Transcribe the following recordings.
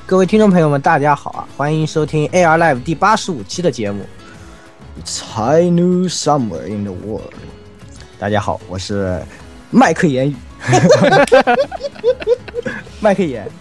各位听众朋友们，大家好啊！欢迎收听 AR Live 第85期的节目。It's high noon somewhere in the world。大家好，我是麦克言语。麦克言，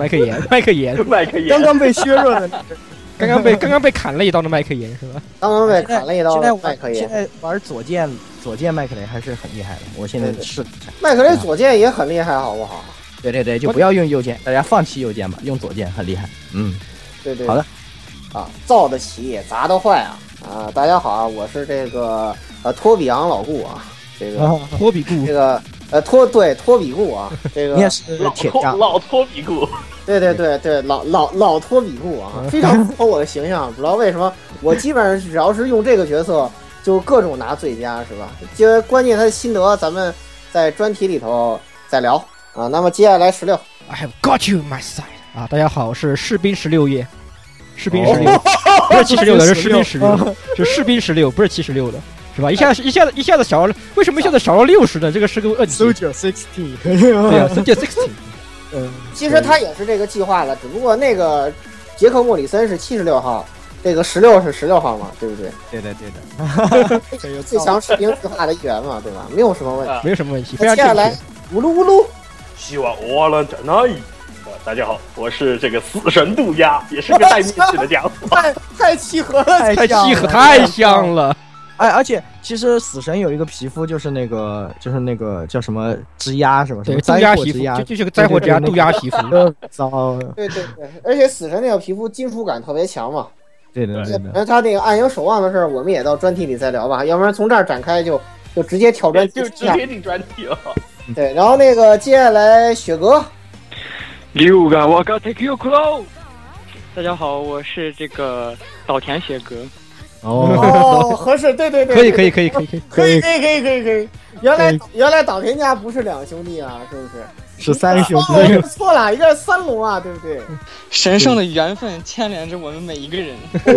刚刚被削弱的， 刚刚被砍了一刀的麦克言是吧？ 刚刚被砍了一刀的麦克言。 现在玩左键麦克雷还是很厉害的。我现在是麦克雷左键也很厉害，好不好？ 对，就不要用右键，大家放弃右键吧，用左键很厉害。 对， 好的。 啊，造得起，砸得坏啊！大家好啊，我是这个托比昂老顾啊，这个托比顾， 这个托比顾啊，这个你也是铁匠老托比顾， 对，老托比顾啊，非常符合我的形象。不知道为什么，我基本上只要是用这个角色，就各种拿最佳，是吧？就关键他的心得，咱们在专题里头再聊啊。那么接下来16 I have got you my side 啊！大家好，我是士兵16页，士兵16，不是76的，是士兵16，是士兵16，不是76的，是吧？一下子少了，为什么一下子少了60呢？这个是个问题。 Soldier 16， 对啊 ，Soldier 16。 其实他也是这个计划了，只不过那个杰克莫里森是76号，这个16是16号嘛，对不对？ 对的。 最强士兵计划的一员嘛，对吧？没有什么问题， 没有什么问题。 接下来呜噜， 希望我能真爱。大家好，我是这个死神渡鸦，也是个带面具的家伙。 太契合了， 太像了。 哎，而且其实死神有一个皮肤，就是那个叫什么之鸦是吧？ 对，渡鸦皮肤，就是个灾祸之鸦，渡鸦皮肤。 糟。 对，而且死神那个皮肤金属感特别强嘛。 对的。 他那个暗影守望的事儿，我们也到专题里再聊吧，要不然从这儿展开就直接挑战， 就直接进专题了。 对，然后那个接下来雪哥。 六个我搞 take you close。大家好，我是这个岛田雪哥。 哦，合适，对，可以。原来岛田家不是两兄弟啊，是不是？ 是三兄弟。 错了，应该是三龙啊，对不对？ 神圣的缘分牵连着我们每一个人。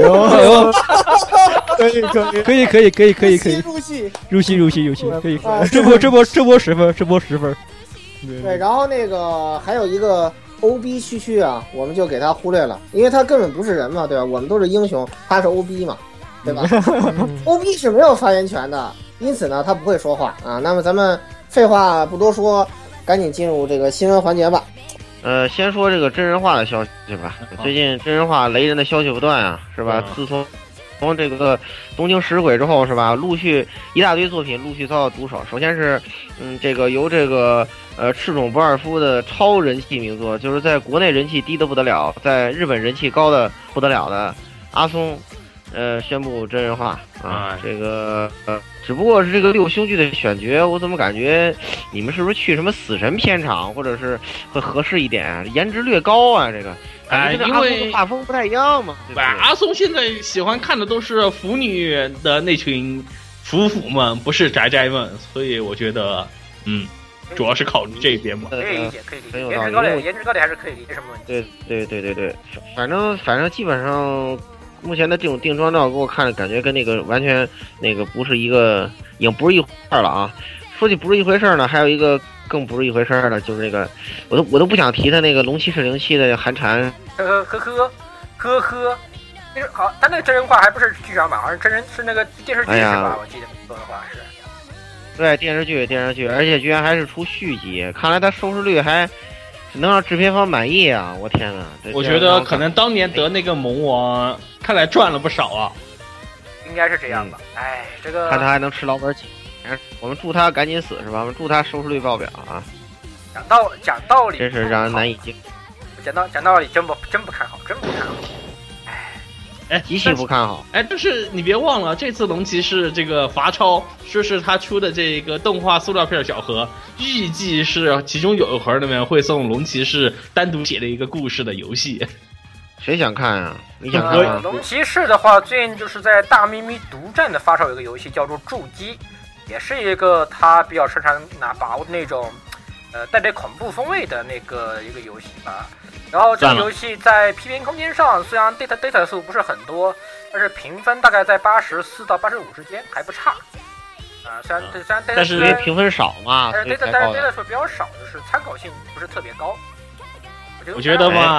可以入戏，可以。这波10分。 对，然后那个还有一个 OB 区啊，我们就给他忽略了，因为他根本不是人嘛，对吧？我们都是英雄，他是 OB 嘛，对吧？OB 是没有发言权的，因此呢，他不会说话啊。那么咱们废话不多说，赶紧进入这个新闻环节吧。 先说这个真人化的消息吧。最近真人化雷人的消息不断啊，是吧？自从这个东京食鬼之后，是吧？陆续一大堆作品陆续遭到毒手。首先是这个由这个赤冢不二夫的超人气名作，就是在国内人气低得不得了，在日本人气高的不得了的阿松，宣布真人化啊。这个只不过是这个六兄弟的选角，我怎么感觉你们是不是去什么死神片场，或者是会合适一点？颜值略高啊，这个。 因为画风不太一样嘛，对吧？ 阿松现在喜欢看的都是腐女的那群腐们，不是宅宅们，所以我觉得，主要是考虑这边嘛。 可以理解，颜值高点还是可以理解，什么问题？对，反正基本上目前的这种定妆照给我看着感觉跟那个完全那个不是一个，已经不是一回事了啊。说起不是一回事呢，还有一个更不是一回事的，就是那个我都不想提他那个龙骑士07的寒蝉。 好，他那个真人化还不是剧场版，好像真人是那个电视剧是吧？我记得没错的话是。 对，电视剧，而且居然还是出续集，看来他收视率还能让制片方满意啊！我天哪！ 我觉得可能当年得那个萌王，看来赚了不少啊。 应该是这样吧？这个看他还能吃老本起。我们祝他赶紧死是吧？我们祝他收视率爆表啊！ 讲道理， 真是让人难以接。 讲道理，真不看好， 极其不看好。 但是你别忘了，这次龙骑士这个罚抄，说是他出的这个动画塑料片小盒，预计是其中有一盒里面会送龙骑士单独写的一个故事的游戏。 谁想看啊？你想看吗？ 龙骑士的话，最近就是在大咪咪独占的发售有一个游戏叫做筑基，也是一个他比较擅长把握那种带点恐怖风味的一个游戏吧。然后这个游戏在 PP 空间上虽然 data 数不是很多，但是评分大概在84到85之间，还不差。虽然但是因为评分少嘛， 但是 data 数比较少，就是参考性不是特别高。 我觉得嘛，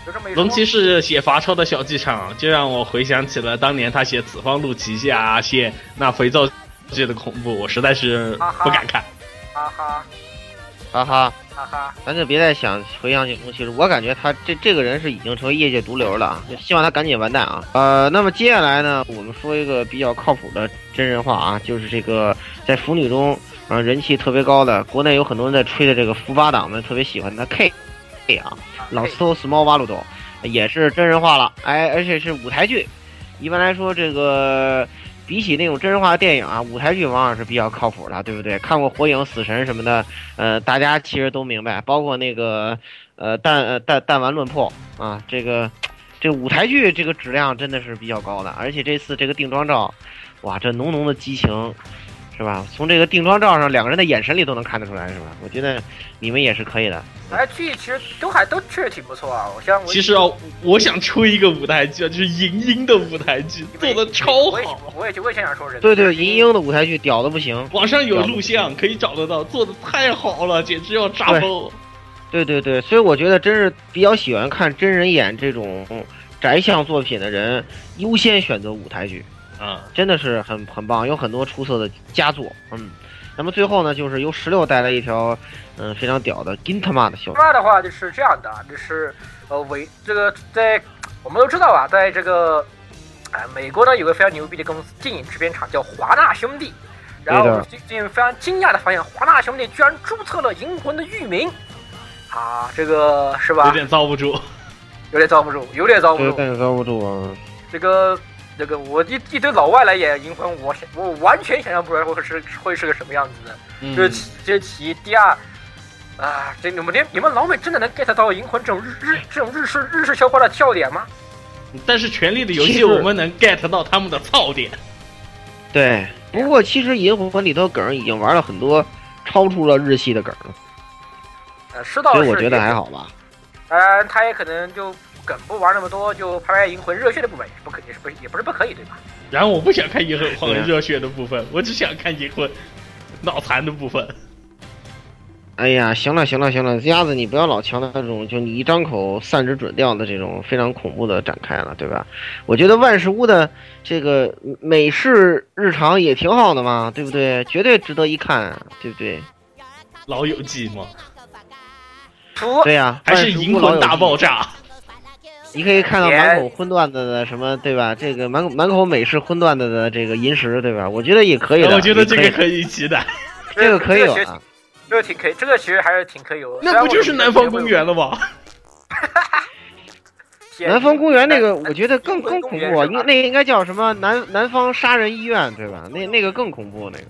就这么一说。 龙骑士写罚抄的小剧场，就让我回想起了当年他写《此方路旗下》写那肥皂剧的恐怖，我实在是不敢看。 哈哈哈哈。 哈哈， 咱就别再回想起龙骑士，我感觉他这个人是已经成为业界毒瘤了啊！希望他赶紧完蛋啊！那么接下来呢，我们说一个比较靠谱的真人化啊，就是这个在腐女中人气特别高的，国内有很多人在吹的这个福八党们特别喜欢的 K 啊，老斯托 Small 瓦鲁多也是真人化了，而且是舞台剧。一般来说，这个比起那种真人化的电影啊，舞台剧往往是比较靠谱的，对不对？看过《火影》《死神》什么的，大家其实都明白。包括那个弹丸论破啊，这个舞台剧这个质量真的是比较高的，而且这次这个定妆照，哇，这浓浓的激情，是吧？从这个定妆照上两个人的眼神里都能看得出来，是吧？我觉得你们也是可以的。 剧其实都确实挺不错啊， 其实我想出一个舞台剧，就是银鹰的舞台剧，做的超好。 我也想说人。 对，银鹰的舞台剧屌的不行， 网上有录像可以找得到，做的太好了，简直要炸爆。 对，所以我觉得真是比较喜欢看真人演这种宅向作品的人，优先选择舞台剧啊，真的是很棒，有很多出色的佳作。那么最后呢，就是由16带来一条非常屌的 Gintama 的消息。 的话就是这样的，就是这个在我们都知道啊，在这个美国呢有个非常牛逼的公司电影制片厂叫华纳兄弟，然后我最近非常惊讶的发现，华纳兄弟居然注册了《银魂》的域名啊，这个是吧？ 有点遭不住， 有点遭不住啊！ 这个我一堆老外来演银魂，我完全想象不出来会是个什么样子的。这是其一，第二啊，你们老美真的能 get 到银魂这种日式消化的笑点吗？ 但是《权力的游戏》我们能 get 到他们的槽点。 对，不过其实银魂里头梗已经玩了很多超出了日系的梗了。所以我觉得还好吧。 当然，他也可能就。梗不玩那么多，就拍银魂热血的部分也不是不可以，对吧？ 然后我不想看银魂热血的部分，我只想看银魂脑残的部分。 哎呀，行了，鸭子你不要老强调那种就你一张口散指准调的这种非常恐怖的展开了，对吧？我觉得万事屋的这个美式日常也挺好的嘛，对不对？绝对值得一看，对不对？ 老友记吗？ 对呀， 还是银魂大爆炸。 你可以看到满口荤段子的什么，对吧？这个满口美式荤段子的这个银石，对吧？我觉得也可以的。 我觉得这个可以期待， 这个可以有啊，这个挺可以，这个其实还是挺可以有。 那不就是南方公园了吗？ 南方公园那个我觉得更恐怖，那个应该叫什么南方杀人医院，对吧？那个更恐怖那个。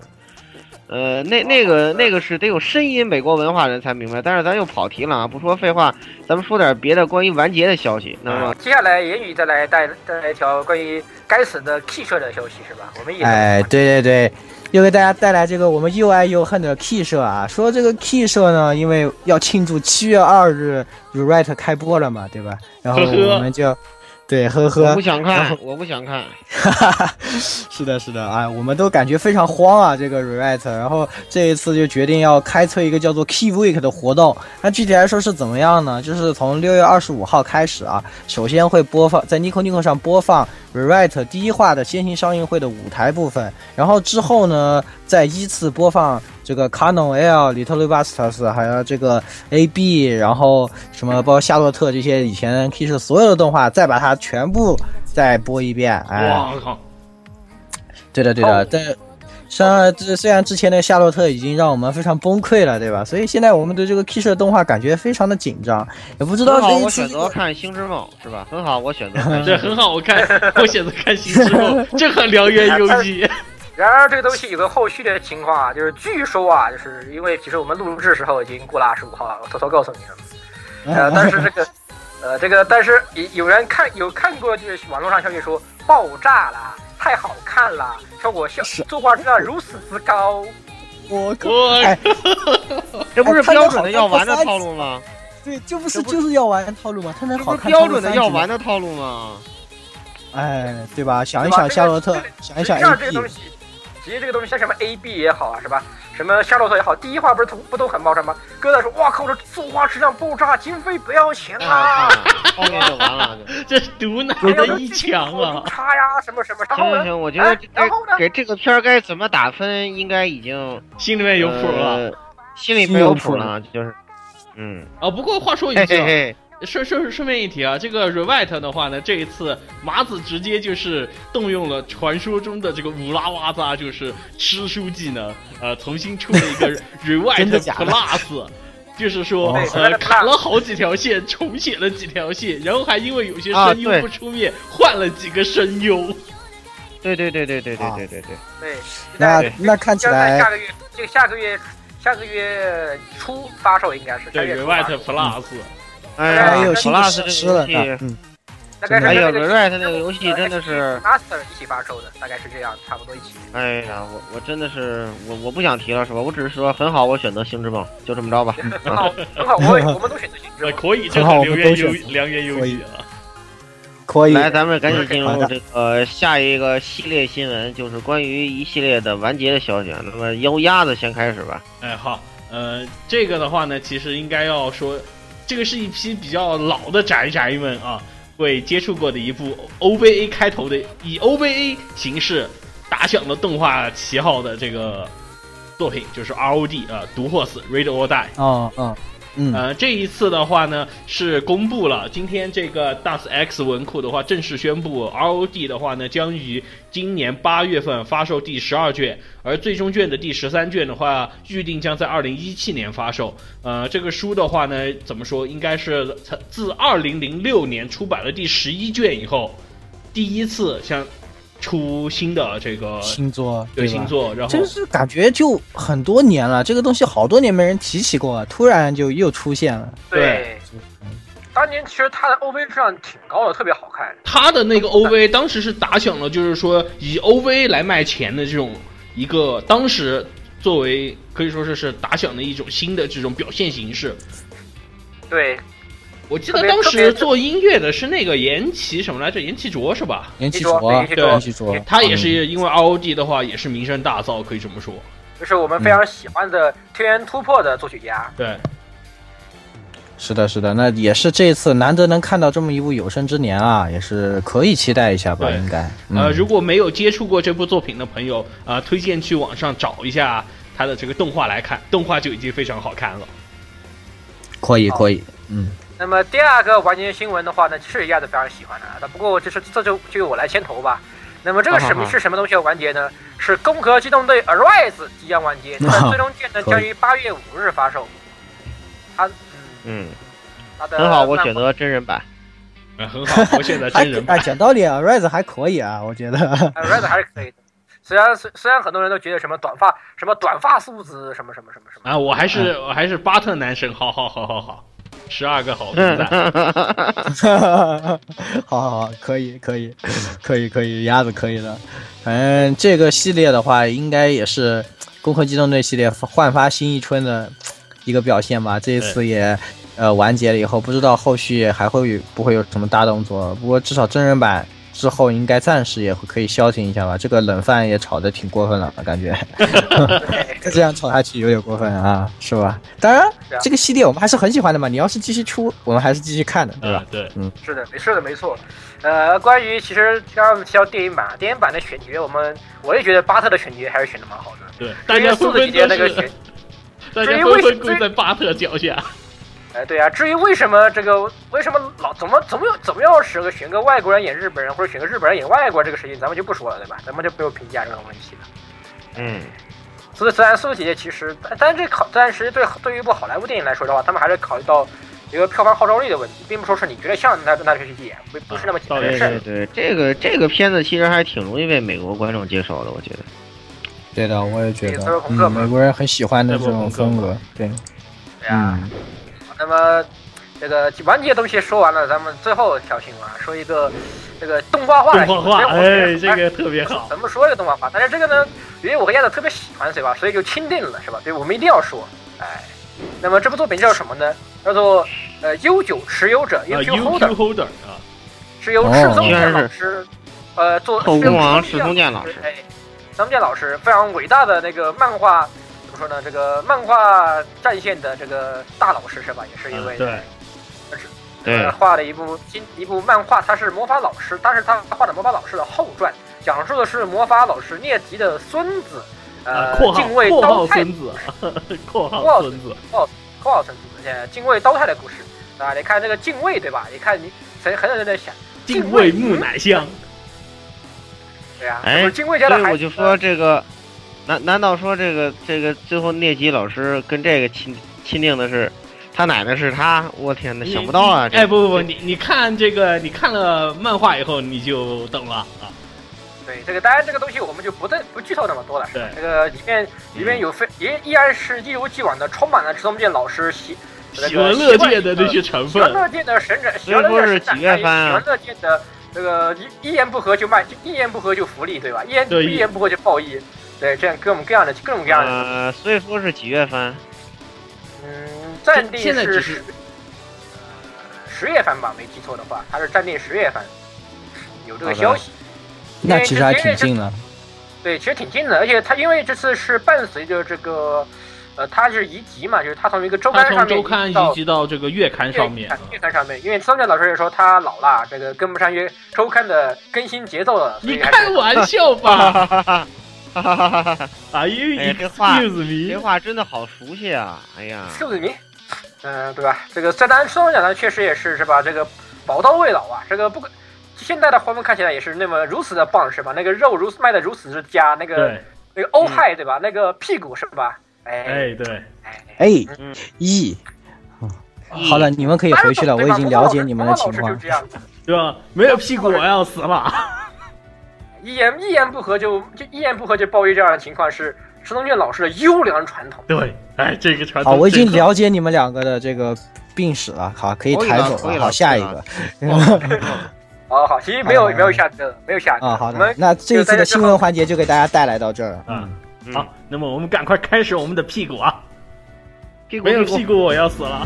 那个是得有深谙美国文化人才明白，但是咱又跑题了啊！不说废话，咱们说点别的关于完结的消息。那么接下来言语再来带来一条关于该死的 Key 社的消息是吧？我们也对，又给大家带来这个我们又爱又恨的 Key 社啊，说这个 Key 社呢，因为要庆祝7月2日 Rewrite 开播了嘛，对吧？然后我们就。对，呵， 我不想看， 是的啊，我们都感觉非常慌啊，这个 Rewrite， 然后这一次就决定要开催一个叫做 Key Week 的活动。那具体来说是怎么样呢？就是从6月25号开始啊，首先会播放在 Nico 上播放 Rewrite 第一话的先行上映会的舞台部分，然后之后呢，再依次播放这个 Canon L、Little Bastards 还有这个 AB， 然后什么包括夏洛特这些以前 Key 社所有的动画，再把它全部再播一遍。 哇靠！ 对的，但虽然之前的夏洛特已经让我们非常崩溃了，对吧？所以现在我们对这个 Key 社动画感觉非常的紧张，也不知道我选择看星之梦是吧？很好，我选择看这很好，我选择看星之梦，这很燎原有机。 然而这个东西有个后续的情况啊，就是据说啊，就是因为其实我们录制时候已经过了25号了，我偷偷告诉你了。但是但是有人看过，就是网络上消息说爆炸了，太好看了，效果作画质量如此之高。 我靠！ 这不是标准的要玩的套路吗？ 对，就是要玩的套路吗？它能好看？ 标准的要玩的套路吗？ 哎，对吧？想一想夏洛特，想一想 AB。其实这个东西像什么 AB 也好啊，是吧？ 什么夏洛特也好，第一话不都很爆炸吗？哥在说，哇靠，这作画质量爆炸，经费不要钱啊！ 后面就完了。 这毒奶的一枪啊！ 差呀，什么什么。 行行，我觉得给这个片儿该怎么打分，应该已经心里面有谱了， 心里没有谱了，就是， 不过话说一句。顺便一提啊，这个 Revite 的话呢，这一次麻子直接就是动用了传说中的这个乌拉哇扎，就是吃书技能，重新出了一个 Revite Plus， 就是说砍了好几条线，重写了几条线，然后还因为有些声优不出面，换了几个声优。 对。 那看起来下个月初发售应该是。 对 Revite Plus。 哎呦，新的吃了， 哎呦 ，Revite 那个游戏真的是 Master 一起发售的，大概是这样，差不多一起。 哎呀，我真的是我不想提了，是吧？我只是说很好，我选择星之梦，就这么着吧。 很好，我们都选择星之梦， 可以， 很好，我们都良言有语了。 可以， 来，咱们赶紧进入这个下一个系列新闻，就是关于一系列的完结的消息。那么由鸭子先开始吧。 哎，好，这个的话呢，其实应该要说。这个是一批比较老的宅们啊，会接触过的一部 OVA 开头的，以 OVA 形式打响了动画旗号的这个作品，就是 ROD 毒或死 Read or Die。这一次的话呢是公布了，今天这个 DOS X 文库的话正式宣布 ROD 的话呢将于今年8月份发售第12卷，而最终卷的第13卷的话预定将在2017年发售。这个书的话呢怎么说，应该是自2006年出版了第11卷以后第一次像出新的这个新作， 对新作，然后真是感觉就很多年了，这个东西好多年没人提起过，突然就又出现了。 对，当年其实他的 OVA 质量挺高的，特别好看。 他的那个 OVA 当时是打响了，就是说以 OVA 来卖钱的这种一个，当时作为可以说是打响的一种新的这种表现形式。 对。 我记得当时做音乐的是那个岩崎什么来着？岩崎卓是吧？ 岩崎卓， 他也是因为 ROD 的话也是名声大噪，可以这么说。 就是我们非常喜欢的天元突破的作曲家。 对， 是的，那也是这次难得能看到这么一部有生之年啊，也是可以期待一下吧，应该。 如果没有接触过这部作品的朋友，推荐去网上找一下他的这个动画来看，动画就已经非常好看了。 可以， 那么第二个完结新闻的话呢，是鸭子非常喜欢的，不过这就由我来牵头吧。那么这个是什么东西要完结呢？是《攻壳机动队 Arise》即将完结，它的最终卷呢将于8月5日发售。它很好，我选择真人版。 很好，我选择真人版。 讲道理，Arise 还可以啊，我觉得。 Arise 还是可以的。虽然很多人都觉得什么短发素子什么啊，我还是巴特男神，好。12个好评赞，好，可以，鸭子可以的。反正这个系列的话，应该也是《攻壳机动队》系列焕发新一春的一个表现吧。这一次也完结了以后，不知道后续还不会有什么大动作。不过至少真人版之后应该暂时也可以消停一下吧。这个冷饭也炒得挺过分了，感觉再这样炒下去有点过分啊，是吧？当然，这个系列我们还是很喜欢的嘛。你要是继续出，我们还是继续看的，对吧？ 对， 是的，没错。关于其实刚刚提到电影版的选角，我也觉得巴特的选角还是选的蛮好的。 对，大家纷纷那个选， 大家纷纷跪在巴特脚下。 对啊，至于为什么老怎么要选个外国人演日本人，或者选个日本人演外国人这个事情，咱们就不说了，对吧？咱们就不用评价这个问题了。所以虽然素姐姐其实，但是对于一部好莱坞电影来说的话，他们还是考虑到一个票房号召力的问题，并不说是你觉得像那就去演，不是那么简单的事。 对，这个片子其实还挺容易被美国观众接受的，我觉得。 对的，我也觉得，美国人很喜欢的这种风格。对啊。那么这个完结的东西说完了，咱们最后挑新闻说一个这个动画化。 这个特别好。 怎么说这个动画化？但是这个呢，因为我和鸭子特别喜欢，对吧？所以就钦定了，是吧？对，我们一定要说。那么这部作品叫什么呢？叫做悠久持有者 Holder 啊， 是由赤松健老师做后宫王赤松健老师， 赤松健老师非常伟大的那个漫画么说呢？这个漫画战线的这个大老师是吧？也是一位对， 画了一部漫画，他是魔法老师，但是他画的魔法老师的后传，讲述的是魔法老师聂吉的孙子，敬畏刀太孙子，括号孙子， 敬畏刀太的故事啊！你看这个敬畏对吧？你看你很多人在想敬畏木乃香， 对呀， 哎， 敬畏家的孩子， 所以我就说这个，难道说这个最后聂吉老师跟这个钦定的是？他奶奶是他，我天哪，想不到啊！ 哎，不，你看这个，你看了漫画以后你就懂了啊。 对，这个当然这个东西我们就不剧透那么多了。 对， 这个里面有依然是一如既往的充满了池东健老师喜闻乐见的那些成分， 喜闻乐见的神展， 所以说是几月番啊？ 喜闻乐见的这个一言不合就一言不合就福利，对吧？一言不合就报义，对，这样各种各样的。 所以说是几月番？ 暂定是10月份吧，没记错的话，它是暂定10月份，有这个消息。 那其实还挺近的。 对，其实挺近的，而且它因为这次是伴随着这个，它是移籍嘛，就是它从一个周刊上面周刊移籍到这个月刊上面。 月刊上面，因为松田老师也说他老了，这个跟不上周刊的更新节奏了。 你开玩笑吧？啊，因为这话真的好熟悉啊！哎呀， 数字迷，对吧？这个在当然松田讲的确实也是吧？这个宝刀未老啊，这个不现在的画风看起来也是那么如此的棒是吧？那个肉卖的如此之佳，那个欧亥对吧？那个屁股是吧？ 哎，对， 好了，你们可以回去了，我已经了解你们的情况， 对吧？没有屁股我要死了。 一言不合就报义这样的情况是池东健老师的优良传统。 对，哎，这个传统。 好，我已经了解你们两个的这个病史了，好，可以抬走了。好，下一个。 好，其实没有下个，没有下个。 好的，那这一次的新闻环节就给大家带来到这儿。 好，那么我们赶快开始我们的屁股啊！没有屁股我要死了。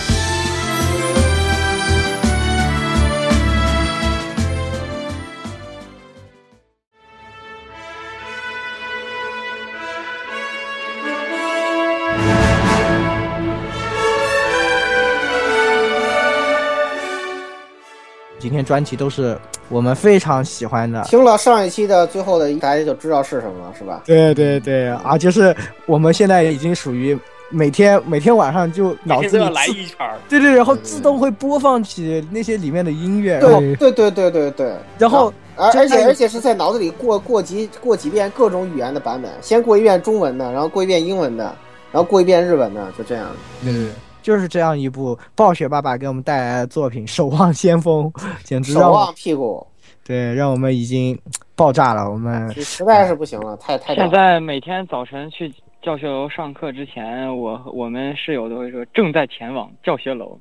今天专题都是我们非常喜欢的， 听了上一期的最后的，大家就知道是什么了，是吧？ 对啊，就是我们现在已经属于每天晚上就脑子里来一圈， 对，然后自动会播放起那些里面的音乐， 对， 然后而且是在脑子里过几遍各种语言的版本，先过一遍中文的，然后过一遍英文的，然后过一遍日文的，就这样。 就是这样一部暴雪爸爸给我们带来的作品《守望先锋》，简直守望屁股， 对，让我们已经爆炸了。我们实在是不行了，太现在每天早晨去教学楼上课之前，我们室友都会说正在前往教学楼。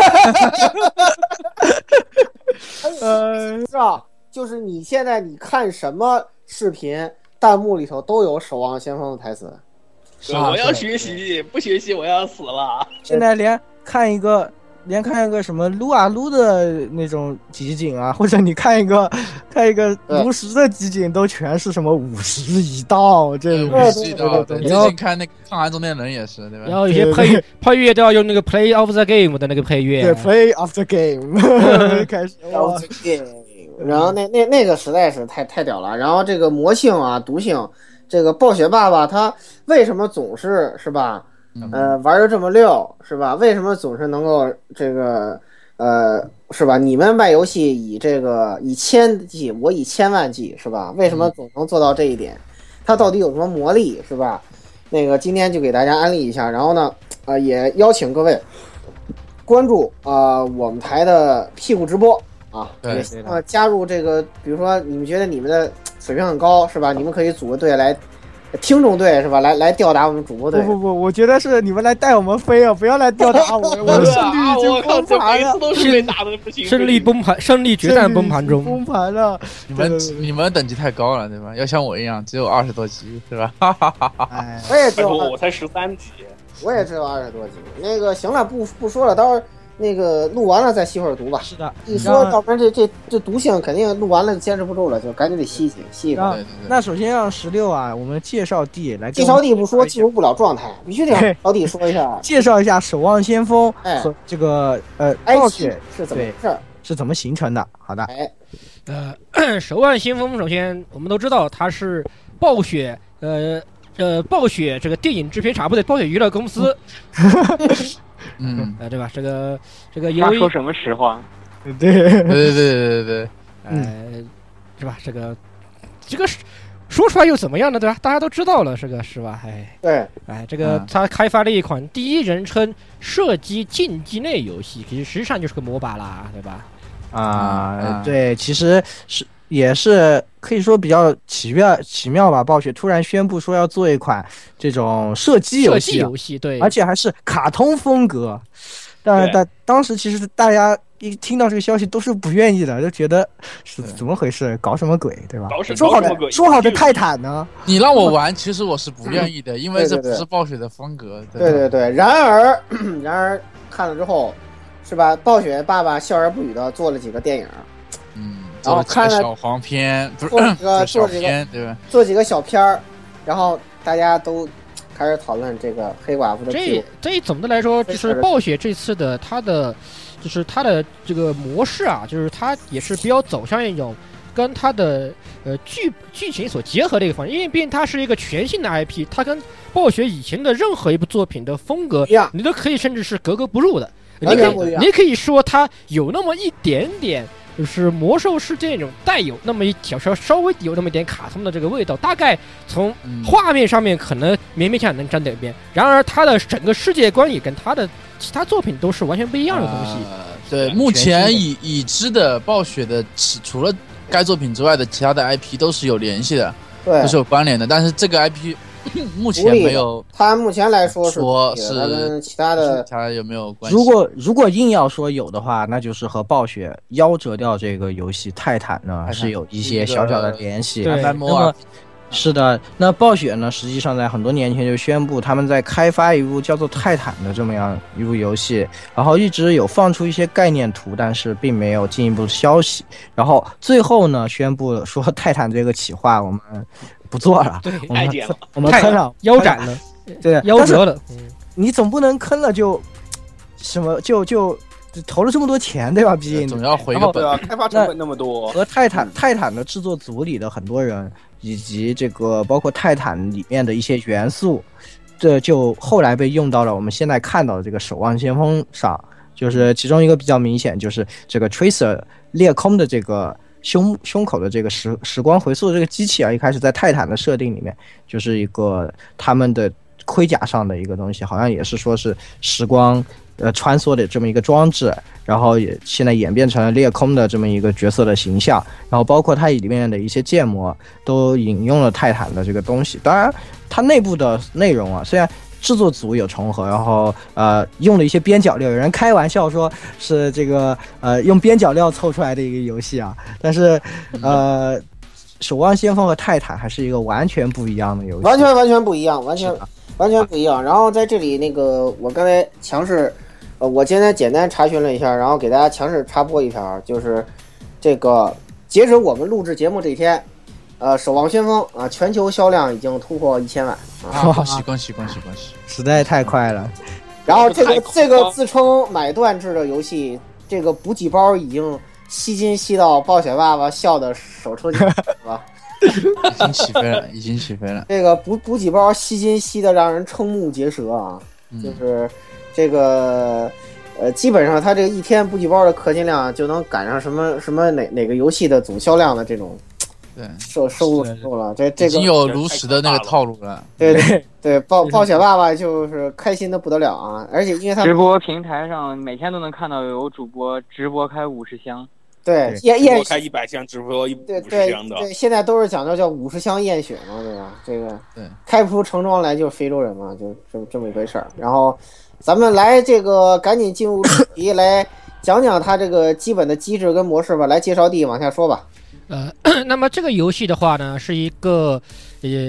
是啊，就是你现在你看什么视频，弹幕里头都有《守望先锋》的台词。 我要学习，不学习我要死了。 现在连看一个什么撸啊撸的那种集锦啊，或者你看一个炉石的集锦，都全是什么50一道这种。 对，最近看那个抗寒中年人也是，对吧？ 然后有些配乐都要用那个 Play of the Game 的那个配乐。 对 ，Play of the Game 开始。 然后那个实在是太屌了。然后这个魔性啊，毒性。这个暴雪爸爸他为什么总是吧，玩的这么溜是吧？为什么总是能够这个是吧？你们卖游戏以1000计，我以1000万计是吧？为什么总能做到这一点？他到底有什么魔力是吧？那个今天就给大家安利一下，然后呢，也邀请各位关注我们台的屁股直播啊，也希望加入这个，比如说你们觉得你们的水平很高是吧？你们可以组个队来，听众队是吧？来吊打我们主播队。 不，我觉得是你们来带我们飞啊，不要来吊打我。我的胜利已经崩盘了， 都是被打的不行。 胜利崩盘，胜利决战崩盘中。 崩盘了。 你们等级太高了，对吧？要像我一样，只有20多级，是吧？ 我也只有我才13级。 我也只有20多级。那个行了，不说了，到时候那个录完了再吸会儿毒吧。 是的， 一说，要不然这毒性肯定录完了坚持不住了，就赶紧得吸一把。 那首先让16啊，我们介绍地来。 介绍地不说进入不了状态，必须得让老弟说一下。 介绍一下守望先锋和这个暴雪是怎么回事， 是怎么形成的？好的， 守望先锋首先我们都知道它是暴雪暴雪这个电影制片厂，不对，暴雪娱乐公司。对吧？这个他说什么实话？ 对， 是吧？这个说出来又怎么样呢？对吧？大家都知道了，这个是吧？ 对， 这个他开发了一款第一人称射击竞技类游戏，其实实际上就是个 MOBA 啦，对吧？ 对，其实也是可以说比较奇妙吧。暴雪突然宣布说要做一款这种射击游戏，对， 而且还是卡通风格。但当时其实大家一听到这个消息都是不愿意的，就觉得是怎么回事，搞什么鬼，对吧？说好的泰坦呢？ 你让我玩，其实我是不愿意的，因为这不是暴雪的风格。 对。然而看了之后，是吧？暴雪爸爸笑而不语的做了几个电影。 然后看了小黄片， 做几个小片儿，然后大家都开始讨论这个黑寡妇的这总的来说，就是暴雪这次的它的这个模式啊，就是它也是比较走向一种跟它的剧情所结合的一个方向，因为毕竟它是一个全新的 IP， 它跟暴雪以前的任何一部作品的风格，你都可以甚至是格格不入的。你可以说它有那么一点点。就是魔兽世界那种带有那么一稍微有那么一点卡通的这个味道，大概从画面上面可能勉强能沾点边，然而它的整个世界观也跟它的其他作品都是完全不一样的东西。 对，目前已知的暴雪的除了该作品之外的其他的 IP 都是有联系的，都是有关联的，但是这个 IP目前没有， 他目前来说是跟其他的有没有关系？ 如果硬要说有的话，那就是和暴雪夭折掉这个游戏泰坦呢是有一些小小的联系。 对， 是的，那暴雪呢，实际上在很多年前就宣布他们在开发一部叫做泰坦的这么样一部游戏，然后一直有放出一些概念图，但是并没有进一步的消息。然后最后呢，宣布说泰坦这个企划我们不做了，我们坑了， 腰斩了， 对， 夭折了。 你总不能坑了就什么就投了这么多钱，对吧？毕竟总要回个本， 开发成本那么多。 和泰坦的制作组里的很多人，以及这个包括泰坦里面的一些元素，这就后来被用到了我们现在看到的这个守望先锋上。就是其中一个比较明显，就是这个 Tracer 裂空的这个胸口的这个时光回溯的这个机器啊，一开始在泰坦的设定里面就是一个他们的盔甲上的一个东西，好像也是说是时光穿梭的这么一个装置，然后也现在演变成了裂空的这么一个角色的形象，然后包括它里面的一些建模都引用了泰坦的这个东西。当然它内部的内容啊，虽然制作组有重合，然后用了一些边角料，有人开玩笑说是这个用边角料凑出来的一个游戏啊，但是守望先锋和泰坦还是一个完全不一样的游戏， 完全不一样，完全不一样。然后在这里那个我刚才强势我今天简单查询了一下，然后给大家强势插播一条，就是这个截止我们录制节目这一天，守望先锋啊，全球销量已经突破1000万啊！ 恭喜！ 实在太快了。 然后这个自称买断制的游戏，这个补给包已经吸金吸到暴雪爸爸笑的手抽筋，是吧？ 已经起飞了。 这个补给包吸金吸的让人瞠目结舌啊！就是这个基本上它这个一天补给包的氪金量就能赶上什么哪个游戏的总销量的这种收入程度了。这个已经有如实的那个套路了。 对，暴雪爸爸就是开心的不得了啊！而且因为他直播平台上每天都能看到有主播直播开50箱。 对， 直播开100箱，直播50箱的。 对，现在都是讲究叫50箱验血嘛，对吧？这个开不出成装来就是非洲人嘛，就这么一回事儿。然后咱们来这个赶紧进入主题，来讲讲它这个基本的机制跟模式吧。来，介绍地往下说吧。 那么这个游戏的话呢，是一个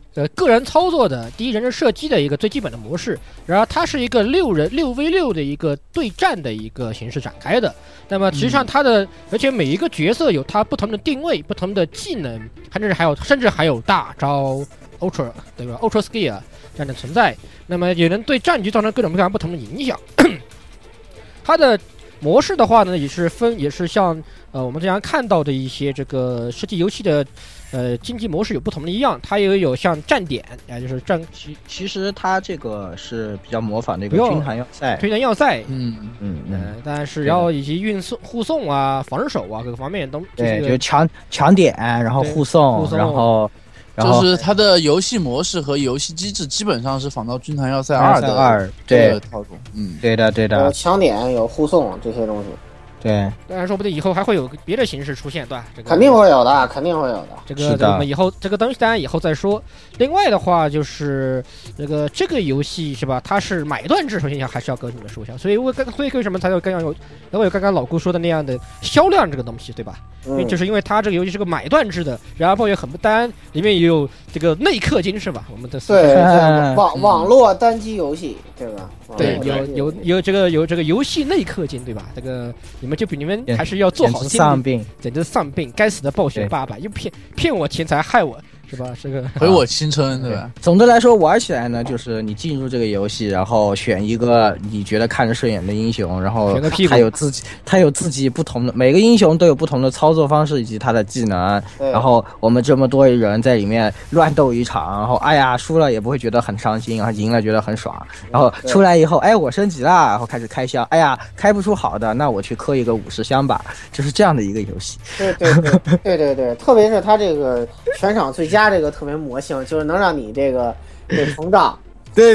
个人操作的第一人称射击的一个最基本的模式，然后它是一个6v6的一个对战的一个形式展开的。那么实际上它的，而且每一个角色有它不同的定位、不同的技能，甚至还有大招 Ultra 对吧 ？Ultra Skill 这样的存在，那么也能对战局造成各种各样不同的影响。它的模式的话呢，也是像我们经常看到的一些这个射击游戏的竞技模式有不同的一样，它也有像站点就是战。 其实它这个是比较模仿那个军团要塞， 但是然后以及运送、护送啊、防守啊各个方面都对，就抢点，然后护送，然后就是它的游戏模式和游戏机制基本上是仿照军团要塞2的这个套路。 对的。 有抢点，有护送这些东西。 对， 当然说不定以后还会有别的形式出现，对吧？ 肯定会有的。 这个我们以后这个东西当然以后再说。另外的话就是这个游戏是吧？它是买断制，首先还是要跟你们说一下。所以为什么才有刚刚老顾说的那样的销量这个东西，对吧？就是因为它这个游戏是个买断制的，然后也很不单，里面也有这个内氪金是吧？我们的对网络单机游戏对吧？ 对，有这个游戏内氪金对吧？这个你们还是要做好心理，简直丧病！该死的暴雪爸爸又骗我钱财害我。是吧？这个毁我青春，对吧？ 总的来说，玩起来呢，就是你进入这个游戏，然后选一个你觉得看着顺眼的英雄，然后他有自己不同的，每个英雄都有不同的操作方式以及他的技能。然后我们这么多人在里面乱斗一场，然后哎呀输了也不会觉得很伤心，然后赢了觉得很爽。然后出来以后，哎我升级了，然后开始开箱，哎呀开不出好的，那我去磕一个50箱吧，就是这样的一个游戏。 对，特别是他这个全场最佳。这个特别魔性，就是能让你这个膨胀。 对，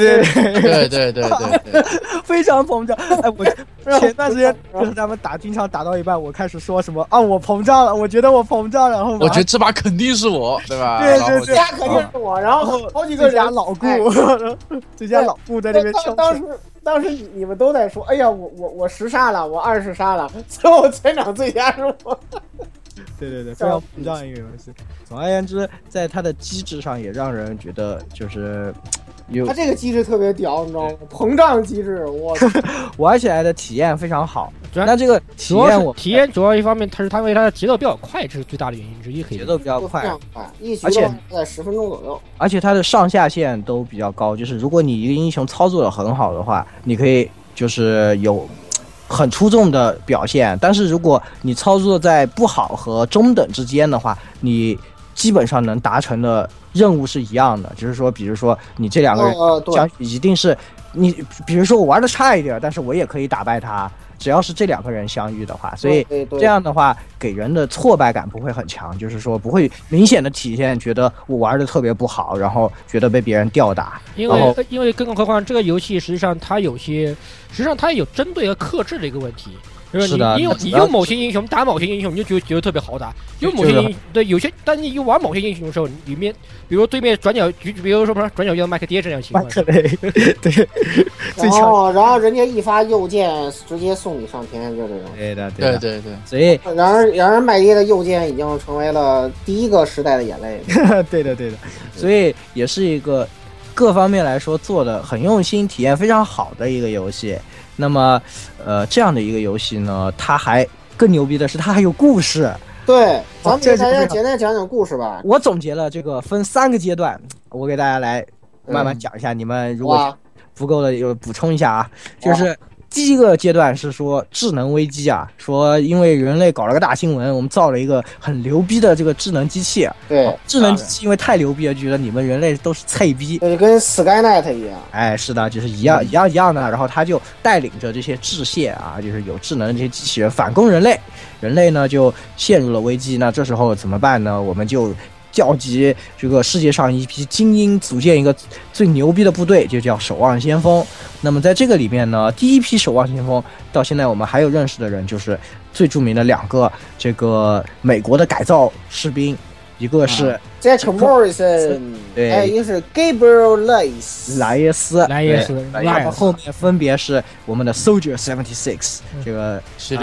非常膨胀。哎，我前段时间就是他们经常打到一半，我开始说什么啊，我膨胀了，我觉得我膨胀，然后我觉得这把肯定是我，对吧？ 对， 这家肯定是我，然后好几个人老顾，最佳老顾在那边跳。 当时你们都在说，哎呀，我10杀了，我20杀了，最后全场最佳是我。 对，非常膨胀一个游戏。总而言之，在它的机制上也让人觉得就是它这个机制特别屌，你知道吗？膨胀机制，我玩起来的体验非常好。那这个体验主要一方面，它因为它的节奏比较快，这是最大的原因之一。 节奏比较快， 而且在10分钟左右。 而且它的上下限都比较高，就是如果你一个英雄操作的很好的话，你可以就是有很出众的表现，但是如果你操作在不好和中等之间的话，你基本上能达成的任务是一样的，就是说比如说你这两个人将一定是你比如说我玩的差一点，但是我也可以打败他，只要是这两个人相遇的话，所以这样的话给人的挫败感不会很强，就是说不会明显的体现觉得我玩的特别不好，然后觉得被别人吊打。 因为更何况这个游戏实际上它有针对和克制的一个问题。就是你用某些英雄打某些英雄，你就觉得特别好打。用某些英雄对有些，但你玩某些英雄的时候，里面比如对面转角，比如说转角遇到麦克爹这样情况， 对， 然后人家一发右键直接送你上天，就这种。 对，所以然而麦爹的右键已经成为了第一个时代的眼泪。 对的，所以也是一个各方面来说做的很用心、体验非常好的一个游戏。那么，这样的一个游戏呢，它还更牛逼的是，它还有故事。 对，咱们给大家简单讲讲故事吧。 我总结了这个分3个阶段，我给大家来慢慢讲一下。你们如果不够的，有补充一下啊。就是第一个阶段是说智能危机啊，说因为人类搞了个大新闻，我们造了一个很牛逼的这个智能机器。 对， 智能机器因为太牛逼了，觉得你们人类都是菜逼。 对，跟 Skynet 一样。 哎，是的，就是一样的。然后他就带领着这些智械啊，就是有智能的这些机器人反攻人类，人类呢就陷入了危机。那这时候怎么办呢？我们就召集这个世界上一批精英，组建一个最牛逼的部队，就叫守望先锋。那么在这个里面呢，第一批守望先锋到现在我们还有认识的人，就是最著名的2个这个美国的改造士兵，一个是 Jack Morrison， 对， 一个是 Gabriel 莱耶斯，然后后面分别是我们的 Soldier 76，这个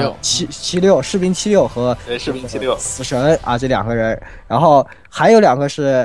76士兵76和士兵76 死神啊，这2个人，然后还有2个是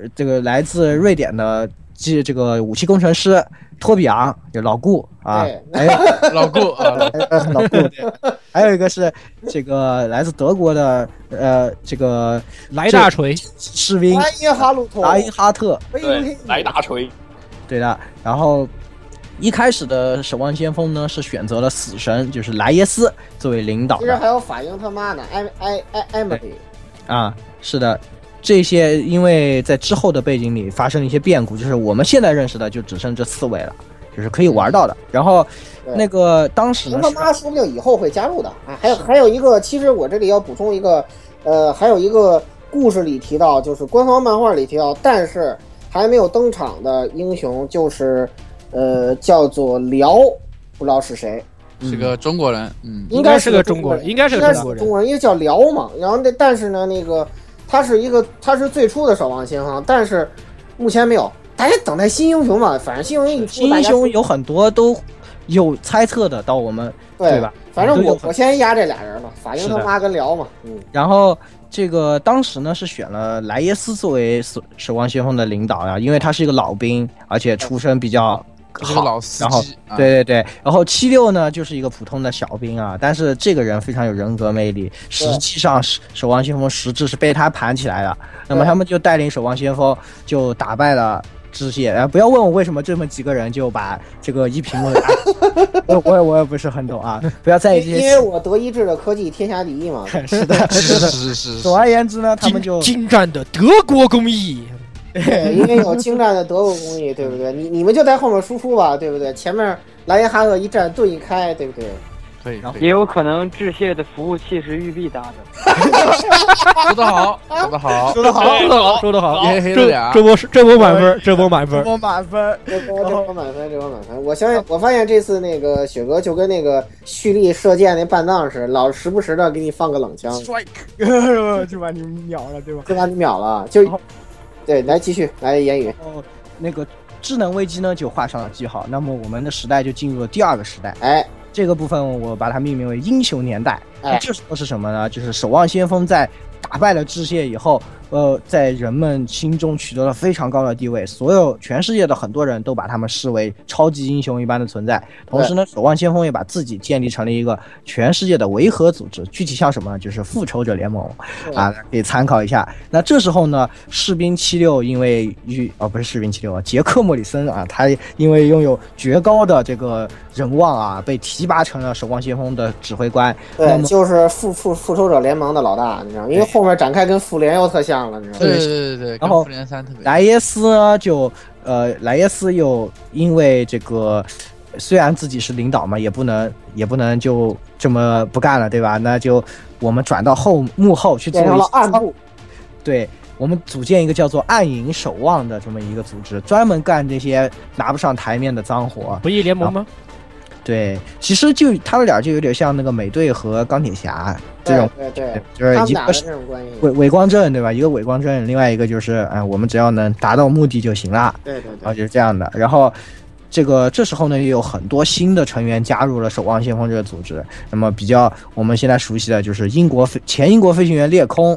这个来自瑞典的这个武器工程师托比昂，就老顾啊，还有老顾啊， 老顾，对，还有一个是这个来自德国的这个莱大锤士兵莱因哈特， 对，莱大锤， 对的。然后一开始的守望先锋呢是选择了死神，就是莱耶斯作为领导的。 其实还有法英他妈的艾美丽啊，是的。这些因为在之后的背景里发生了一些变故，就是我们现在认识的就只剩这4位了，就是可以玩到的。然后那个当时呢， 他妈说不定以后会加入的啊。还有一个，其实我这里要补充一个，还有一个故事里提到，就是官方漫画里提到，但是还没有登场的英雄，就是叫做辽，不知道是谁。 是个中国人， 应该是个中国人，应该是个中国人， 因为叫辽嘛。然后但是呢，那个。他是最初的守望先锋，但是目前没有。大家等待新英雄嘛，反正新英雄一出， 新英雄有很多都有猜测的，到我们 对吧？ 反正我先压这俩人了，法英他妈跟辽嘛。 然后这个当时呢是选了莱耶斯作为守望先锋的领导啊，因为他是一个老兵，而且出身比较好， 老司机， 然后对，然后76呢就是一个普通的小兵啊，但是这个人非常有人格魅力，实际上守望先锋实质是被他盘起来的。那么他们就带领守望先锋就打败了支线，不要问我为什么这么几个人就把这个一屏幕打我也不是很懂啊，不要在意这些， 因为我德意志的科技天下第一嘛。 是的。总而言之呢，他们就精湛的德国工艺。 对，因为有精湛的德国工艺，对不对？你们就在后面输出吧，对不对？前面莱因哈特一站，盾一开，对不对？ 可以， 也有可能致谢的服务器是玉璧搭的。 说得好，说得好， 说得好，说得好，说得好。 这波满分，这波满分， 这波满分。我发现这次那个雪哥就跟那个蓄力射箭那半藏似的，时不时的给你放个冷枪 ，strike 就把你秒了，对吧？ 就把你秒了，就。对，来继续来言语。 那个智能危机呢就画上了句号，那么我们的时代就进入了第2个时代。这个部分我把它命名为英雄年代。这时候是什么呢？就是守望先锋在打败了致谢以后，在人们心中取得了非常高的地位，全世界的很多人都把他们视为超级英雄一般的存在。同时呢，守望先锋也把自己建立成了一个全世界的维和组织，具体像什么呢？就是复仇者联盟啊，可以参考一下。那这时候呢，士兵76因为不是士兵76啊，杰克莫里森啊，他因为拥有绝高的这个人望啊，被提拔成了守望先锋的指挥官。 对，就是复仇者联盟的老大，你知道吗？因为后面展开跟复联又特像了，你知道吗？ 对， 然后复联3特别。 莱耶斯呢莱耶斯又因为这个，虽然自己是领导嘛，也不能就这么不干了，对吧？那就我们转到幕后去做了暗部， 对。我们组建一个叫做暗影守望的这么一个组织，专门干这些拿不上台面的脏活。 不义联盟吗？ 对，其实就他们俩就有点像那个美队和钢铁侠这种， 对， 就是一个是伪光正，对吧？一个伪光正，另外一个就是我们只要能达到目的就行了。 对， 然后就是这样的。然后这时候呢，也有很多新的成员加入了守望先锋这个组织。那么比较我们现在熟悉的就是前英国飞行员裂空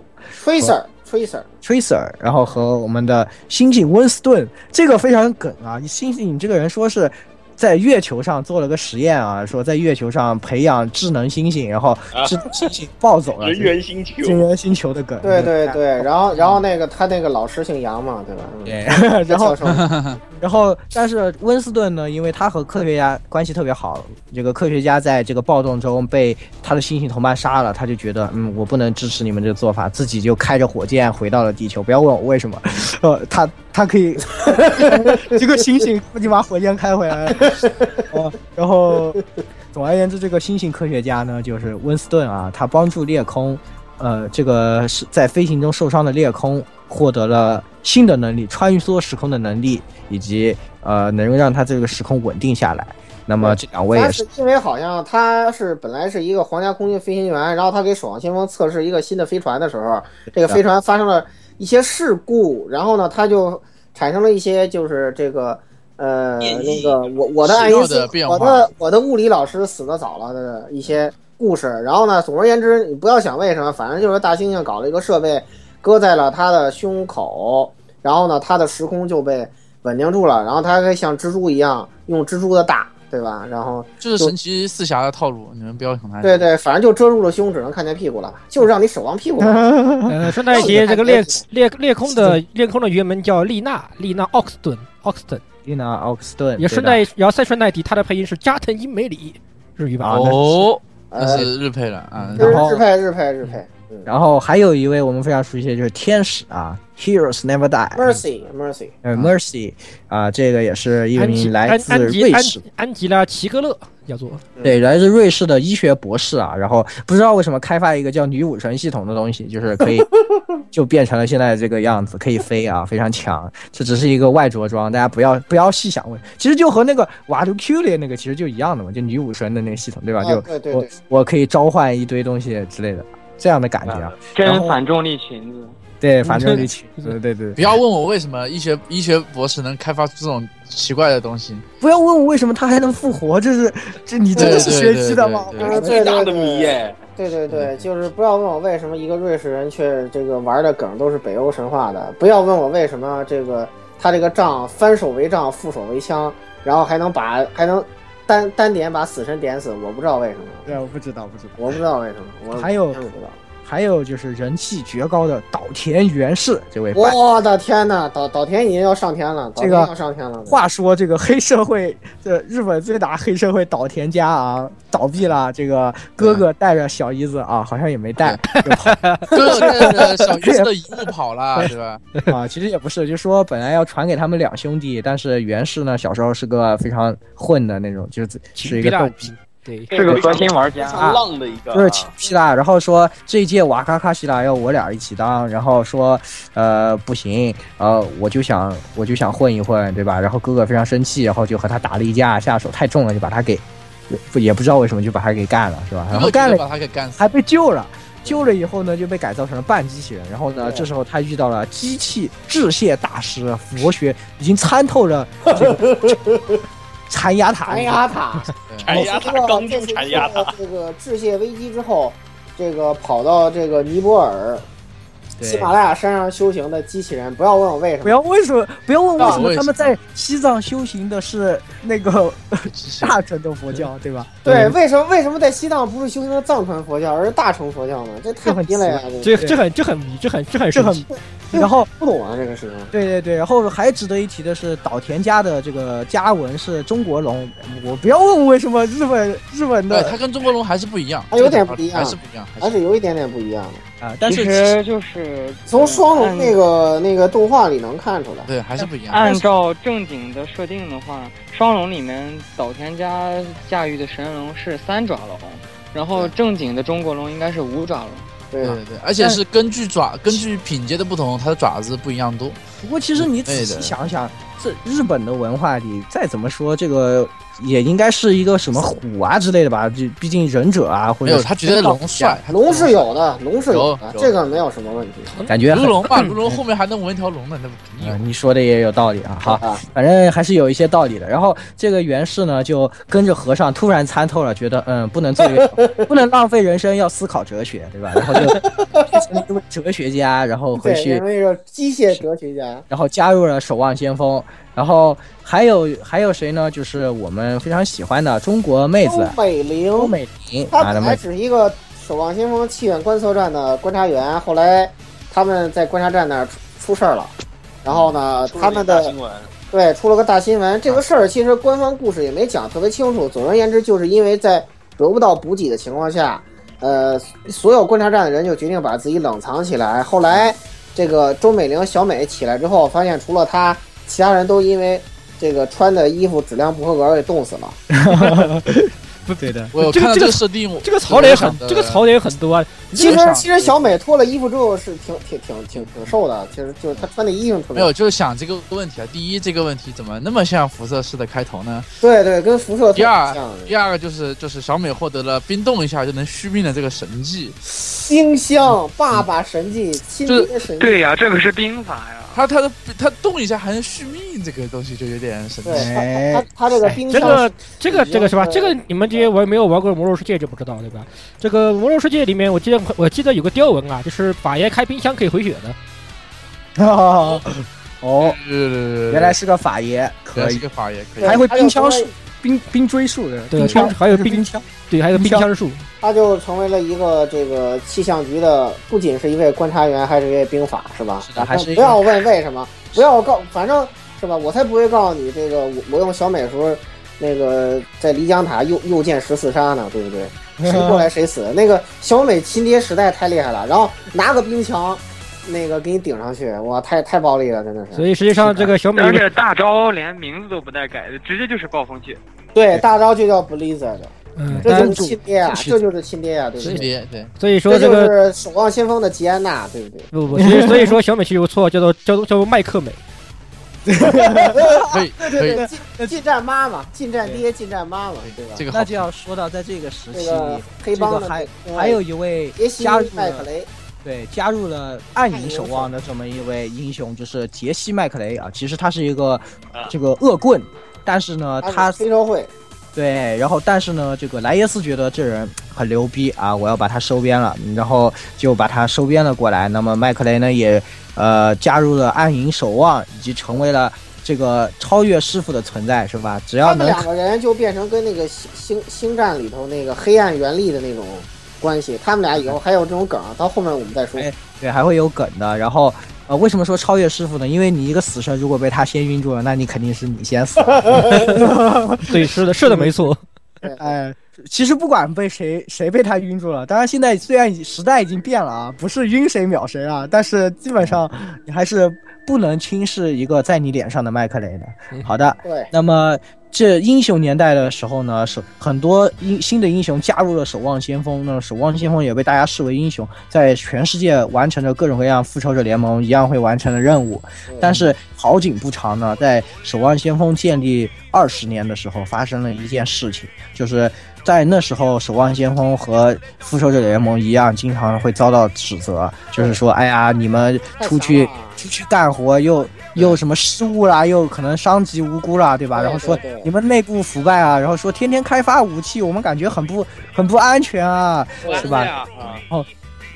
Tracer， 然后和我们的猩猩温斯顿，这个非常梗啊！猩猩，你这个人说是在月球上做了个实验啊，说在月球上培养智能猩猩，然后智能猩猩暴走了， 人猿星球的梗。 对，然后那个他那个老师姓杨嘛，对吧？ 对，然后但是温斯顿呢，因为他和科学家关系特别好，这个科学家在这个暴动中被他的猩猩同伴杀了，他就觉得我不能支持你们这个做法，自己就开着火箭回到了地球。不要问我为什么，他可以这个猩猩不仅把火箭开回来了。然后总而言之，这个猩猩科学家呢，就是温斯顿啊，他帮助裂空，这个是在飞行中受伤的裂空获得了新的能力，穿梭时空的能力，以及能让他这个时空稳定下来。那么这两位也是因为好像他本来是一个皇家空军飞行员，然后他给守望先锋测试一个新的飞船的时候，这个飞船发生了一些事故，然后呢他就产生了一些就是这个那个我的爱因斯我的物理老师死得早了的一些故事。然后呢，总而言之，你不要想为什么，反正就是大猩猩搞了一个设备，搁在了他的胸口， 然后呢，它的时空就被稳定住了，然后它还可以像蜘蛛一样用蜘蛛的大，对吧？然后就是神奇四侠的套路，你们不要想太。 对对，反正就遮住了胸，只能看见屁股了，就是让你守望屁股。 顺带一提，这个裂空的原文叫丽娜奥克斯顿， 丽娜奥克斯顿， 也然后再顺带提，他的配音是加藤英美里，日语版。 哦，那是日配了啊， 然后日配。 然后还有一位我们非常熟悉的就是天使啊 ，Heroes Never Die，Mercy 啊，这个也是一名来自瑞士安吉拉齐格勒叫做， 对，来自瑞士的医学博士啊，然后不知道为什么开发一个叫女武神系统的东西，就是可以就变成了现在这个样子，可以飞啊，非常强。这只是一个外着装，大家不要细想问，其实就和那个瓦鲁 Q 里那个其实就一样的嘛，就女武神的那个系统，对吧？就我可以召唤一堆东西之类的。这样的感觉啊， 真反重力裙子， 对，反重力裙子，对。 不要问我为什么医学博士能开发出这种奇怪的东西， 不要问我为什么他还能复活，这你真的是学机的吗？ 最大的谜耶。 对，就是不要问我为什么一个瑞士人却这个玩的梗都是北欧神话的，不要问我为什么他这个杖翻手为杖，覆手为枪，然后还能单点把死神点死，我不知道为什么。 对，我不知道为什么。 还有就是人气绝高的岛田源氏这位， 我的天哪，岛田已经要上天了， 这个要上天了。话说这个黑社会，日本最大黑社会岛田家啊倒闭了，这个哥哥带着小姨子啊，好像也没带， 哥哥带着小姨子的遗物跑了，对吧？ 啊，其实也不是，就说本来要传给他们两兄弟，但是源氏呢小时候是个非常混的那种，就是一个逗逼。 对， 是个核心玩家， 非常浪的一个， 就是请皮啦。然后说这一届瓦卡卡西拉要我俩一起当，然后说不行，我就想混一混，对吧？然后哥哥非常生气，然后就和他打了一架，下手太重了，就把他给也不知道为什么就把他给干了，是吧？然后干了， 把他给干死， 还被救了。救了以后呢，就被改造成了半机器人。然后呢，这时候他遇到了机器致谢大师佛学，已经参透了这个。缠牙塔， 刚出缠牙塔。 这个致谢危机之后，这个跑到这个尼泊尔喜马拉雅山上修行的机器人，不要问我为什么，不要问为什么他们在西藏修行的是那个大乘的佛教，对吧？ 对，为什么在西藏不是修行的藏传佛教，而是大乘佛教呢？这太迷了呀！ 这很迷，这很。 然后不懂啊，这个事情。 对，然后还值得一提的是，岛田家的这个家纹是中国龙。我不要问我为什么日本的， 它跟中国龙还是不一样， 它有点不一样， 还是有一点点不一样的啊。但是其实就是从双龙那个动画里能看出来， 对，还是不一样。 按照正经的设定的话，双龙里面岛田家驾驭的神龙是3爪龙，然后正经的中国龙应该是5爪龙。 对， 而且是根据品阶的不同，它的爪子不一样多。 不过其实你仔细想想，这日本的文化里，再怎么说这个也应该是一个什么虎啊之类的吧？就毕竟忍者啊，或者没有他觉得龙帅， 龙是有的，这个没有什么问题。 感觉如龙吧，如龙后面还能纹一条龙呢，那不肯定。 你说的也有道理啊，好，反正还是有一些道理的。然后这个源氏呢，就跟着和尚突然参透了，觉得不能不能浪费人生，要思考哲学，对吧？然后就变成了一位哲学家，然后回去那个机械哲学家， 然后加入了守望先锋。然后还有谁呢？就是我们非常喜欢的中国妹子欧美玲， 她本来只是一个守望先锋气院观测站的观察员，后来他们在观察站那儿出事儿了，然后呢，他们的出了个大新闻。这个事儿其实官方故事也没讲特别清楚。总而言之，就是因为在得不到补给的情况下，所有观察站的人就决定把自己冷藏起来。后来这个周美玲小美起来之后，发现除了她，其他人都因为这个穿的衣服质量不合格而给冻死了。 不对的， 我有看到这个设定， 这个槽点很多啊。 其实小美脱了衣服之后是挺瘦的，其实就是她穿的衣服特别。 没有，就是想这个问题啊。第一，这个问题怎么那么像辐射式的开头呢？ 对，跟辐射。 第二个就是小美获得了冰冻一下就能续命的这个神技， 冰箱爸爸神技，亲爹神技。 对呀，这个是兵法呀。 他动一下还能续命，这个东西就有点神奇。 他这个冰箱， 这个是吧？这个你们这些没有玩过魔兽世界就不知道，对吧？这个魔兽世界里面，我记得有个雕文啊，就是法爷开冰箱可以回血的。 哦，原来是个法爷， 可以，是个法爷，可以， 还会冰枪术、冰锥术的， 对，还有冰枪，对，还有冰枪术。 他就成为了一个这个气象局的，不仅是一位观察员，还是一位兵法，是吧？ 是的，还是不要问为什么，不要反正是吧？我才不会告诉你这个，我用小美时候那个在离江塔右见14杀呢，对不对？谁过来谁死。那个小美亲爹实在太厉害了，然后拿个冰墙，那个给你顶上去，哇，太暴力了，真的是。 所以实际上这个小美， 而且大招连名字都不带改的，直接就是暴风雪。 对，大招就叫 Blizzard。这就是亲爹啊，这就是亲爹啊，对不对？ 亲爹，对。 所以说这就是守望先锋的吉安娜，对不对？ 不，所以说小美其实有错，叫做麦克美。 可以， 近战妈妈，近战爹，近战妈妈，对吧？ 这个那就要说到在这个时期， 黑帮的还有一位加入麦克雷。 对，加入了暗影守望的这么一位英雄，就是杰西·麦克雷啊。其实他是一个这个恶棍，但是呢，他黑社会。 对，然后但是呢，这个莱耶斯觉得这人很牛逼啊，我要把他收编了，然后就把他收编了过来。那么麦克雷呢，也加入了暗影守望，以及成为了这个超越师傅的存在，是吧？只要能他们两个人就变成跟那个星战里头那个黑暗原力的那种关系，他们俩以后还有这种梗，到后面我们再说。 对，还会有梗的。然后为什么说超越师傅呢？因为你一个死神如果被他先晕住了，那你肯定是你先死。 对，是的，没错。 其实不管被谁被他晕住了，当然现在虽然时代已经变了啊，不是晕谁秒谁啊，但是基本上你还是不能轻视一个在你脸上的麦克雷的。好的， 对， 那么这英雄年代的时候呢，是很多新的英雄加入了守望先锋，那守望先锋也被大家视为英雄，在全世界完成着各种各样复仇者联盟一样会完成的任务。但是好景不长呢，在守望先锋建立20年的时候，发生了一件事情，就是在那时候守望先锋和复仇者联盟一样，经常会遭到指责，就是说哎呀，你们出去干活又什么失误啦，又可能伤及无辜啦，对吧？然后说你们内部腐败啊，然后说天天开发武器，我们感觉很不安全啊，是吧？然后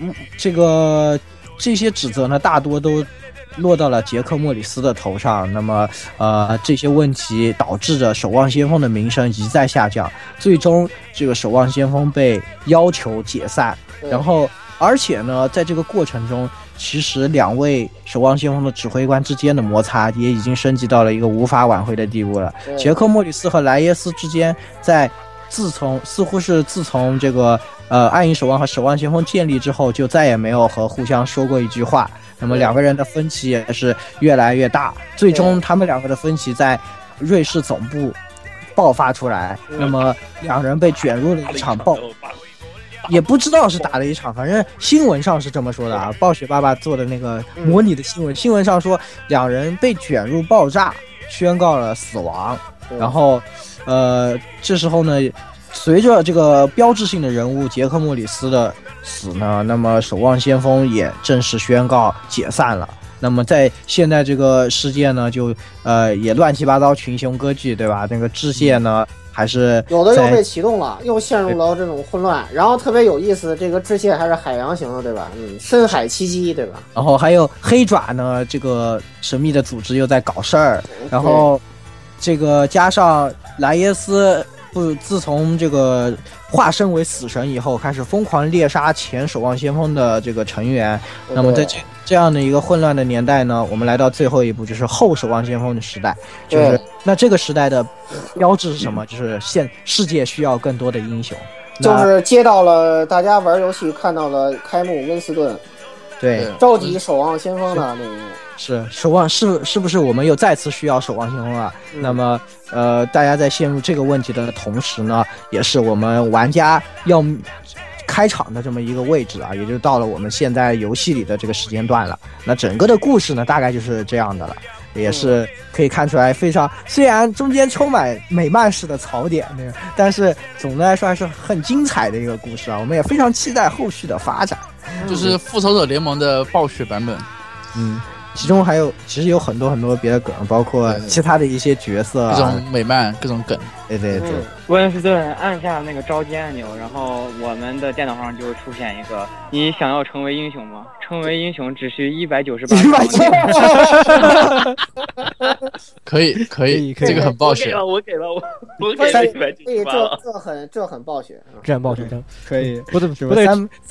这些指责呢，大多都落到了杰克莫里斯的头上。那么这些问题导致着守望先锋的名声一再下降，最终这个守望先锋被要求解散。然后而且呢，在这个过程中，其实两位守望先锋的指挥官之间的摩擦也已经升级到了一个无法挽回的地步了。杰克莫里斯和莱耶斯之间似乎是自从这个暗影守望和守望先锋建立之后，就再也没有和互相说过一句话。那么两个人的分歧也是越来越大，最终他们两个的分歧在瑞士总部爆发出来。那么两人被卷入了一场也不知道是打了一场，反正新闻上是这么说的啊。暴雪爸爸做的那个模拟的新闻上说两人被卷入爆炸，宣告了死亡。然后这时候呢，随着这个标志性的人物杰克莫里斯的死呢，那么守望先锋也正式宣告解散了。那么在现在这个世界呢，就也乱七八糟，群雄割据，对吧？那个支线呢还是有的又被启动了，又陷入了这种混乱。然后特别有意思，这个支线还是海洋型的，对吧？深海奇迹，对吧？ 然后还有黑爪呢，这个神秘的组织又在搞事儿。然后这个加上莱耶斯自从这个化身为死神以后，开始疯狂猎杀前守望先锋的这个成员。那么在这样的一个混乱的年代呢，我们来到最后一步，就是后守望先锋的时代。就是那这个时代的标志是什么？就是世界需要更多的英雄。 就是接到了大家玩游戏看到了开幕温斯顿， 对， 召集守望先锋的那个。 是守望是不是我们又再次需要守望先锋了？那么大家在陷入这个问题的同时呢，也是我们玩家要开场的这么一个位置啊，也就到了我们现在游戏里的这个时间段了。那整个的故事呢，大概就是这样的了，也是可以看出来非常，虽然中间充满美漫式的槽点，但是总的来说还是很精彩的一个故事啊。我们也非常期待后续的发展， 就是复仇者联盟的暴雪版本。 其中其实有很多很多别的梗，包括其他的一些角色， 各种美漫，各种梗。 对。 温斯顿按下那个召集按钮，然后我们的电脑上就会出现一个：你想要成为英雄吗？ 成为英雄只需198。 可以，这个很暴雪。 我给了198。 这很暴雪， 这很暴雪， 可以。 不对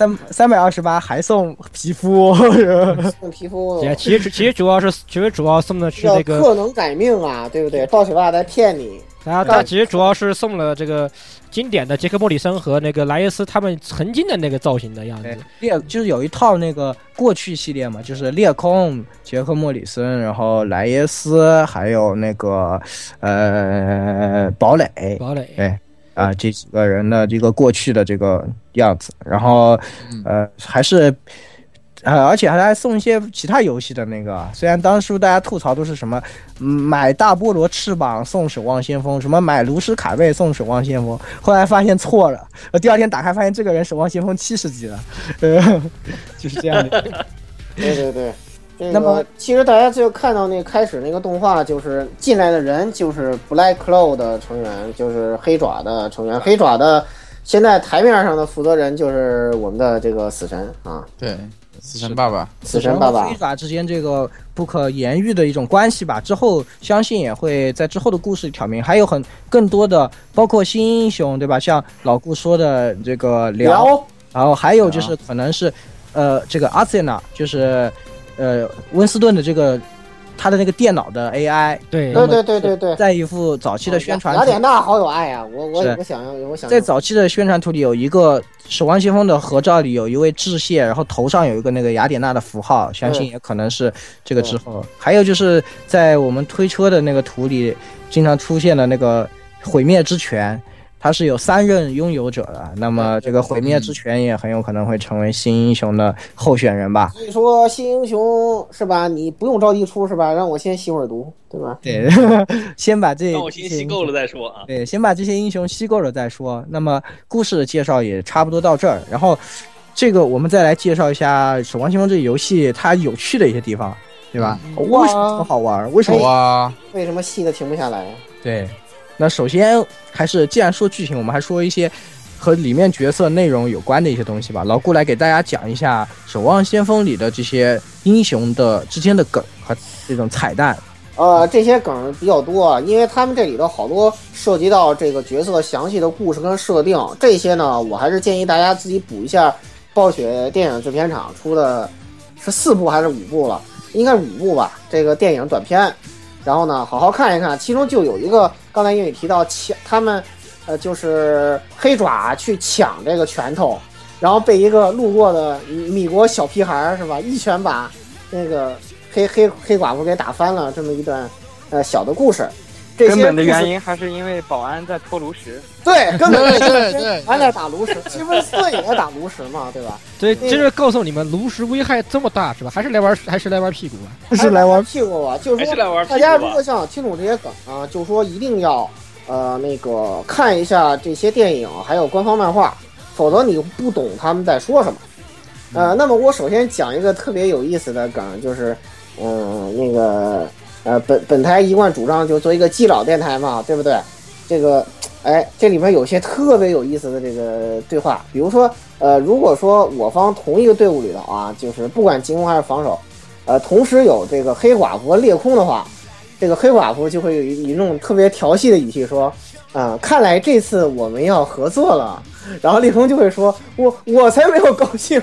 328还送皮肤， 送皮肤。 其实主要送的是那个克能改命啊，对不对？暴雪爸在骗你。 他其实主要是送了这个经典的杰克莫里森和那个莱耶斯他们曾经的那个造型的样子。 就是有一套那个过去系列嘛，就是裂空、杰克莫里森，然后莱耶斯，还有那个堡垒，对啊，这几个人的这个过去的这个样子，然后还是。而且还送一些其他游戏的那个，虽然当初大家吐槽都是什么买大菠萝翅膀送守望先锋，什么买炉石卡贝送守望先锋，后来发现错了，第二天打开发现这个人守望先锋70级了，就是这样的。 对，那么其实大家就看到那开始那个动画，就是进来的人就是 Black Claw 的成员，就是黑爪的成员，黑爪的现在台面上的负责人就是我们的这个死神啊， 对。死神爸爸黑爪之间这个不可言喻的一种关系吧，之后相信也会在之后的故事里挑明，还有更多的包括新英雄，对吧？像老顾说的这个聊，然后还有就是可能是这个阿瑟娜，就是温斯顿的这个他的那个电脑的 AI， 对， 在一幅早期的宣传雅典娜好有爱啊！我想在早期的宣传图里有一个守望先锋的合照里有一位致谢，然后头上有一个那个雅典娜的符号，相信也可能是这个之后。还有就是在我们推车的那个图里经常出现的那个毁灭之拳。他是有3任拥有者的，那么这个毁灭之拳也很有可能会成为新英雄的候选人吧。 所以说新英雄是吧？你不用着急出是吧？让我先吸会儿毒，对吧？ 对，先把让我先吸够了再说啊。 对，先把这些英雄吸够了再说。那么故事的介绍也差不多到这儿，然后这个我们再来介绍一下《守望先锋》这个游戏它有趣的一些地方，对吧？为什么这么好玩？为什么细的停不下来？ 对。那首先还是既然说剧情，我们还说一些和里面角色内容有关的一些东西吧。老顾来给大家讲一下《守望先锋》里的这些英雄的之间的梗和这种彩蛋。 这些梗比较多啊，因为他们这里头好多涉及到这个角色详细的故事跟设定，这些呢，我还是建议大家自己补一下。暴雪电影制片厂出的是4部还是5部了？应该是5部吧。这个电影短片。然后呢，好好看一看，其中就有一个，刚才因为提到他们，就是黑爪去抢这个拳头，然后被一个路过的米国小屁孩是吧，一拳把那个黑寡妇给打翻了，这么一段小的故事。 根本的原因还是因为保安在拖炉石。 对，根本对，安在打炉石，其实4也在打炉石嘛，对吧？ 对，这是告诉你们炉石危害这么大是吧？还是来玩屁股吧？ 是来玩屁股吧？就是说，大家如果想听懂这些梗啊，就说一定要那个看一下这些电影，还有官方漫画，否则你不懂他们在说什么。那么我首先讲一个特别有意思的梗，就是那个。本台一贯主张就做一个基佬电台嘛，对不对？这个，这里面有些特别有意思的这个对话，比如说，如果说我方同一个队伍里头啊，就是不管进攻还是防守，同时有这个黑寡妇和裂空的话，这个黑寡妇就会以那种特别调戏的语气说，看来这次我们要合作了。然后裂空就会说，我才没有高兴。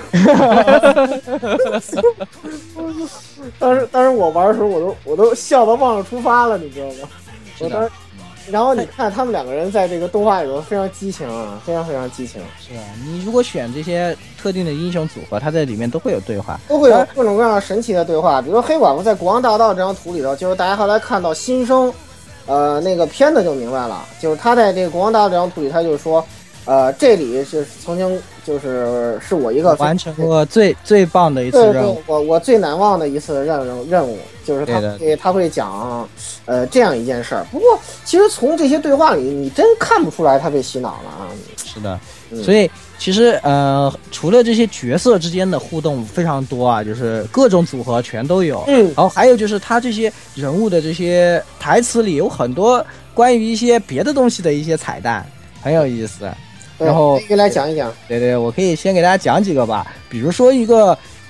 当时我玩的时候，我都笑得忘了出发了，你知道吗？我当时，然后你看他们2个人在这个动画里头非常激情啊，非常非常激情。 是啊，你如果选这些特定的英雄组合，它在里面都会有对话， 都会有各种各样神奇的对话。比如说黑寡妇在国王大道这张图里头，就是大家后来看到新生，那个片子就明白了，就是他在这个国王大道这张图里，他就说。这里是曾经是我一个完成过最棒的一次任务， 我最难忘的一次任务，就是他会讲这样一件事儿。不过其实从这些对话里，你真看不出来他被洗脑了啊。 是的，所以其实除了这些角色之间的互动非常多啊，就是各种组合全都有。然后还有就是他这些人物的这些台词里有很多关于一些别的东西的一些彩蛋，很有意思。然后可以来讲一讲。 对，我可以先给大家讲几个吧。比如说一个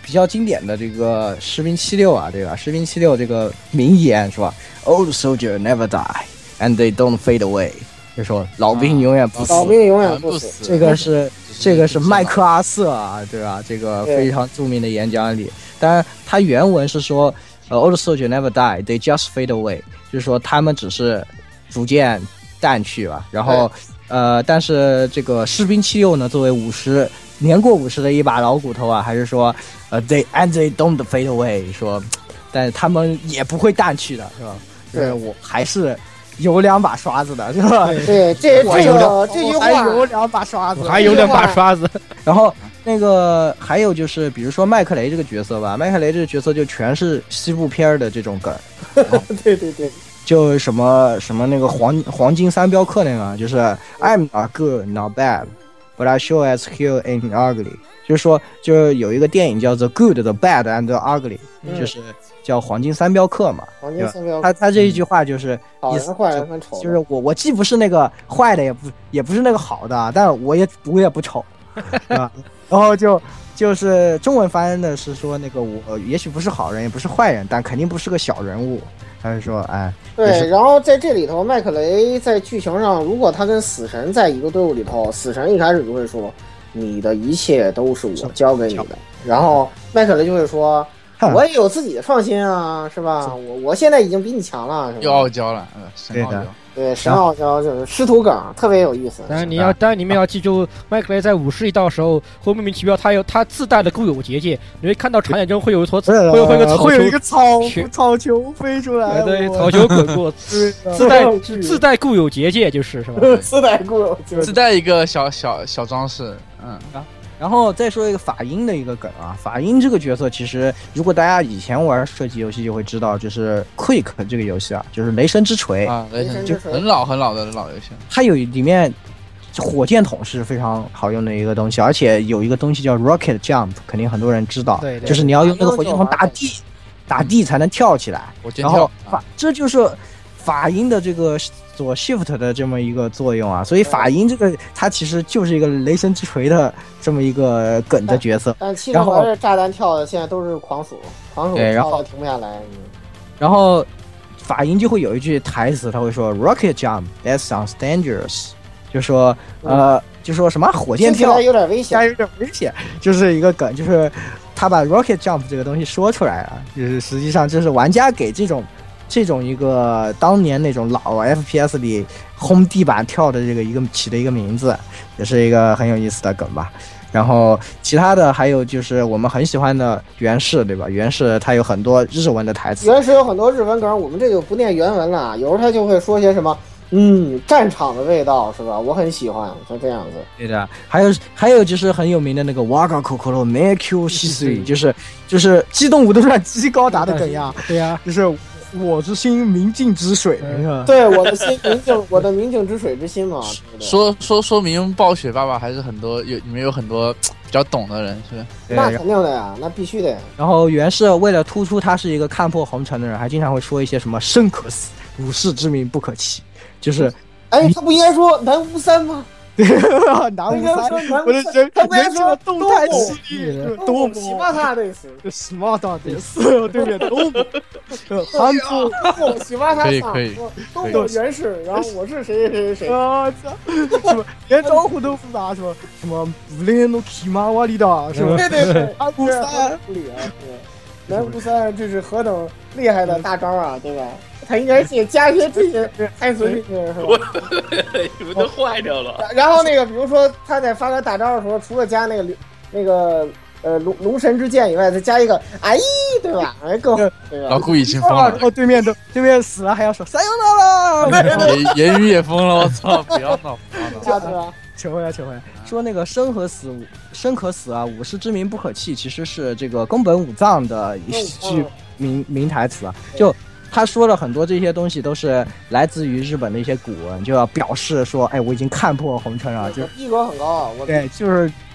比较经典的这个士兵76啊，对吧？士兵76这个名言是吧 ？Old soldier never die and they don't fade away， 就说老兵永远不死， 老兵永远不死。 这个是麦克阿瑟啊，对吧？这个非常著名的演讲里，当然他原文是说，Old soldier never die, they just fade away， 就是说他们只是逐渐淡去吧。然后但是这个士兵76呢，作为年过50的一把老骨头啊，还是说they don't fade away， 说，但是他们也不会淡去的，是吧？对，我还是有2把刷子的，是吧？ 对，这句话还有2把刷子， 还有2把刷子。 然后那个还有就是，比如说麦克雷这个角色吧，麦克雷这个角色就全是西部片的这种梗。 对对对。 就什么那个黄金3镖客那个，就是 I'm not good, not bad, but I sure as hell ain't ugly。就是说，就是有一个电影叫做《Good, the Bad and the Ugly》，就是叫黄金3镖客嘛。黄金3镖客。他这一句话就是好人坏人很丑， 就是我既不是那个坏的，也不是那个好的，但我也不丑，对吧？然后就是中文翻译的是说那个我也许不是好人，也不是坏人，但肯定不是个小人物。他是说，哎， 对，然后在这里头，麦克雷在剧情上，如果他跟死神在一个队伍里头，死神一开始就会说，你的一切都是我教给你的，然后麦克雷就会说，我也有自己的创新啊，是吧？我现在已经比你强了，是吧？ 又傲娇了，神傲娇。 对，神傲娇就是师徒梗，特别有意思。 但是你们要记住，麦克雷在50一道的时候，会莫名其妙，他有他自带的固有结界，你会看到场景中会有一个草球飞出来， 对，草球滚过，自带固有结界，就是吧？ 自带固有结界， 自带一个小装饰， 然后再说一个法鹰的一个梗啊，法鹰这个角色其实如果大家以前玩射击游戏就会知道，就是 Quick 这个游戏啊，就是雷神之锤啊，雷神之锤很老的老游戏， 它有里面火箭筒是非常好用的一个东西，而且有一个东西叫 Rocket Jump， 肯定很多人知道，对，就是你要用那个火箭筒打地才能跳起来，然后这就是法鹰的这个做 shift 的这么一个作用啊，所以法鹰这个它其实就是一个雷神之锤的这么一个梗的角色。 但气上玩的炸弹跳的现在都是狂鼠对，然后停不下来。 然后法鹰就会有一句台词，他会说 Rocket jump that sounds dangerous， 就说就说什么火箭跳有点危险， 就是一个梗，就是他把 Rocket jump 这个东西说出来了，就是实际上就是玩家给这种一个当年那种老 FPS 里轰地板跳的这个起的一个名字，也是一个很有意思的梗吧。然后其他的还有就是我们很喜欢的源氏，对吧？源氏它有很多日文的台词， 源氏有很多日文梗，我们这就不念原文了。有时候他就会说些什么，战场的味道是吧？我很喜欢，像这样子。 对的，还有就是很有名的那个 Waga Kokoro Meku Shisui， 就是机动武斗传极高达的梗呀， 对呀， 就是我之心明镜之水， 对，我的心明镜，我的明镜之水之心嘛。 说明暴雪爸爸还是里面有很多比较懂的人，是吧？ 那肯定的呀，那必须的。 然后源氏为了突出他是一个看破红尘的人，还经常会说一些什么生可死，武士之名不可欺，就是， 他不应该说南无三吗？ 南无三，我的人说动态实力，多么喜马塔的死， 喜马塔的死，对面多么，韩国喜马塔可以， 都有原始，然后我是谁啊，什么连招呼都复杂，什么不连都骑马瓦里达，是吧？ 对， 南无三， 南无三这是何等厉害的大招啊，对吧？他应该加一些这些台词进去，是吧？ 你们都坏掉了。 然后那个，比如说他在发个大招的时候，除了加那个龙神之剑以外，再加一个哎，对吧？更老顾已经疯了。 然后对面死了还要说三用到了， 言语也疯了，我操！不要闹， 扯回来。说那个生可死啊，武士之名不可弃，其实是这个宫本武藏的一句名台词啊，就。他说了很多这些东西都是来自于日本的一些古文，就要表示说，哎，我已经看破红尘了，就逼格很高啊。 对，就是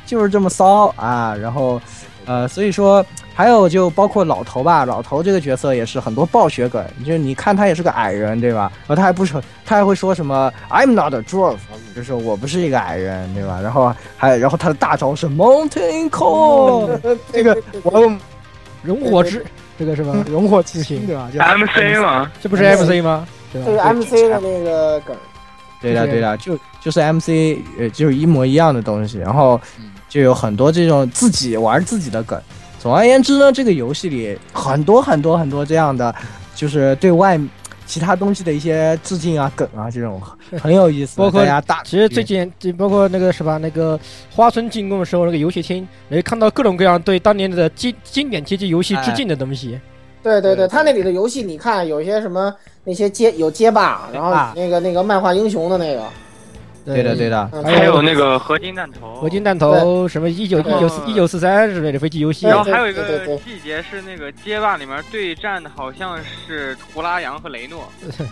就是这么骚啊，然后所以说还有就包括老头吧，老头这个角色也是很多暴雪梗，就是你看他也是个矮人，对吧？然后他还会说什么 I'm not a dwarf， 就是我不是一个矮人，对吧？然后他的大招是 Mountain Call， 这个我熔火之这个是吧？熔火之心对吧？就 MC 吗？ 这不是 MC 吗？对吧？ 这是 MC 的那个梗。 对的，就是 MC， 就是一模一样的东西，然后就有很多这种自己玩自己的梗。总而言之呢，这个游戏里很多这样的，就是对外其他东西的一些致敬啊、梗啊，这种很有意思。 包括大家其实最近包括那个是吧？那个花村进攻的时候，那个游戏厅能看到各种各样对当年的经典街机游戏致敬的东西。 对，他那里的游戏你看有些什么那些街霸，然后那个漫画英雄的那个。 对的， 还有那个合金弹头， 什么1943之类的飞机游戏。 然后还有一个细节是那个街霸里面对战的好像是图拉扬和雷诺。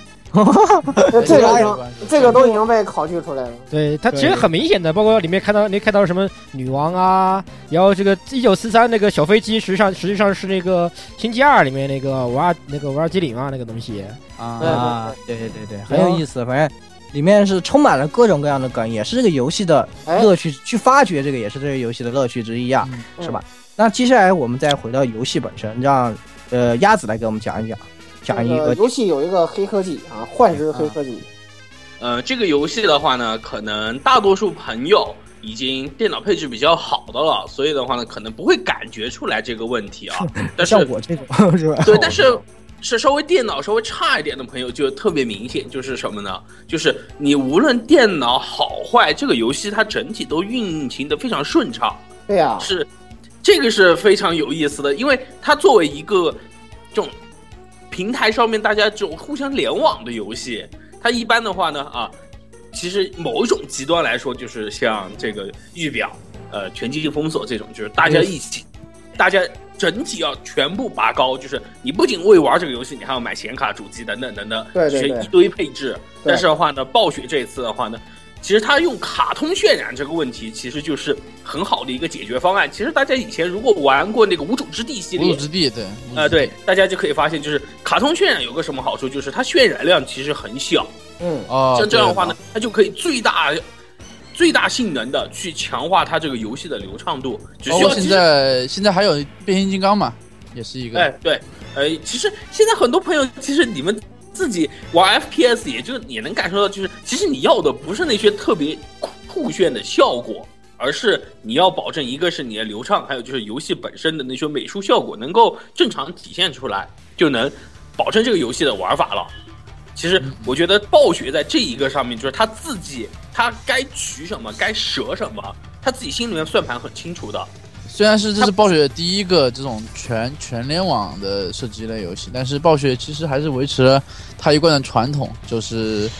这个都已经被考据出来了。 对，它其实很明显的，包括里面看到什么女王啊，然后这个1943那个小飞机，实际上是那个星际2里面那个瓦尔基里嘛那个东西啊。对，很有意思，反正。里面是充满了各种各样的梗，也是这个游戏的乐趣，去发掘这个也是这个游戏的乐趣之一啊，是吧？那接下来我们再回到游戏本身，让鸭子来给我们讲一个游戏有一个黑科技啊，幻之黑科技。 这个游戏的话呢，可能大多数朋友已经电脑配置比较好的了，所以的话呢，可能不会感觉出来这个问题啊。但是像我这种是吧？ 对，但是。是电脑稍微差一点的朋友就特别明显，就是什么呢？就是你无论电脑好坏，这个游戏它整体都运行的非常顺畅。 对呀， 这个是非常有意思的，因为它作为一个这种平台上面大家这种互相联网的游戏，它一般的话呢其实某一种极端来说，就是像这个预表、全境封锁这种，就是大家一起，大家。整体要全部拔高，就是你不仅为玩这个游戏，你还要买显卡、主机等等，学一堆配置。但是的话呢，暴雪这一次的话呢，其实它用卡通渲染这个问题，其实就是很好的一个解决方案。其实大家以前如果玩过那个无主之地系列， 无主之地对， 对，大家就可以发现，就是卡通渲染有个什么好处，就是它渲染量其实很小。像这样的话呢，它就可以最大性能的去强化它这个游戏的流畅度，只需要现在还有变形金刚嘛，也是一个。 对，其实现在很多朋友，其实你们自己玩 FPS， 也能感受到，就是其实你要的不是那些特别酷炫的效果，而是你要保证一个是你的流畅，还有就是游戏本身的那些美术效果能够正常体现出来，就能保证这个游戏的玩法了。其实我觉得暴雪在这一个上面，就是他自己，他该取什么，该舍什么，他自己心里面算盘很清楚的。 虽然是这是暴雪第一个这种全联网的射击类游戏，但是暴雪其实还是维持了他一贯的传统，就是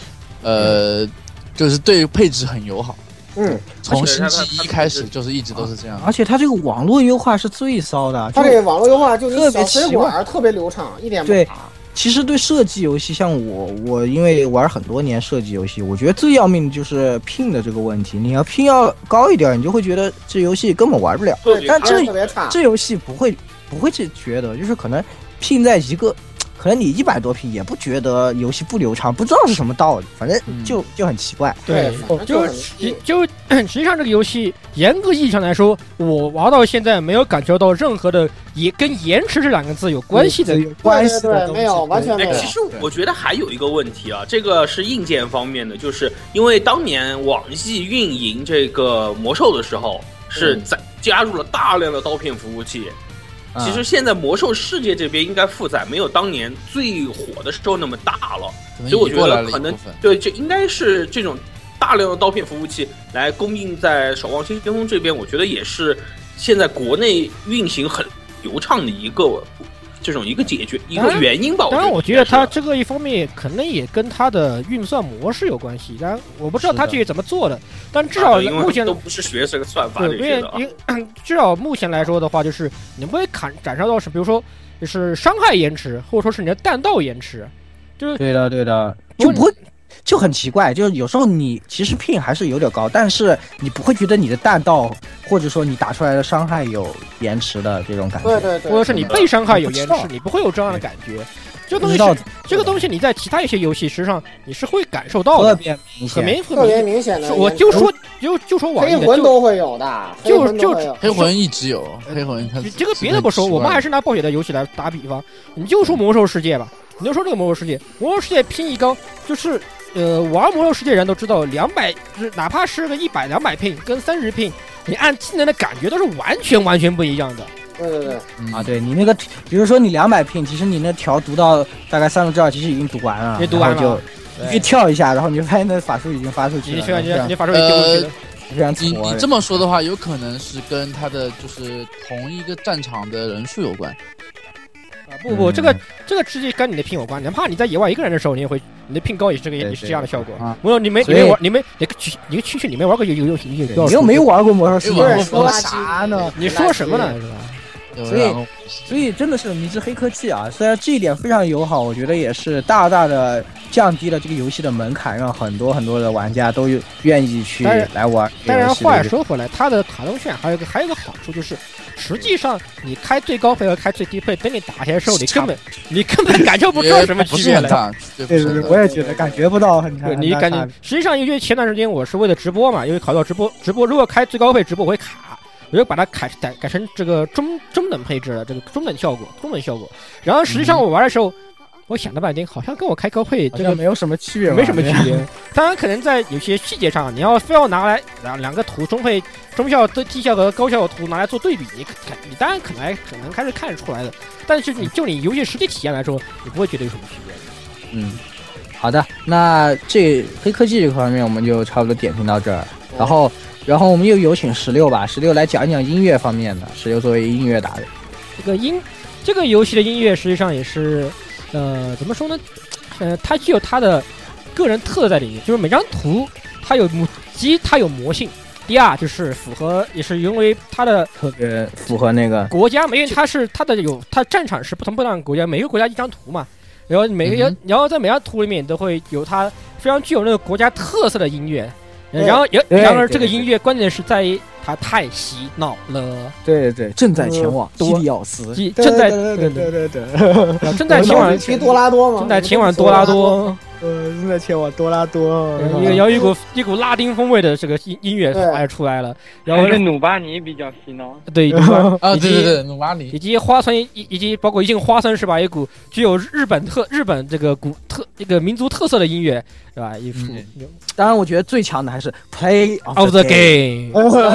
对配置很友好。从星际1开始就是一直都是这样。 而且它这个网络优化是最骚的， 它这个网络优化就你小水管特别流畅，一点不卡。 其实对射击游戏，像我因为玩很多年射击游戏，我觉得最要命的就是ping的这个问题。你要ping要高一点，你就会觉得这游戏根本玩不了。但这游戏不会这觉得，就是可能ping在一个，可能你100多ping也不觉得游戏不流畅，不知道是什么道理，反正就很奇怪。 对，就实际上这个游戏严格意义上来说，我玩到现在没有感觉到任何的跟延迟这2个字有关系的对，没有，完全没有。 其实我觉得还有一个问题啊，这个是硬件方面的，就是因为当年网易运营这个魔兽的时候，是加入了大量的刀片服务器。其实现在魔兽世界这边应该负载没有当年最火的时候那么大了，所以我觉得可能对，这应该是这种大量的刀片服务器来供应在守望先锋这边，我觉得也是现在国内运行很流畅的一个解决一个原因吧。 当然，我觉得它这个一方面可能也跟它的运算模式有关系。当然，我不知道它具体怎么做的，但至少目前都不是学这个算法的学的。 至少目前来说的话，就是你不会展示到是，比如说就是伤害延迟，或者说是你的弹道延迟，就是对的，就不会就很奇怪，就是有时候你其实 ping 还是有点高，但是你不会觉得你的弹道或者说你打出来的伤害有延迟的这种感觉。 对， 或者是你被伤害有延迟，你不会有这样的感觉。这个东西你在其他一些游戏实际上你是会感受到的，特别明显的。 我就说网易的黑魂都会有的， 黑魂一直有，黑魂它这个别的不说，我们还是拿暴雪的游戏来打比方，你就说魔兽世界吧，你就说这个魔兽世界拼一高就是玩魔兽世界人都知道200，就是哪怕是个100、200 ping 跟30 ping，你按技能的感觉都是完全不一样的。 对啊，对你那个，比如说你200 ping，其实你那条读到大概30%，其实已经读完了， 你读完了就你可以跳一下，然后你就发现那法术已经发出去了， 你法术已经丢过去了。 非常你这么说的话，有可能是跟他的就是同一个战场的人数有关。 不，这个直接跟你的拼有关。哪怕你在野外一个人的时候，你的拼高也是这样的效果。我说你没玩你没玩过游戏，你又没玩过魔兽世界，说啥呢？ 你说什么呢？是吧？ 所以真的是迷之黑科技啊！虽然这一点非常友好，我觉得也是大大的降低了这个游戏的门槛，让很多的玩家都愿意去来玩。 当然话也说回来，它的卡通炫还有一个好处就是，实际上你开最高配和开最低配，等你打起来的时候，你根本感受不出什么区别来。 对，我也觉得感觉不到很大。 你感觉实际上因为前段时间我是为了直播嘛，因为考虑到直播如果开最高配直播会卡。我就把它改成这个中等配置的这个中等效果。然后实际上我玩的时候，我想了半天，好像跟我开高配这个没有什么区别， 没什么区别。当然可能在有些细节上，你非要拿来两个图中效、低效和高效的图拿来做对比，你当然可能开始看得出来的。但是你游戏实际体验来说，你不会觉得有什么区别。 好的，那这黑科技这方面我们就差不多点评到这儿，然后我们又有请16来讲一讲音乐方面的。16作为音乐达人， 这个游戏的音乐实际上也是，怎么说呢？它具有它的个人特色在里面，就是每张图它有魔性。第二就是也是因为它的特别符合那个国家，因为它战场是不同的国家，每个国家一张图嘛。然后在每张图里面都会有它非常具有那个国家特色的音乐。然而这个音乐关键是在于它太洗脑了。 对，正在前往基里奥斯， 正在前往多拉多吗？ 正在前往多拉多。 正在前往多拉多。 然后一股拉丁风味的这个音乐出来了。然后是努巴尼比较洗脑。 对对，努巴尼以及花村以及包括一些花村是吧？一股具有日本这个这个民族特色的音乐是吧？ 当然，我觉得最强的还是 Play of the Game。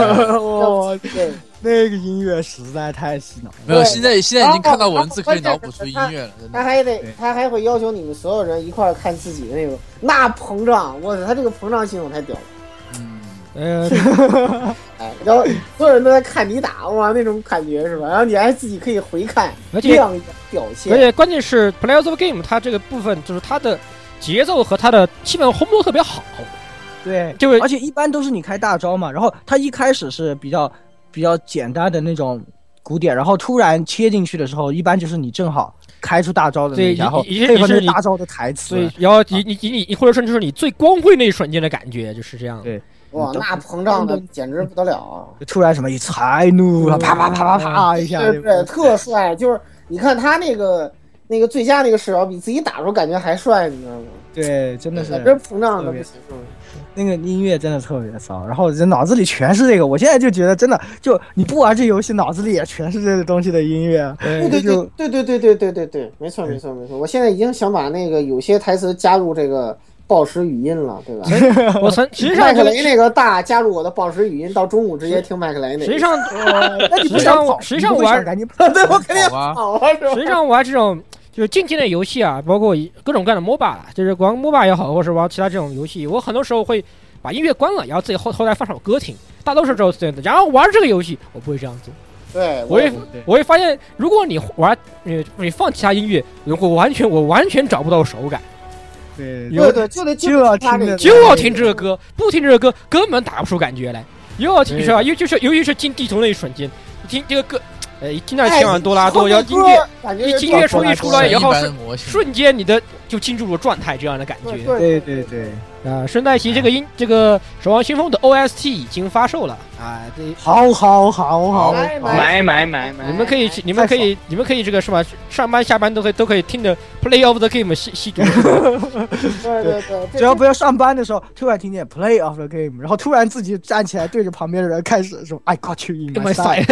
那个音乐实在太洗脑了。 没有，现在已经看到文字可以脑补出音乐了。 他还会要求你们所有人一块看自己的那种，那膨胀，我操，他这个膨胀系统太屌了。然后所有人都在看你打，哇，那种感觉是吧？然后你还自己可以回看这样表现。 而且关键是 Play of the Game， 它这个部分就是它的节奏和它的气氛烘托特别好。 对，而且一般都是你开大招嘛，然后它一开始是比较简单的那种鼓点，然后突然切进去的时候，一般就是你正好开出大招的那，然后配合那大招的台词， 对，然后你或者甚至是你最光辉那一瞬间的感觉，就是这样。 对， 哇，那膨胀的简直不得了啊！ 突然什么一才怒了，啪啪啪啪啪一下， 对，特帅。就是你看他那个最佳那个视角，比自己打出感觉还帅，你知道吗？ 对，真的是真膨胀的不行。 那个音乐真的特别骚，然后这脑子里全是这个。我现在就觉得真的，就你不玩这游戏，脑子里也全是这个东西的音乐。 对，没错。我现在已经想把那个有些台词加入这个报时语音了，对吧？ 实际上麦克雷那个大加入我的报时语音，到中午直接听麦克雷那个。 实际上我玩赶紧跑，对我肯定跑啊，是吧？ 实际上玩这种。就是竞技类游戏啊，包括各种各样的 MOBA， 就是光 MOBA 也好，或是玩其他这种游戏，我很多时候会把音乐关了，然后自己后台放首歌听，大多数时候是这样的。然后玩这个游戏，我不会这样做。 对， 我会发现，如果你玩你放其他音乐，我完全找不到手感。 对， 就要听这个歌，不听这个歌根本打不出感觉来。又要听是吧？尤其是进地图那一瞬间，你听这个歌。 一听到前往多拉多，要音乐声一出来，然后瞬间你的就进入了状态，这样的感觉。 对。 顺带提这个守望先锋的 OST 已经发售了啊！ 好， 买！ 你们可以这个是吧？上班下班都可以听着 Play of the Game 吸毒。 对， 只要不要上班的时候，突然听见 Play of the Game， 然后突然自己站起来对着旁边的人开始说 I got you in my sight。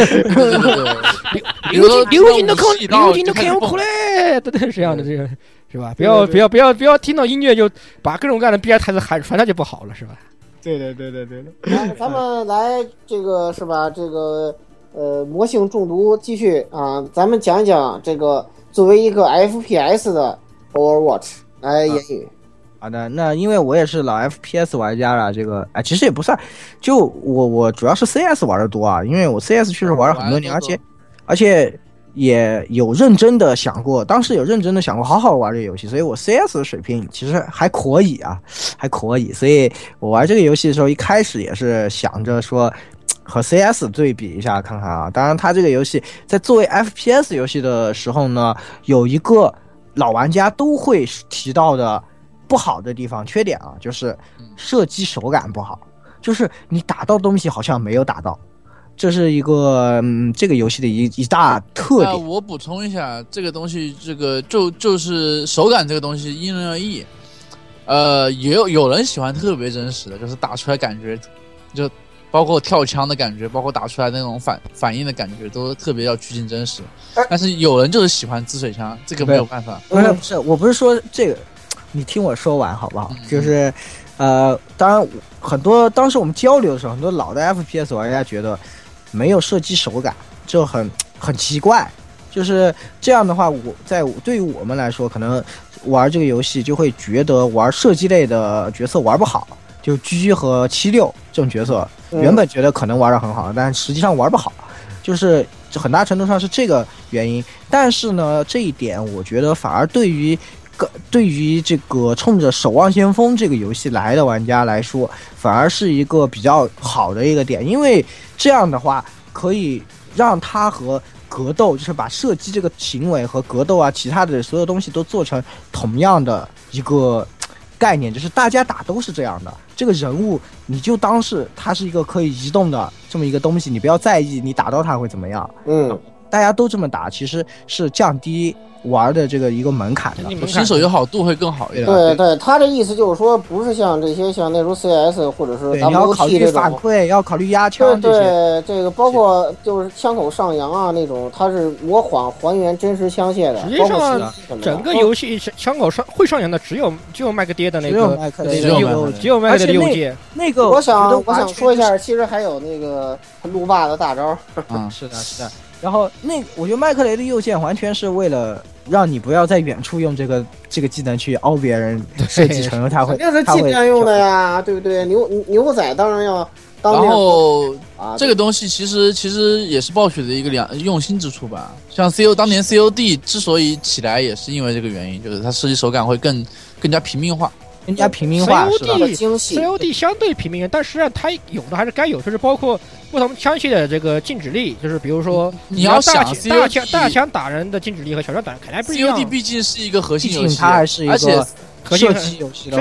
流行的看我苦嘞，都是这样的这个。是吧？不要听到音乐就把各种各样的 BR 台词喊出来，那就不好了，是吧？ 对的。 咱们来这个是吧？这个魔性中毒继续啊，咱们讲一讲这个作为一个 FPS 的 Overwatch 来言语。 好的，那因为我也是老 FPS 玩家了，这个其实也不算，就我主要是 CS 玩的多啊，因为我 CS 确实玩了很多年，而且。也有认真的想过，当时有认真的想过好好玩这个游戏，所以我 CS 水平其实还可以啊，还可以。所以我玩这个游戏的时候，一开始也是想着说和 CS 对比一下看看啊。当然，它这个游戏在作为 FPS 游戏的时候呢，有一个老玩家都会提到的不好的地方、缺点啊，就是射击手感不好，就是你打到东西好像没有打到。这是一个这个游戏的一大特点。 我补充一下，这个东西，这个就是手感这个东西因人而异。也有人喜欢特别真实的，就是打出来感觉，就包括跳枪的感觉，包括打出来那种反应的感觉，都特别要趋近真实。但是有人就是喜欢滋水枪，这个没有办法。 不是，我不是说这个，你听我说完好不好？就是当然很多当时我们交流的时候，很多老的 FPS 玩家觉得。没有射击手感，就很奇怪。就是这样的话，对于我们来说，可能玩这个游戏就会觉得玩射击类的角色玩不好，就狙和76这种角色，原本觉得可能玩得很好，但实际上玩不好，就是很大程度上是这个原因。但是呢，这一点我觉得反而对于这个冲着守望先锋这个游戏来的玩家来说，反而是一个比较好的一个点，因为这样的话可以让它和格斗，就是把射击这个行为和格斗啊其他的所有东西都做成同样的一个概念，就是大家打都是这样的，这个人物你就当是它是一个可以移动的这么一个东西，你不要在意你打到它会怎么样。大家都这么打，其实是降低玩的这个一个门槛的， 新手友好度会更好一点。 对，他这意思就是说，不是像这些像那时候 CS 或者是 WOT 要考虑反馈，要考虑压枪这些。 对，这个包括就是枪口上扬啊那种，它是模仿还原真实枪械的。 实际上，整个游戏枪口会上扬的只有麦克爹的那个，只有麦克爹的右键。 那个我想说一下，其实还有那个路霸的大招。 是的。然后我觉得麦克雷的右键完全是为了让你不要在远处用这个技能去凹别人射击成，他会肯定是尽量用的呀，对不对？牛仔当然要当面。 然后这个东西其实也是暴雪的一个用心之处吧。像当年 COD 之所以起来，也是因为这个原因，就是它射击手感会更加平民化。 更加平民化，是吧？ 精细 COD 相对平民，但实际上它有的还是该有，就是包括不同枪械的这个静止力，就是比如说你要想大枪打人的静止力和小枪打人肯定不一样。 COD 毕竟是一个核心游戏， 它还是一个射击游戏的。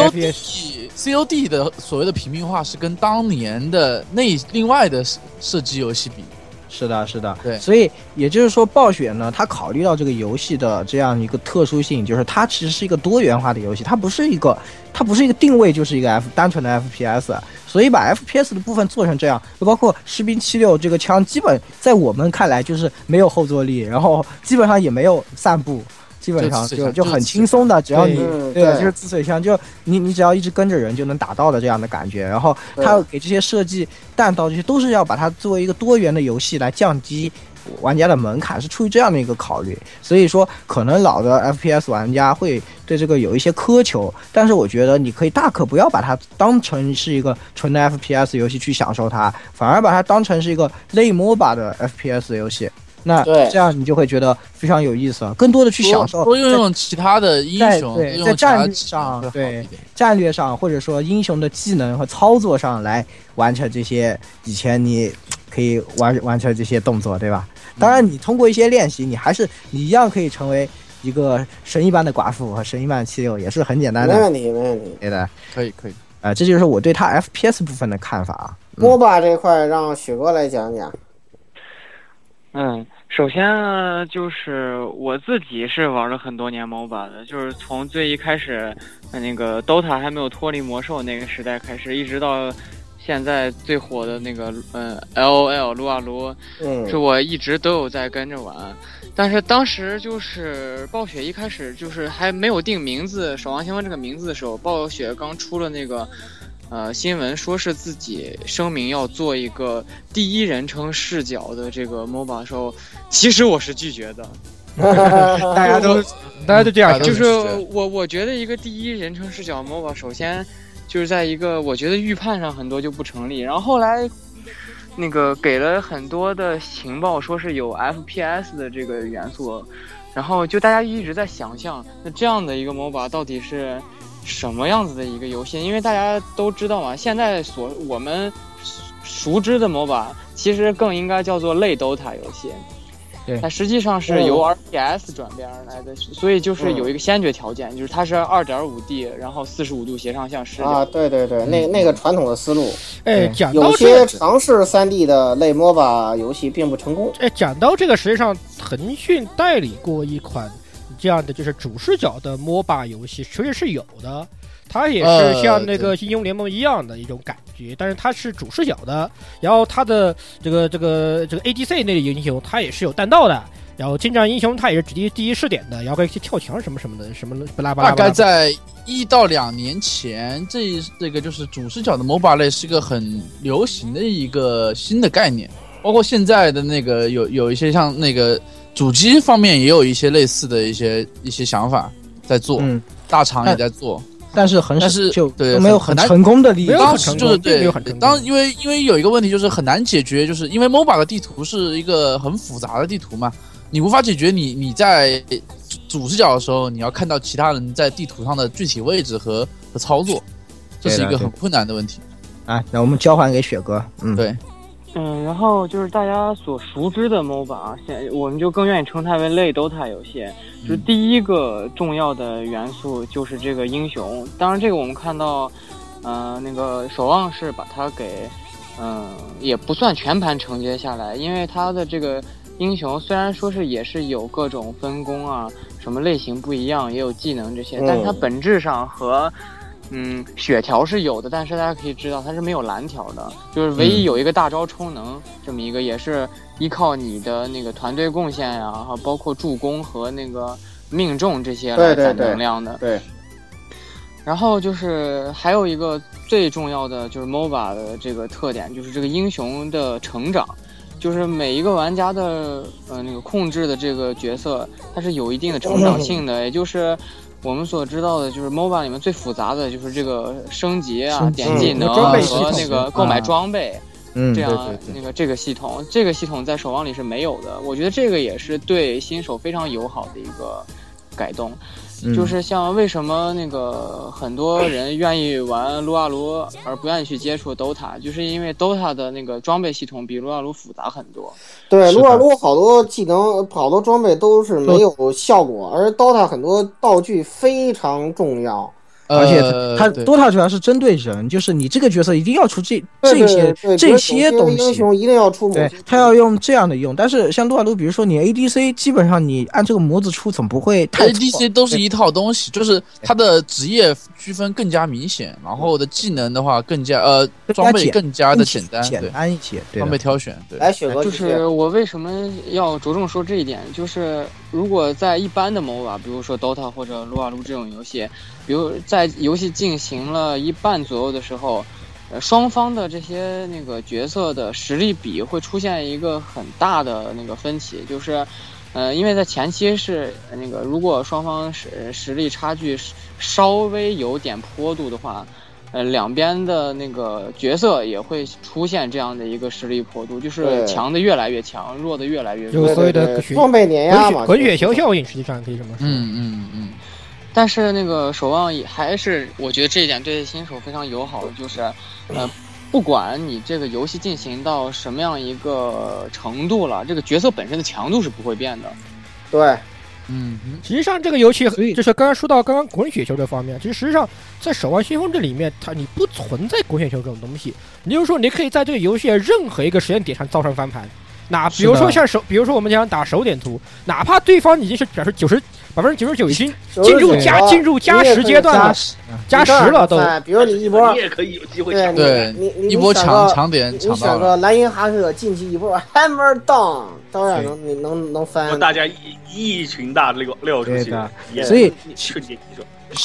COD 的所谓的平民化是跟当年的另外的射击游戏比。 是的， 对， 所以也就是说，暴雪呢，它考虑到这个游戏的这样一个特殊性，就是它其实是一个多元化的游戏，它不是一个定位就是一个单纯的 FPS， 所以把 FPS 的部分做成这样，就包括士兵76这个枪，基本在我们看来就是没有后坐力，然后基本上也没有散步。基本上就很轻松的，只要你就是滋水枪，就你只要一直跟着人就能打到的这样的感觉。然后他给这些设计弹道这些都是要把它作为一个多元的游戏来降低玩家的门槛，是出于这样的一个考虑。所以说可能老的 FPS 玩家会对这个有一些苛求，但是我觉得你可以大可不要把它当成是一个纯的 FPS 游戏去享受它，反而把它当成是一个类 MOBA 的 FPS 游戏。那这样你就会觉得非常有意思，更多的去享受， 多用其他的英雄， 在战略上，战略上或者说英雄的技能和操作上来完成这些以前你可以完成这些动作，对吧？当然，你通过一些练习，你一样可以成为一个神一般的寡妇和神一般的76，也是很简单的。 没问题，没问题。 对的， 可以。 这就是我对他 FPS 部分的看法啊。 MOBA 这块让雪哥来讲讲。 首先呢，就是我自己是玩了很多年 MOBA 的，就是从最一开始，那个 DOTA 还没有脱离魔兽那个时代开始，一直到现在最火的那个LOL 撸啊撸，是我一直都有在跟着玩。但是当时就是暴雪一开始就是还没有定名字，守望先锋这个名字的时候，暴雪刚出了那个新闻，说是自己声明要做一个第一人称视角的这个 MOBA 的时候，其实我是拒绝的。 大家都这样， 就是我觉得一个第一人称视角 MOBA， 首先就是在一个我觉得预判上很多就不成立，然后后来那个给了很多的情报，说是有 FPS 的这个元素，然后就大家一直在想象，那这样的一个 MOBA 到底是什么样子的一个游戏？因为大家都知道嘛，现在我们熟知的 MOBA 其实更应该叫做类 DOTA 游戏。 对， 它实际上是由 RTS 转变而来的，所以就是有一个先决条件，就是它是 2.5D， 然后45度斜上向视角啊，对，那个传统的思路。 有些尝试3D 的类 MOBA 游戏并不成功。 讲到这个，实际上腾讯代理过一款这样的就是主视角的 MOBA 游戏，确实是有的。它也是像那个英雄联盟一样的一种感觉，但是它是主视角的，然后它的这个 ADC 那类英雄它也是有弹道的，然后近战英雄它也是第一视点的，然后可以去跳墙什么的，什么巴拉巴拉。 大概在1到2年前，这个就是主视角的 MOBA 类是个很流行的一个新的概念，包括现在的那个有一些像那个主机方面也有一些类似的一些想法在做，大厂也在做。 但是就对没有很成功的例子， 当时就是对，因为有一个问题就是很难解决，就是因为 MOBA 的地图是一个很复杂的地图嘛，你无法解决你在主视角的时候，你要看到其他人在地图上的具体位置和操作，这是一个很困难的问题啊。那我们交还给雪哥， 对。 然后就是大家所熟知的 MOBA， 我们就更愿意称它为类 DOTA 游戏。就是第一个重要的元素就是这个英雄。当然，这个我们看到，那个守望是把它给，也不算全盘承接下来，因为它的这个英雄虽然说是也是有各种分工啊，什么类型不一样，也有技能这些，但它本质上和血条是有的，但是大家可以知道它是没有蓝条的，就是唯一有一个大招充能这么一个，也是依靠你的那个团队贡献呀，包括助攻和那个命中这些来攒能量的。 对。 然后就是还有一个最重要的就是 MOBA 的这个特点，就是这个英雄的成长，就是每一个玩家的那个控制的这个角色，它是有一定的成长性的，也就是我们所知道的，就是 MOBA 里面最复杂的就是这个升级啊、点技能和那个购买装备，这样那个这个系统，这个系统在守望里是没有的。我觉得这个也是对新手非常友好的一个改动。就是像为什么那个很多人愿意玩撸啊撸而不愿意去接触 DOTA， 就是因为 DOTA 的那个装备系统比撸啊撸复杂很多。 对，撸啊撸好多技能、好多装备都是没有效果，而 DOTA 很多道具非常重要。 而且它 DOTA 主要是针对人，就是你这个角色一定要出这些东西， 英雄一定要出， 对，他要用这样的用。但是像撸啊撸，比如说你 ADC， 基本上你按这个模子出，总不会太错。 ADC 都是一套东西，就是它的职业区分更加明显，然后的技能的话更加装备更加的简单一些， 装备挑选。对， 来雪哥， 就是我为什么要着重说这一点，就是如果在一般的 MOBA， 比如说 DOTA 或者撸啊撸这种游戏，比如在游戏进行了一半左右的时候，双方的这些那个角色的实力比会出现一个很大的那个分歧，就是因为在前期是那个如果双方实力差距稍微有点坡度的话，两边的那个角色也会出现这样的一个实力坡度，就是强的越来越强，弱的越来越弱， 有所谓的装备碾压嘛， 滚雪球效应，实际上可以这么说。 但是那个守望也还是，我觉得这一点对新手非常友好的，就是， 不管你这个游戏进行到什么样一个程度了，这个角色本身的强度是不会变的。 对， 实际上这个游戏就是刚刚说到刚刚滚雪球这方面，其实实际上在守望先锋这里面，你不存在滚雪球这种东西，也就是说你可以在这个游戏的任何一个时间点上造成翻盘。比如说比如说我们讲打手点图，哪怕对方已经是99%已经进入加时阶段了，加时了都。 比如你一波， 你也可以有机会抢。 对，你一波抢点抢到了。 你选个蓝银哈特进去一波 hammer down， 当然能翻。 大家一群大撂出去， 所以瞬间提升。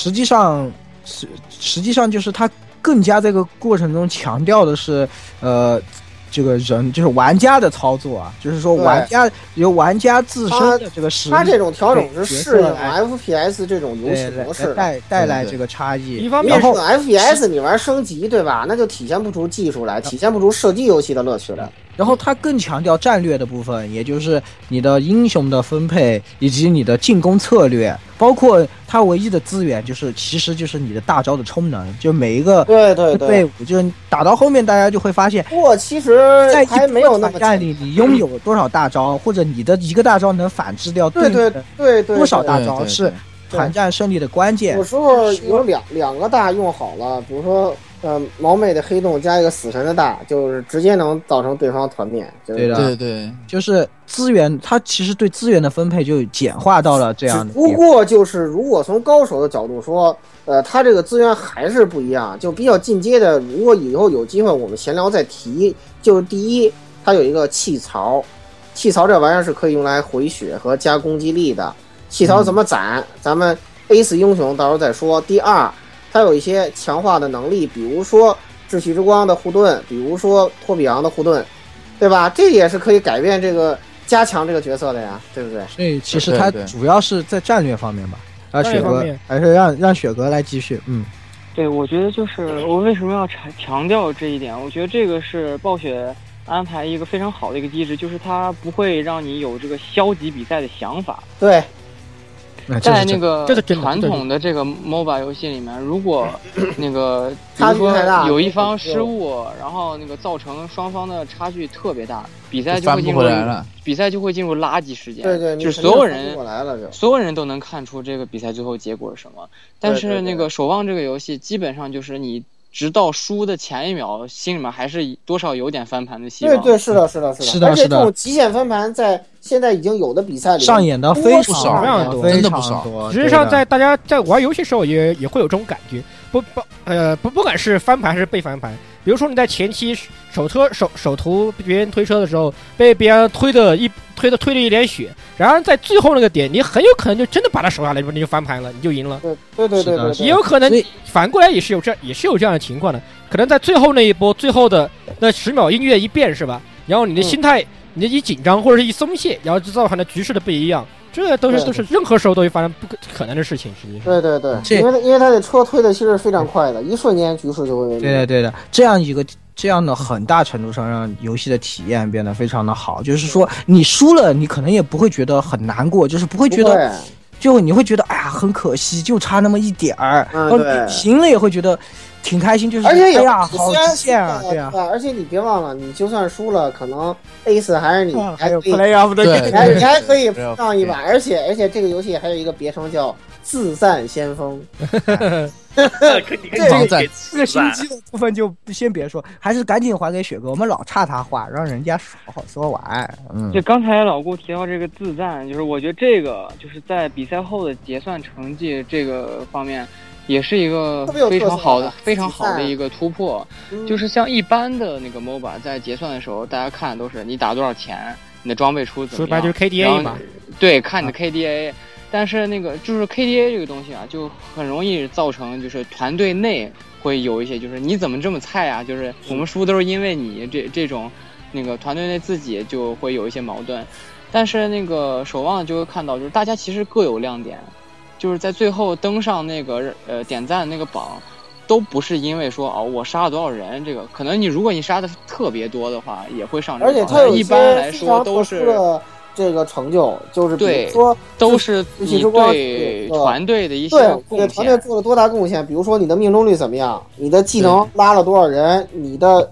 实际上就是他更加这个过程中强调的是这个人就是玩家的操作啊，就是说由玩家自身的这个实力， 他这种调整是适应 FPS 这种游戏模式带来这个差异。 一方面是 FPS 你玩升级对吧？那就体现不出技术来，体现不出射击游戏的乐趣来。 然后他更强调战略的部分，也就是你的英雄的分配以及你的进攻策略，包括他唯一的资源其实就是你的大招的充能，就每一个队伍，就是打到后面大家就会发现， 其实在还没有那么战里你拥有多少大招，或者你的一个大招能反制掉对多少大招是团战胜利的关键。 有时候有两个大用好了，比如说毛妹的黑洞加一个死神的大，就是直接能造成对方团灭。 对的，对，就是资源，它其实对资源的分配就简化到了这样的。 不过就是如果从高手的角度说，它这个资源还是不一样，就比较进阶的。如果以后有机会我们闲聊再提，就是第一，它有一个气槽，气槽这玩意儿是可以用来回血和加攻击力的。气槽怎么攒？咱们 A4 英雄到时候再说。第二，它有一些强化的能力，比如说秩序之光的护盾，比如说托比昂的护盾，对吧？这也是可以改变这个加强这个角色的呀，对不对？ 所以其实它主要是在战略方面吧。雪哥还是让雪哥来继续。 对，我觉得就是我为什么要强调这一点？我觉得这个是暴雪安排一个非常好的一个机制，就是它不会让你有这个消极比赛的想法。 对。 在那个传统的这个 MOBA 游戏里面，如果那个比如说有一方失误，然后那个造成双方的差距特别大，比赛就会进入垃圾时间。 对， 就是所有人都能看出这个比赛最后结果是什么。但是那个守望这个游戏基本上就是你直到输的前一秒，心里面还是多少有点翻盘的希望。 对，是的。而且这种极限翻盘在现在已经有的比赛里上演的非常多， 真的不少。实际上，大家在玩游戏的时候也会有这种感觉，不管是翻盘还是被翻盘。比如说你在前期手图别人推车的时候，被别人推了一脸血，然后在最后那个点，你很有可能就真的把他守下来，你就翻盘了，你就赢了。 对， 也有可能反过来也是有这样的情况的，可能在最后那一波，最后的那10秒音乐一变是吧？然后你的心态，你一紧张或者是一松懈，然后就造成的局势的不一样。这都是任何时候都会发生不可能的事情，实际上。 对，因为他的车推的其实非常快的，一瞬间局势就会。 对的，这样的很大程度上让游戏的体验变得非常的好，就是说你输了，你可能也不会觉得很难过，就是不会觉得，就你会觉得哎呀很可惜，就差那么一点儿。赢了也会觉得挺开心，就是而且哎呀好极限啊，对啊。 而且你别忘了，你就算输了，可能 A4 还是你还有 Play of the Game， 你还可以上一把，而且这个游戏还有一个别称叫自赞先锋。 这个心机的部分就先别说，还是赶紧还给雪哥，我们老插他话，让人家好好说完。 就刚才老顾提到这个自赞，就是我觉得这个就是在比赛后的结算成绩这个方面，也是一个非常好的一个突破。就是像一般的那个 MOBA 在结算的时候，大家看的都是你打多少钱，你的装备出怎么样，说白就是 KDA 嘛。 对，看你的 KDA。但是那个就是 KDA 这个东西啊，就很容易造成就是团队内会有一些就是你怎么这么菜啊，就是我们输都是因为你这种那个团队内自己就会有一些矛盾。但是那个守望就会看到，就是大家其实各有亮点，就是在最后登上那个点赞那个榜，都不是因为说我杀了多少人，这个可能如果你杀的特别多的话也会上这个榜， 而且它有一般来说都是这个成就，就是比如说都是你对团队的一些贡献， 团队做了多大贡献，比如说你的命中率怎么样，你的技能拉了多少人，你的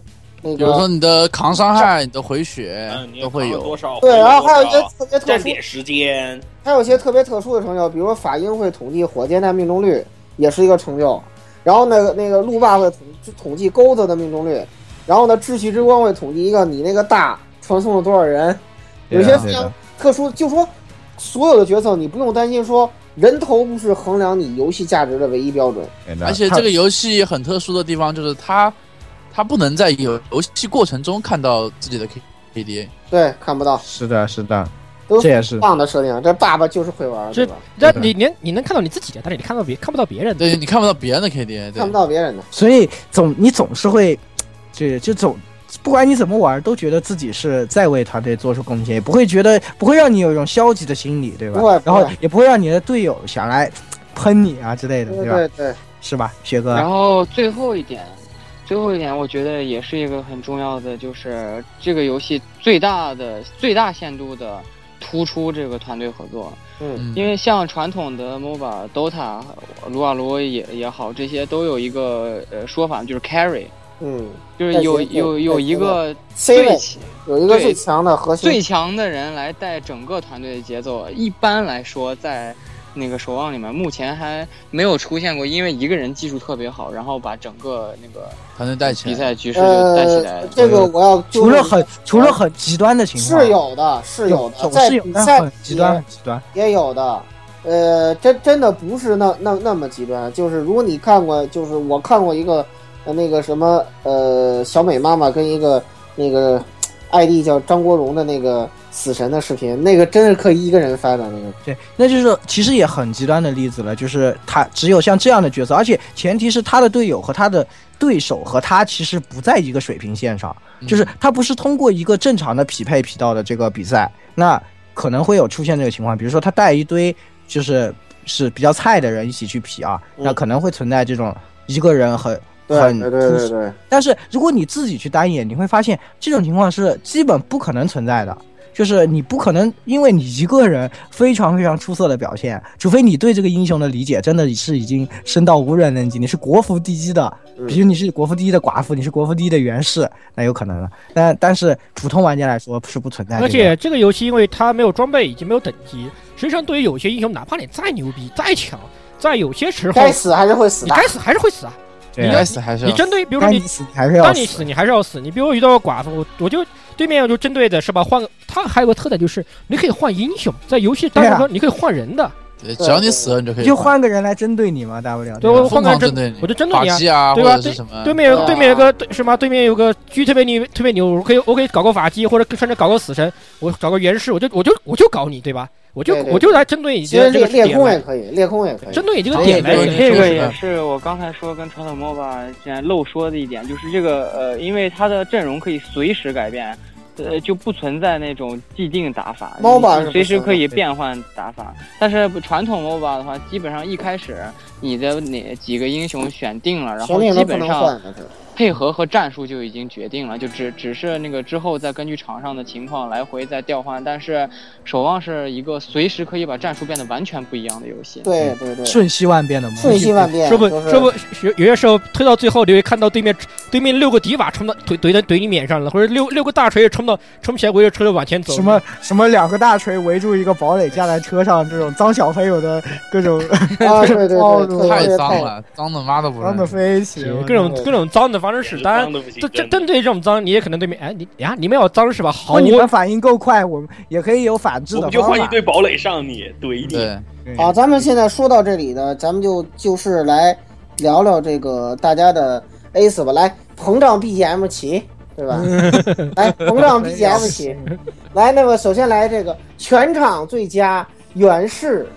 那比如说个你的扛伤害、你的回血你都会有。 多少？ 对，然后还有一些特别特殊站点时间， 还有一些特别特殊的成就，比如说法鹰会统计火箭弹命中率，也是一个成就。然后那个路霸会统计钩子的命中率，然后呢，秩序之光会统计一个你那个大传送了多少人，有些非常特殊，就说所有的角色你不用担心说人头不是衡量你游戏价值的唯一标准。 而且这个游戏很特殊的地方就是它不能在游戏过程中看到自己的 KDA， 对，看不到。 是的，是的， 都这也是棒的设定。这爸爸就是会玩，对吧？ 这你能看到你自己的，但是你看不到别人的。 对，你看不到别人的 KDA， 看不到别人的。 所以你总是会，就总不管你怎么玩，都觉得自己是在为团队做出贡献，也不会让你有一种消极的心理，对吧？然后也不会让你的队友想来喷你啊之类的，吧？ 对对， 是吧，薛哥？ 然后最后一点，我觉得也是一个很重要的，就是这个游戏最大限度的突出这个团队合作。因为像传统的 MOBA、DOTA、撸啊撸也好，这些都有一个说法，就是 carry。就是有一个有一个最强的核心、 最强的人来带整个团队的节奏。一般来说，在那个守望里面，目前还没有出现过，因为一个人技术特别好，然后把整个那个团队带起来， 比赛局势就带起来。 这个我要除了很极端的情况， 是有的，在比赛极端也有的。真的不是那么极端。就是如果你看过，就是我看过一个那个什么小美妈妈跟一个那个 ID 叫张国荣的那个死神的视频，那个真是可以一个人翻的那个。 对，那就是其实也很极端的例子了，就是他只有像这样的角色，而且前提是他的队友和他的对手和他其实不在一个水平线上，就是他不是通过一个正常的匹配匹到的这个比赛，那可能会有出现这个情况，比如说他带一堆是比较菜的人一起去匹啊，那可能会存在这种一个人很对。 但是如果你自己去单演，你会发现这种情况是基本不可能存在的，就是你不可能因为你一个人非常非常出色的表现，除非你对这个英雄的理解真的是已经深到无人能及，你是国服第一的，比如你是国服第一的寡妇，你是国服第一的元氏，那有可能了。但是普通玩家来说是不存在的。 而且这个游戏因为它没有装备，已经没有等级，实际上对于有些英雄，哪怕你再牛逼再强，在有些时候该死还是会死的， 你该死还是会死啊。 你该死还是要死， 你针对，比如说你死还是要死，当你死你还是要死。你比如遇到寡妇，我就对面我就针对的是吧？换个，它还有个特点就是你可以换英雄，在游戏当中你可以换人的。 对，只要你死了，你就可以就换个人来针对你嘛，大不了。 对，我换个人针对你，我就针对你啊， 对吧？对面有个什么？对面有个狙特别牛，我可以搞个法机，或者甚至搞个死神，我搞个元氏，我就搞你，对吧？我就来针对你这个裂空也可以，裂空也可以， 针对你这个点来。 这个也是我刚才说跟传统 MOBA 现在漏说的一点，就是这个因为它的阵容可以随时改变。就不存在那种既定打法，随时可以变换打法。但是传统 MOBA 的话，基本上一开始你的哪几个英雄选定了，然后基本上配合和战术就已经决定了，就只是那个之后再根据场上的情况来回再调换。但是守望是一个随时可以把战术变得完全不一样的游戏。 对， 瞬息万变的， 瞬息万变。 说不，有些时候推到最后，你会看到对面6个迪瓦冲到怼你脸上了，或者六个大锤冲不起来，围着车就往前走。 什么2个大锤围住一个堡垒架在车上，这种脏小朋友的各种啊，对， 太脏了，脏的妈都不认识， 脏的飞起， 各种脏的方式使。当然，针对这种脏，你也可能对面你们要脏是吧？好， 你们反应够快，我们也可以有反制的方法。 我们就换一堆堡垒上你怼你。 对， 好，咱们现在说到这里呢，咱们就是来聊聊这个大家的 Ace 吧，来膨胀 BGM 起。对吧？来，膨胀 BGM 起。来，那么首先来这个全场最佳远视。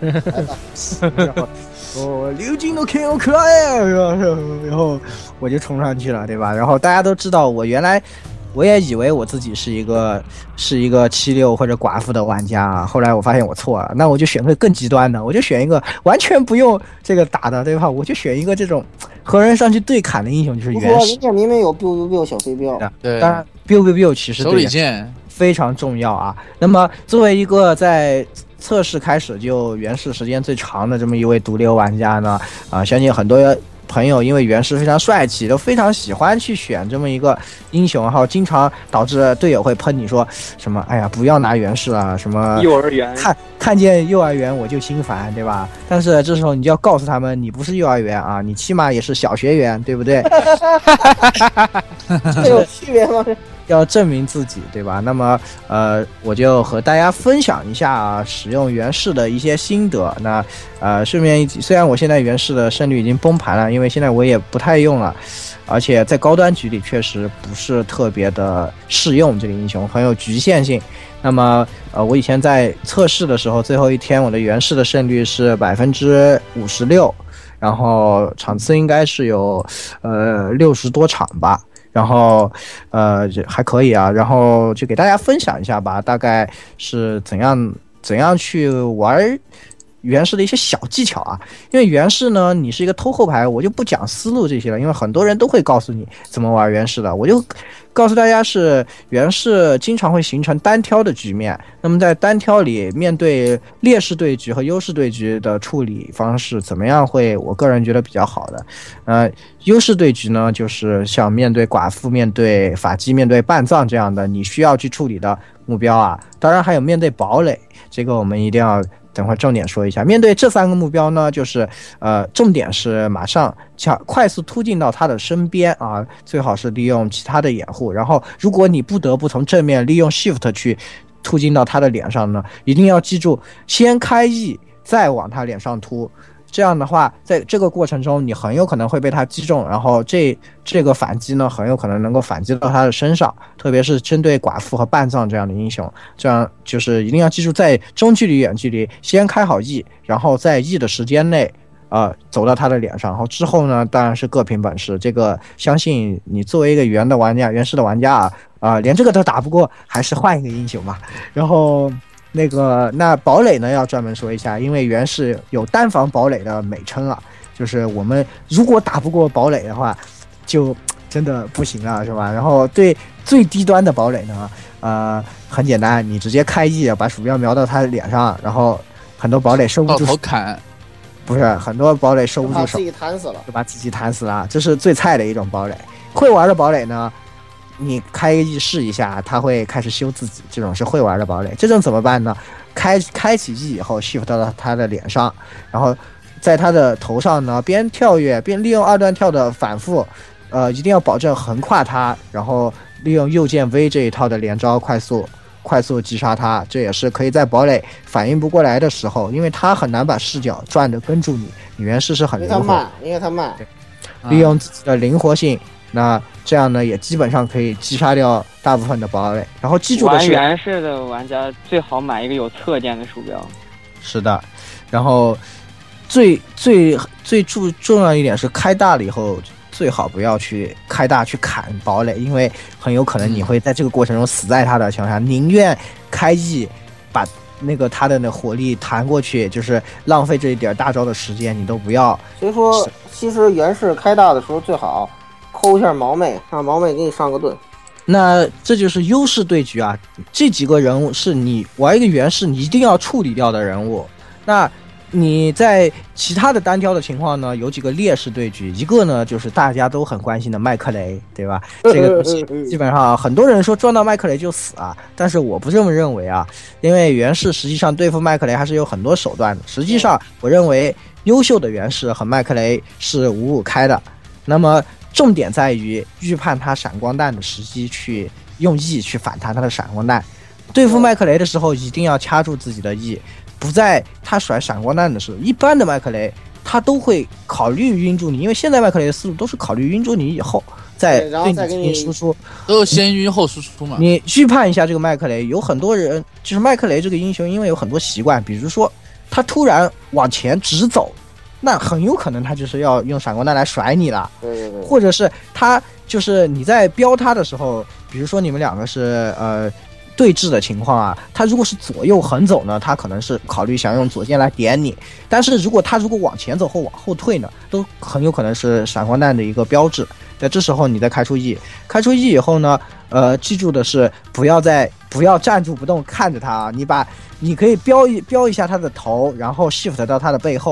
刘金都看我可爱，然后我就冲上去了，对吧？然后大家都知道，我也以为我自己是一个76或者寡妇的玩家啊，后来我发现我错了，那我就选个更极端的，我就选一个完全不用这个打的，对吧？我就选一个这种和人上去对砍的英雄，就是原始。 人家明明有 biu 小飞镖， 对，当然 biu 其实手里剑非常重要啊。那么作为一个在测试开始就原始时间最长的这么一位毒瘤玩家呢，相信很多朋友因为源氏非常帅气，都非常喜欢去选这么一个英雄，然后经常导致队友会喷你说什么，哎呀，不要拿源氏啊，什么幼儿园看见幼儿园我就心烦，对吧？但是这时候你就要告诉他们，你不是幼儿园啊，你起码也是小学园，对不对？ 这有区别吗？ 要证明自己，对吧？那么我就和大家分享一下使用源氏的一些心得。那顺便虽然我现在源氏的胜率已经崩盘了，因为现在我也不太用了，而且在高端局里确实不是特别的适用，这个英雄很有局限性。那么我以前在测试的时候，最后一天我的源氏的胜率是56%，然后场次应该是有60多场吧。然后还可以啊，然后就给大家分享一下吧，大概是怎样去玩源氏的一些小技巧啊。因为源氏呢，你是一个偷后排，我就不讲思路这些了，因为很多人都会告诉你怎么玩源氏的，我就告诉大家是源氏经常会形成单挑的局面。那么在单挑里，面对劣势对局和优势对局的处理方式怎么样会我个人觉得比较好的。优势对局呢，就是像面对寡妇、面对法姬、面对半藏这样的你需要去处理的目标啊。当然还有面对堡垒，这个我们一定要等会儿重点说一下。面对这3个目标呢，就是重点是马上快速突进到他的身边啊，最好是利用其他的掩护。然后如果你不得不从正面利用 shift 去突进到他的脸上呢，一定要记住先开 E 再往他脸上突。这样的话，在这个过程中，你很有可能会被他击中，然后这个反击呢，很有可能能够反击到他的身上，特别是针对寡妇和半藏这样的英雄。这样就是一定要记住，在中距离、远距离先开好 E， 然后在 E 的时间内，走到他的脸上，然后之后呢，当然是各凭本事。这个相信你作为一个源氏的玩家连这个都打不过，还是换一个英雄吧。然后。那堡垒呢要专门说一下，因为源氏有单防堡垒的美称啊，就是我们如果打不过堡垒的话，就真的不行了，是吧？然后对最低端的堡垒呢，很简单，你直接开 E 把鼠标瞄到他的脸上，然后很多堡垒收不住手， 砍， 不是很多堡垒收不住手， 把自己弹死了， 就把自己弹死了，这是最菜的一种堡垒。会玩的堡垒呢？你开 E 试一下，他会开始修自己，这种是会玩的堡垒。这种怎么办呢？开启 E 以后 shift 到他的脸上，然后在他的头上呢边跳跃边利用2段跳的反复，一定要保证横跨他，然后利用右键 V 这一套的连招快速击杀他。这也是可以在堡垒反应不过来的时候，因为他很难把视角转着跟住你，你源氏是很灵活， 因为他慢， 利用自己的灵活性。那这样呢，也基本上可以击杀掉大部分的堡垒。然后记住的是， 玩源氏的玩家最好买一个有侧键的鼠标。 是的，然后最重要一点是，开大了以后最好不要去开大去砍堡垒，因为很有可能你会在这个过程中死在他的墙下。宁愿开 E 把他的火力弹过去，就是浪费这一点大招的时间，你都不要。 所以说，其实源氏开大的时候最好抠一下毛妹，让毛妹给你上个盾。 那这就是优势对局啊，这几个人物是你玩一个源氏你一定要处理掉的人物。那你在其他的单挑的情况呢，有几个劣势对局，一个呢就是大家都很关心的麦克雷，对吧？这个基本上很多人说撞到麦克雷就死啊，但是我不这么认为啊，因为源氏实际上对付麦克雷还是有很多手段的。实际上我认为优秀的源氏和麦克雷是5-5开的，那么重点在于预判他闪光弹的时机，去用 E 去反弹他的闪光弹。对付麦克雷的时候一定要掐住自己的 E， 不在他甩闪光弹的时候，一般的麦克雷他都会考虑晕住你，因为现在麦克雷的思路都是考虑晕住你以后再对你进行输出， 都是先晕后输出嘛。 你预判一下这个麦克雷，有很多人就是麦克雷这个英雄，因为有很多习惯，比如说他突然往前直走，那很有可能他就是要用闪光弹来甩你了，或者是他就是你在标他的时候，比如说你们两个是对峙的情况啊，他如果是左右横走呢，他可能是考虑想用左键来点你，但是如果往前走或往后退呢，都很有可能是闪光弹的一个标志。在这时候你再开出 E 以后呢，记住的是不要站住不动看着他啊，你可以标一下他的头，然后 shift 到他的背后，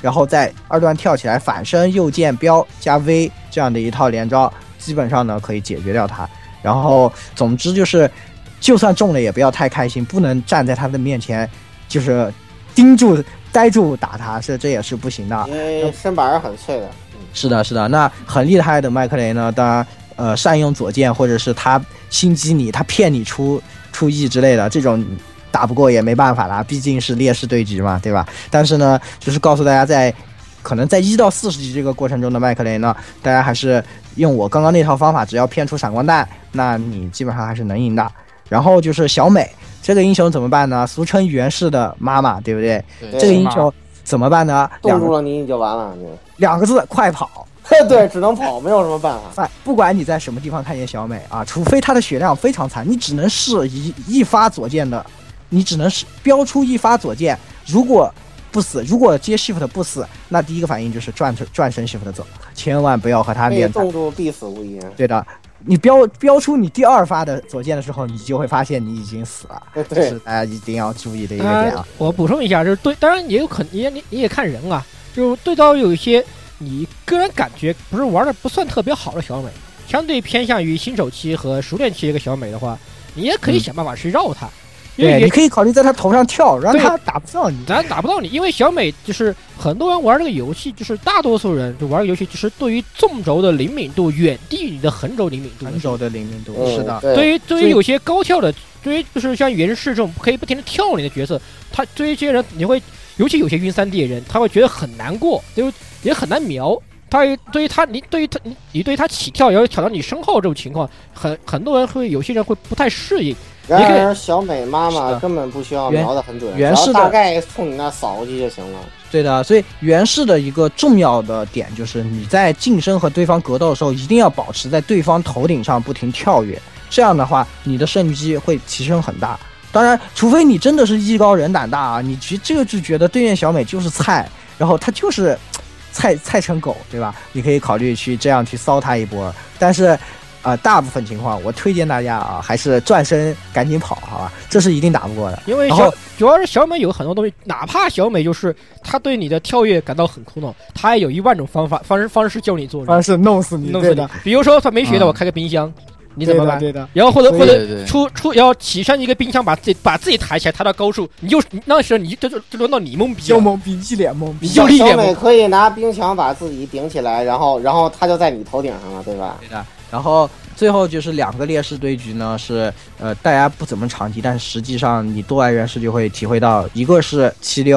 然后在二段跳起来反身右键标加 V 这样的一套连招，基本上呢可以解决掉他。然后总之就是，就算中了也不要太开心，不能站在他的面前就是呆住打他，这也是不行的， 因为身板是很脆的。 是的，那很厉害的麦克雷呢，当然善用左键，或者是他心机你，他骗你出 E 之类的，这种打不过也没办法啦，毕竟是劣势对局嘛，对吧？但是呢，就是告诉大家可能在1到40级这个过程中的麦克雷呢，大家还是用我刚刚那套方法，只要骗出闪光弹，那你基本上还是能赢的。然后就是小美这个英雄怎么办呢？俗称源氏的妈妈，对不对？ 对， 这个英雄怎么办呢？ 冻住了你就完了。 2个字，快跑。 对，只能跑，没有什么办法。 不管你在什么地方看见小美啊，除非她的血量非常残，你只能试一发左键的，你只能标出一发左键。如果不死，如果接 shift 不死，那第一个反应就是转身 shift 走，千万不要和他连。 冻住必死无疑。 对的，你标出你第2发的左键的时候，你就会发现你已经死了。 对， 是大家一定要注意的一个点啊。 我补充一下，就是对，当然也有可能，你也看人啊，就对到有一些你个人感觉不是玩的不算特别好的小美，相对偏向于新手期和熟练期一个小美的话，你也可以想办法去绕它。 对，你可以考虑在他头上跳，让他打不到你。 咱打不到你，因为小美就是很多人玩这个游戏，就是大多数人就玩游戏，就是对于纵轴的灵敏度远低于你的横轴灵敏度。 横轴的灵敏度是的。 对于有些高跳的，对于就是像源氏这种可以不停的跳你的角色，他对于这些人你会，尤其有些晕3D 的人，他会觉得很难过，就也很难瞄。你对于他起跳也要挑到你身后这种情况，很多人有些人会不太适应。 然而小美妈妈根本不需要瞄得很准， 源氏大概冲你那扫过去就行了。 对的，所以源氏的一个重要的点就是你在近身和对方格斗的时候，一定要保持在对方头顶上不停跳跃，这样的话你的胜机会提升很大。当然，除非你真的是艺高人胆大啊，你这个就觉得对面小美就是菜，然后他就是菜成狗，对吧？你可以考虑这样去骚他一波，但是。大部分情况我推荐大家啊，还是转身赶紧跑，好吧？这是一定打不过的。 因为主要是小美有很多东西，哪怕小美就是她对你的跳跃感到很苦恼，她也有1万种方式教你做， 方式弄死你。 比如说她没学的，我开个冰箱，你怎么办？ 对的。 然后或者要起身一个冰箱，把自己抬起来，抬到高处，那时候你就轮到你懵逼， 就懵逼，一脸懵逼。 小美可以拿冰墙把自己顶起来，然后她就在你头顶上了，对吧？ 对的。然后最后就是2个劣势对局呢，是大家不怎么常提，但实际上你多玩源氏就会体会到，一个是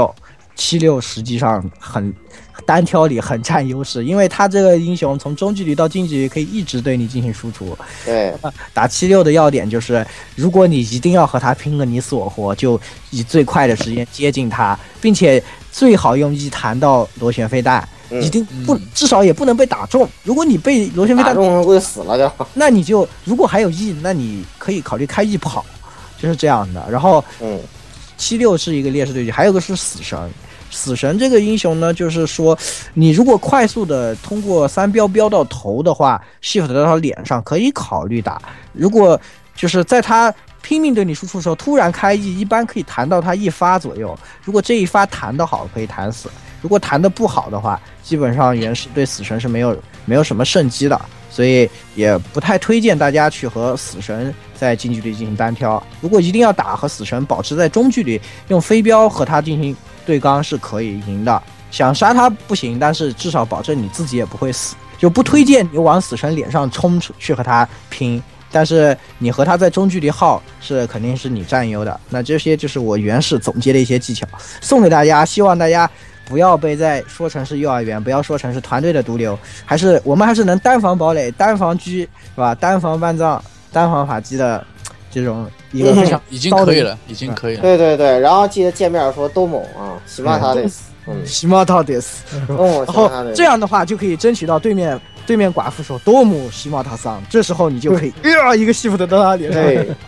76实际上很单挑里很占优势，因为他这个英雄从中距离到近距离可以一直对你进行输出。 对， 打76的要点就是，如果你一定要和他拼个你死我活，就以最快的时间接近他，并且最好用1弹到螺旋飞弹。一定不，至少也不能被打中。如果你被螺旋飞弹打中，会死了就。 那你就如果还有 E， 那你可以考虑开 E 跑，就是这样的。然后，76是一个劣势对局，还有个是死神。死神这个英雄呢，就是说，你如果快速的通过3标到头的话 ，shift 到他脸上可以考虑打。如果就是在他拼命对你输出的时候，突然开 E， 一般可以弹到他1发左右。如果这一发弹得好，可以弹死。如果弹得不好的话，基本上源氏对死神是没有什么胜机的，所以也不太推荐大家去和死神在近距离进行单挑。如果一定要打，和死神保持在中距离，用飞镖和他进行对刚是可以赢的。想杀他不行，但是至少保证你自己也不会死。就不推荐你往死神脸上冲出去和他拼，但是你和他在中距离耗是肯定是你占优的。那这些就是我源氏总结的一些技巧，送给大家，希望大家不要被再说成是幼儿园，不要说成是团队的毒瘤，我们还是能单防堡垒、单防狙，是吧？单防半藏、单防法基的这种一个非常已经可以了，已经可以了。 对对对，然后记得见面说都猛啊，喜马塔得死， 喜马塔得死。然后这样的话就可以争取到对面寡妇说多姆西马塔桑，这时候你就可以一个shift到他脸上，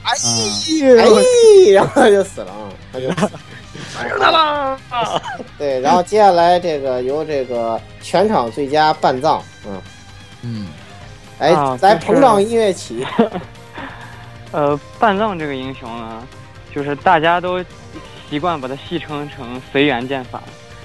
然后他就死了啊，他就死。 他了， 对，然后接下来这个由这个全场最佳半藏，来膨胀音乐起。 半藏这个英雄呢，就是大家都习惯把它戏称成随缘剑法。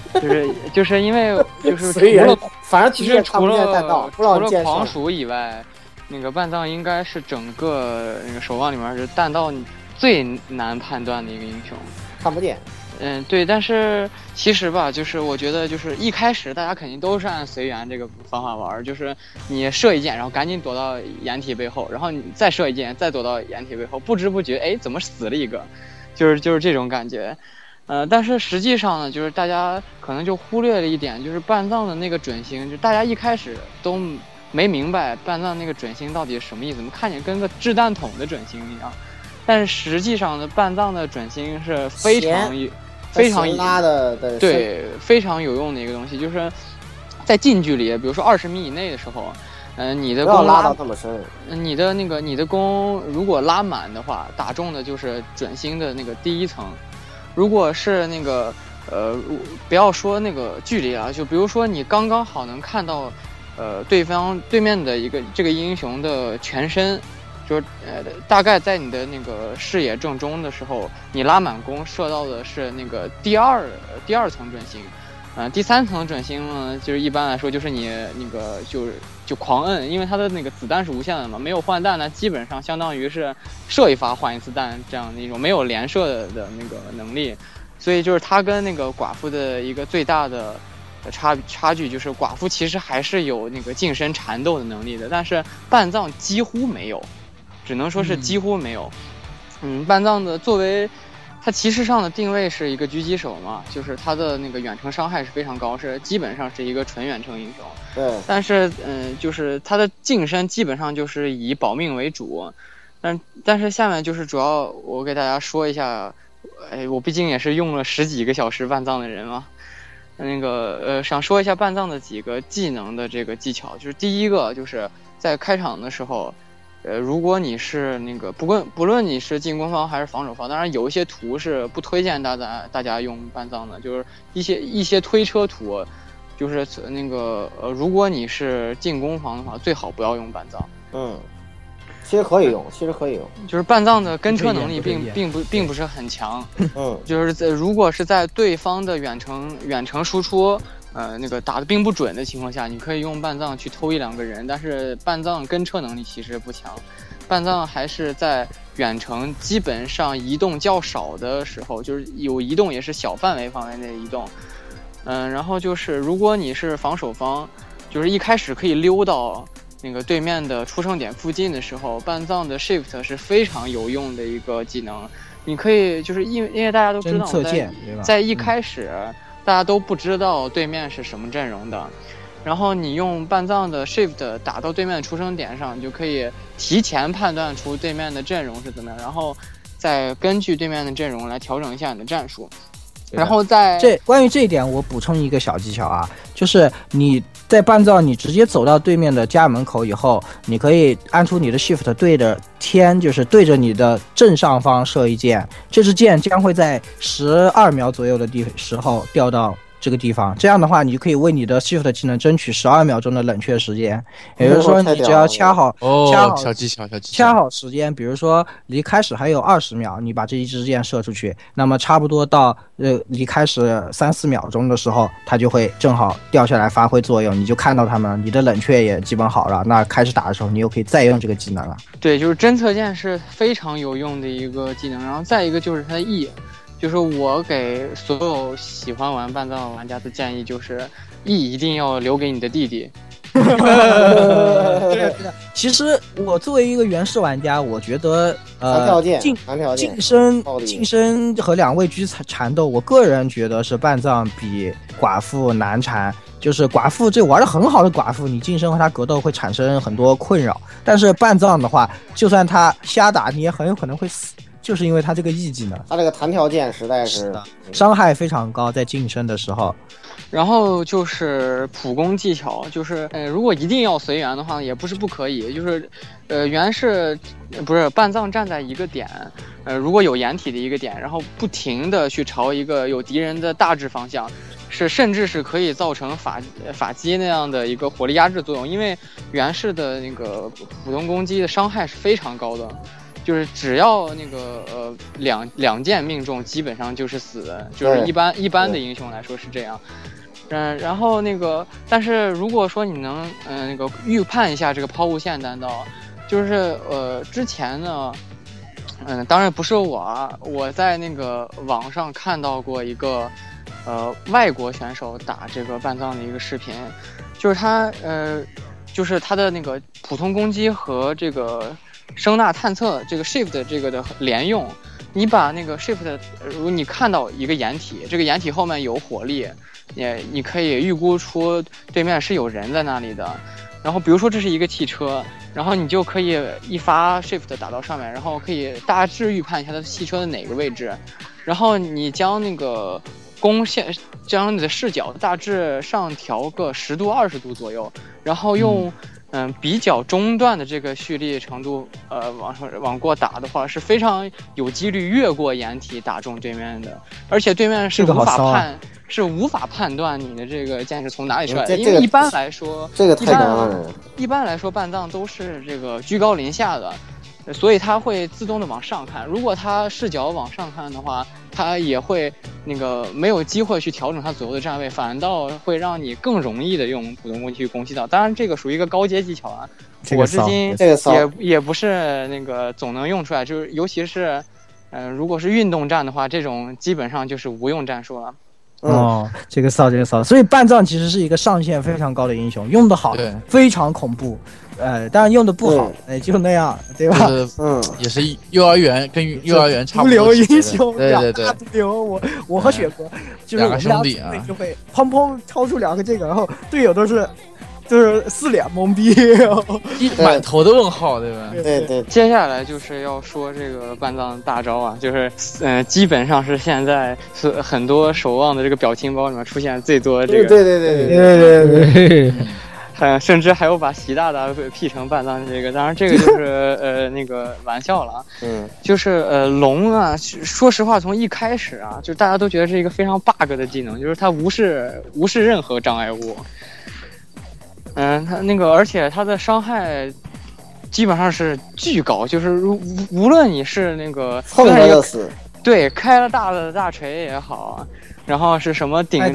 就是因为就是除随缘了反正其实除了不知道剑狂鼠以外，那个半藏应该是整个那个守望里面是弹道最难判断的一个英雄， 看不见。 对，但是其实吧，就是我觉得就是一开始大家肯定都是按随缘这个方法玩，就是你射一箭，然后赶紧躲到掩体背后，然后你再射一箭，再躲到掩体背后，不知不觉哎怎么死了一个，就是这种感觉。但是实际上呢，就是大家可能就忽略了一点，就是半藏的那个准星，就大家一开始都没明白半藏那个准星到底是什么意思，怎么看见跟个掷弹筒的准星一样。但是实际上呢，半藏的准星是非常拉的对非常有用的一个东西，就是在近距离，比如说20米以内的时候，你的弓拉到这么深， 你的弓如果拉满的话，打中的就是准星的那个第一层。如果是那个不要说那个距离啊，就比如说你刚刚好能看到对面的这个英雄的全身，就是大概在你的那个视野正中的时候，你拉满弓射到的是那个第二层准星。第3层准星呢，就是一般来说就是你那个就狂摁，因为它的那个子弹是无限的嘛，没有换弹呢，基本上相当于是射一发换一次弹这样的一种没有连射的那个能力，所以就是它跟那个寡妇的一个最大的差距就是寡妇其实还是有那个近身缠斗的能力的，但是半藏几乎没有，只能说是几乎没有。半藏的作为它其实上的定位是一个狙击手嘛，就是它的那个远程伤害是非常高，是基本上是一个纯远程英雄。 对， 但是就是它的近身基本上就是以保命为主。但是下面就是主要我给大家说一下，我毕竟也是用了10几个小时半藏的人嘛，那个想说一下半藏的几个技能的这个技巧，就是第一个就是在开场的时候。如果你是那个不论你是进攻方还是防守方，当然有一些图是不推荐大家用半藏的，就是一些推车图，就是那个如果你是进攻方的话，最好不要用半藏。 其实可以用， 就是半藏的跟车能力并不是很强。就是如果是在对方的远程输出。那个打得并不准的情况下，你可以用半藏去偷1-2个人，但是半藏跟车能力其实不强，半藏还是在远程基本上移动较少的时候，就是有移动也是小范围内移动。然后就是如果你是防守方，就是一开始可以溜到那个对面的出生点附近的时候，半藏的 shift 是非常有用的一个技能。你可以就是因为大家都知道在一开始。大家都不知道对面是什么阵容的，然后你用半藏的 shift 打到对面的出生点上，你就可以提前判断出对面的阵容是怎么样，然后再根据对面的阵容来调整一下你的战术。然后关于这一点，我补充一个小技巧啊，就是你在半藏你直接走到对面的家门口以后，你可以按出你的 shift 对着天，就是对着你的正上方射一箭，这支箭将会在12秒左右的时候掉到这个地方，这样的话你就可以为你的 shift 技能争取12秒钟的冷却时间，也就是说你只要掐好小技巧掐好时间，比如说离开始还有20秒，你把这一支箭射出去，那么差不多到离开始3-4秒钟的时候，它就会正好掉下来发挥作用，你就看到它们，你的冷却也基本好了，那开始打的时候你又可以再用这个技能了。 对，就是侦测箭是非常有用的一个技能，然后再一个就是它的 E。就是我给所有喜欢玩半藏玩家的建议，就是 E 一定要留给你的弟弟。 对，其实我作为一个原始玩家，我觉得近身和2位狙缠斗，我个人觉得是半藏比寡妇难缠。就是寡妇这玩的很好的寡妇，你近身和他格斗会产生很多困扰，但是半藏的话，就算他瞎打，你也很有可能会死。就是因为他这个 E 技能， 他这个弹跳键实在是伤害非常高，在近身的时候。 然后就是普攻技巧，就是如果一定要随缘的话，也不是不可以，就是原是不是半藏站在一个点，如果有掩体的一个点，然后不停的去朝一个有敌人的大致方向，甚至是可以造成法击那样的一个火力压制作用，因为原式的那个普通攻击的伤害是非常高的。 就是只要那个两箭命中，基本上就是死的，就是一般的英雄来说是这样。然后那个，但是如果说你能那个预判一下这个抛物线弹道，就是之前呢，当然不是我在那个网上看到过一个外国选手打这个半藏的一个视频，就是他的那个普通攻击和这个声纳探测这个 shift 这个的连用，你把那个 shift， 如果你看到一个掩体，这个掩体后面有火力，你可以预估出对面是有人在那里的。然后比如说这是一个汽车，然后你就可以一发 shift 打到上面，然后可以大致预判一下它汽车的哪个位置，然后你将那个将你的视角大致上调个10度20度左右，然后用比较中段的这个蓄力程度往过打的话，是非常有几率越过掩体打中对面的，而且对面是无法判断你的这个箭是从哪里出来的，因为一般来说这个太难了。 一般来说半藏都是这个居高临下的，所以他会自动的往上看。如果他视角往上看的话，他也会那个没有机会去调整他左右的站位，反倒会让你更容易的用普通攻击去攻击到。当然，这个属于一个高阶技巧啊，我至今也不是那个总能用出来，就是尤其是如果是运动战的话，这种基本上就是无用战术了。 这个骚，所以半藏其实是一个上限非常高的英雄，用得好非常恐怖，当然用的不好，就那样，对吧？ 也是幼儿园跟幼儿园差不多。 毒瘤英雄， 对， 毒瘤，我和雪哥就是两个兄弟啊， 就会砰砰掏出2个这个，然后队友都是四脸懵逼， 满头的问号，对吧？ 对。 接下来就是要说这个半藏大招啊，就是基本上是现在是很多守望的这个表情包里面出现最多的这个。 对。 甚至还有把习大大 P 成半藏这个，当然这个就是那个玩笑了啊。就是龙啊，说实话从一开始啊，就大家都觉得是一个非常 bug 的技能，就是它无视任何障碍物。它那个，而且它的伤害基本上是巨高，就是无论你是那个碰着就死， 对，开了大的大锤也好，然后是什么顶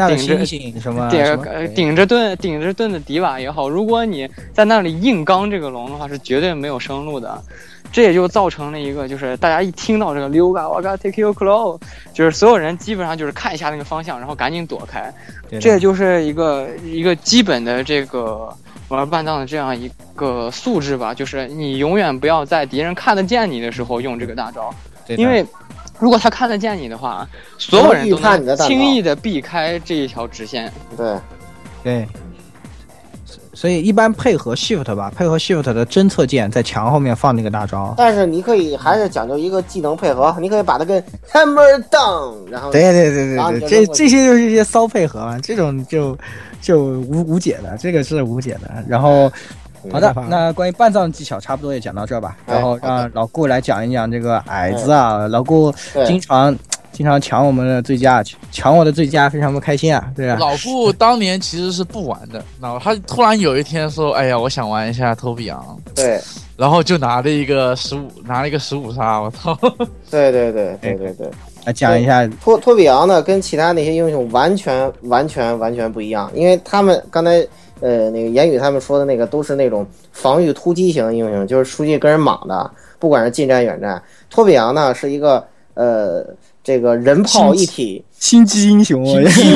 着盾的迪瓦也好，如果你在那里硬刚这个龙的话，是绝对没有生路的。这也就造成了一个，就是大家一听到这个溜嘎，我嘎 take you close， 就是所有人基本上就是看一下那个方向，然后赶紧躲开。这也就是一个基本的这个玩半藏的这样一个素质吧，就是你永远不要在敌人看得见你的时候用这个大招，因为如果他看得见你的话，所有人都能轻易的避开这一条直线。 对。所以一般配合 shift 吧，配合 shift 的侦测键在墙后面放那个大招。 但是你可以还是讲究一个技能配合，你可以把它跟 hammer down， 然后对，这些就是一些骚配合嘛，这种就无解的，这个是无解的。然后好的，那关于半藏技巧差不多也讲到这吧，然后让老顾来讲一讲这个矮子啊，老顾经常抢我的最佳，非常不开心啊！对啊， 老顾当年其实是不玩的，然后他突然有一天说：“哎呀，我想玩一下托比昂。” 对， 然后就拿了一个15杀，我操！ 对， 来讲一下托比昂呢，跟其他那些英雄完全不一样，因为他们刚才那个言语他们说的那个都是那种防御突击型英雄，就是出去跟人莽的，不管是近战远战。托比昂呢是一个这个人炮一体心机英雄，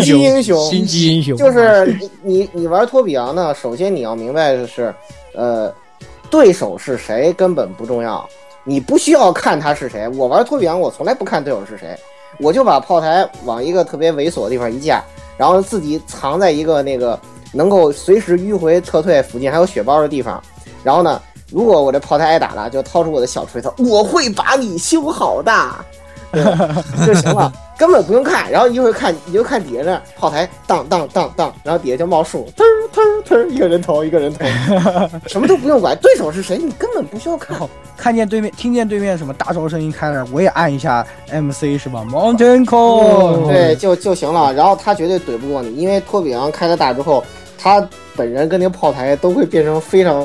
就是你玩托比昂呢，首先你要明白的是，对手是谁根本不重要，你不需要看他是谁。我玩托比昂，我从来不看对手是谁，我就把炮台往一个特别猥琐的地方一架，然后自己藏在一个那个能够随时迂回撤退附近还有血包的地方，然后呢，如果我这炮台挨打了，就掏出我的小锤头，我会把你修好的。对就行了，根本不用看，然后你就看底下那炮台当，然后底下就冒数，嘚，一个人头，什么都不用管，对手是谁你根本不需要看。 听见对面什么大招声音开了，我也按一下 MC 是吧 ？Mountain Call， 对，就行了。然后他绝对怼不过你，因为托比昂开了大之后，他本人跟那个炮台都会变成非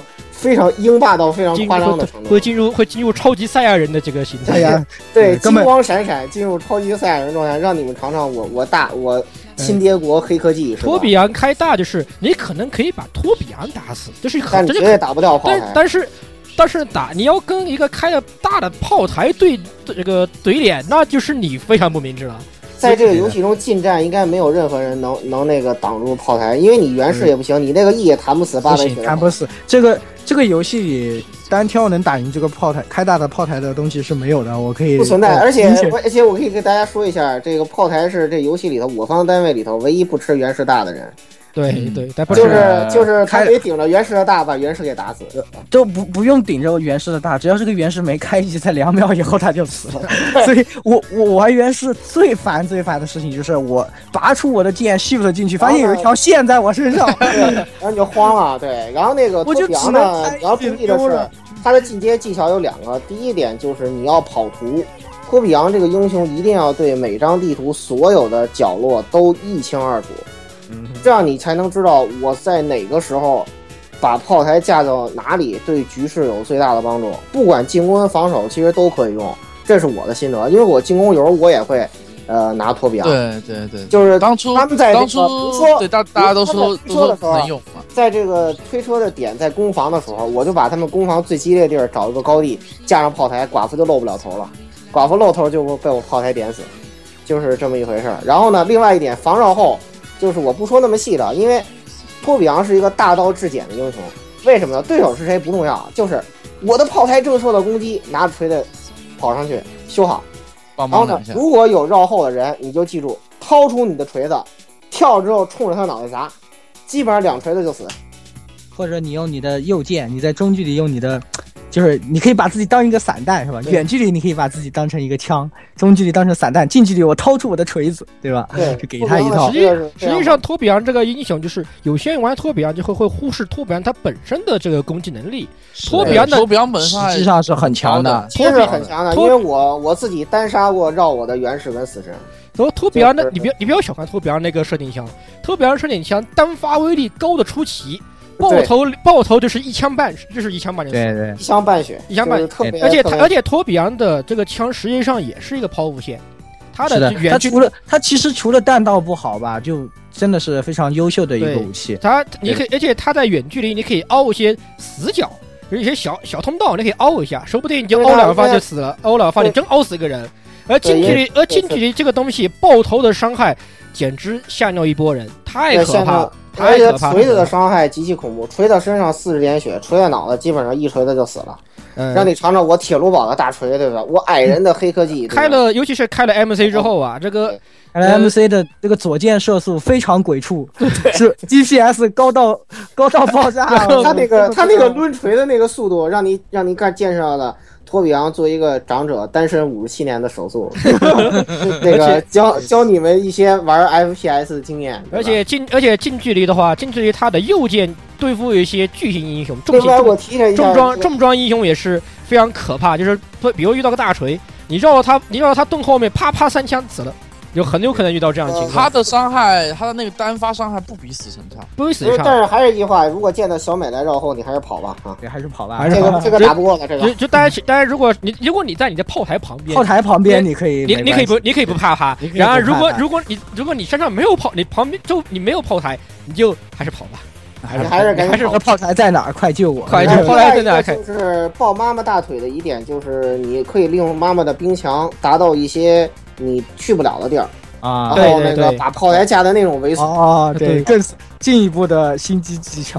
非常英霸到非常夸张的程度， 会进入超级赛亚人的这个形态。 对，金光闪闪进入超级赛亚人状态，让你们尝尝我亲爹国黑科技。 托比昂开大就是你可能可以把托比昂打死，这是但绝对打不掉炮台。 但是你要跟一个开的大的炮台对这个怼脸，那就是你非常不明智了。 在这个游戏中近战应该没有任何人能那个挡住炮台，因为你原式也不行，你那个 E 也弹不死8倍血。 弹不死。这个游戏里单挑能打赢这个炮台开大的炮台的东西是没有的，我可以不存在。而且我可以跟大家说一下，这个炮台是这游戏里头我方单位里头唯一不吃原式大的人。 对， 就是他得顶着原始的大把原始给打死， 都不用顶着原始的大，只要这个原始没开机，在2秒以后他就死了。所以我玩原始最烦的事情就是我拔出我的剑 shift 进去，发现有一条线在我身上， 然后你就慌了。对，然后那个托比昂呢，你要注意的是，他的进阶技巧有2个，第一点就是你要跑图。托比昂这个英雄一定要对每张地图所有的角落都一清二楚。这样你才能知道我在哪个时候把炮台架到哪里对局势有最大的帮助，不管进攻跟防守其实都可以用，这是我的心得。因为我进攻有时候我也会拿托比昂。 对， 就是当初他们在当初对大家都说能用嘛， 在这个推车的点在攻防的时候，我就把他们攻防最激烈的地儿找一个高地，架上炮台，寡妇就露不了头了，寡妇露头就被我炮台点死，就是这么一回事。然后呢，另外一点防绕后。就是我不说那么细的，因为托比昂是一个大刀至简的英雄。为什么呢？对手是谁不重要，就是我的炮台正受到攻击，拿着锤子跑上去修好。然后呢，如果有绕后的人，你就记住，掏出你的锤子，跳之后冲着他脑袋砸，基本上2锤子就死。 或者你用你的右键，你在中距离用你的。就是你可以把自己当一个散弹是吧？远距离你可以把自己当成一个枪，中距离当成散弹，近距离我掏出我的锤子，对吧？ 对， 就给他一套。 实际上托比昂这个英雄就是有些人玩托比昂就会忽视托比昂他本身的这个攻击能力。托比昂本身实际上是很强的， 其实是很强的，因为我自己单杀过绕我的原始跟死神。 然后托比昂的你不要小看托比昂那个射电枪，托比昂射电枪单发威力高的出奇。爆头就是1枪半，就是1枪半就死。 对 ，1枪半血 ，1枪半，而且托比昂的这个枪实际上也是一个抛物线，他的远距他其实除了弹道不好吧，就真的是非常优秀的一个武器。 你可以，而且他在远距离你可以凹一些死角，有一些小通道你可以凹一下，说不定你就凹2发就死了，凹2发你真凹死一个人。而近距离这个东西爆头的伤害简直吓尿一波人，太可怕了。 而且锤子的伤害极其恐怖，锤到身上40点血，锤在脑袋基本上一锤子就死了。让你尝尝我铁路堡的大锤，对吧？我矮人的黑科技。 尤其是开了 MC 之后啊，这个 MC 的这个左键射速非常鬼畜，是 GPS 高到爆炸。 他那个抡锤的那个速度，让你见识到了托比昂作为一个长者单身57年的手速，那个教你们一些玩 FPS 的经验。 而且近距离的话，近距离他的右键对付一些巨型英雄，重装英雄也是非常可怕。就是比如遇到个大锤，你绕到他洞后面，啪啪3枪死了。很有可能遇到这样的情况。 他的伤害，他的那个单发伤害不比死神差， 不比死神差。 但是还是一句话，如果见到小美来绕后，你还是跑吧啊！ 对，还是跑吧。 这个打不过的，这个。 就大家如果你在你的炮台旁边， 你可以不怕他。然而如果你身上没有炮，你旁边你没有炮台，你就还是跑吧。 还是炮台在哪儿？快救我！ 快救！炮台在哪儿？ 就是抱妈妈大腿的一点，就是你可以利用妈妈的冰墙达到一些你去不了的地儿啊， 然后那个把炮台架的那种猥琐对，更进一步的心机技巧，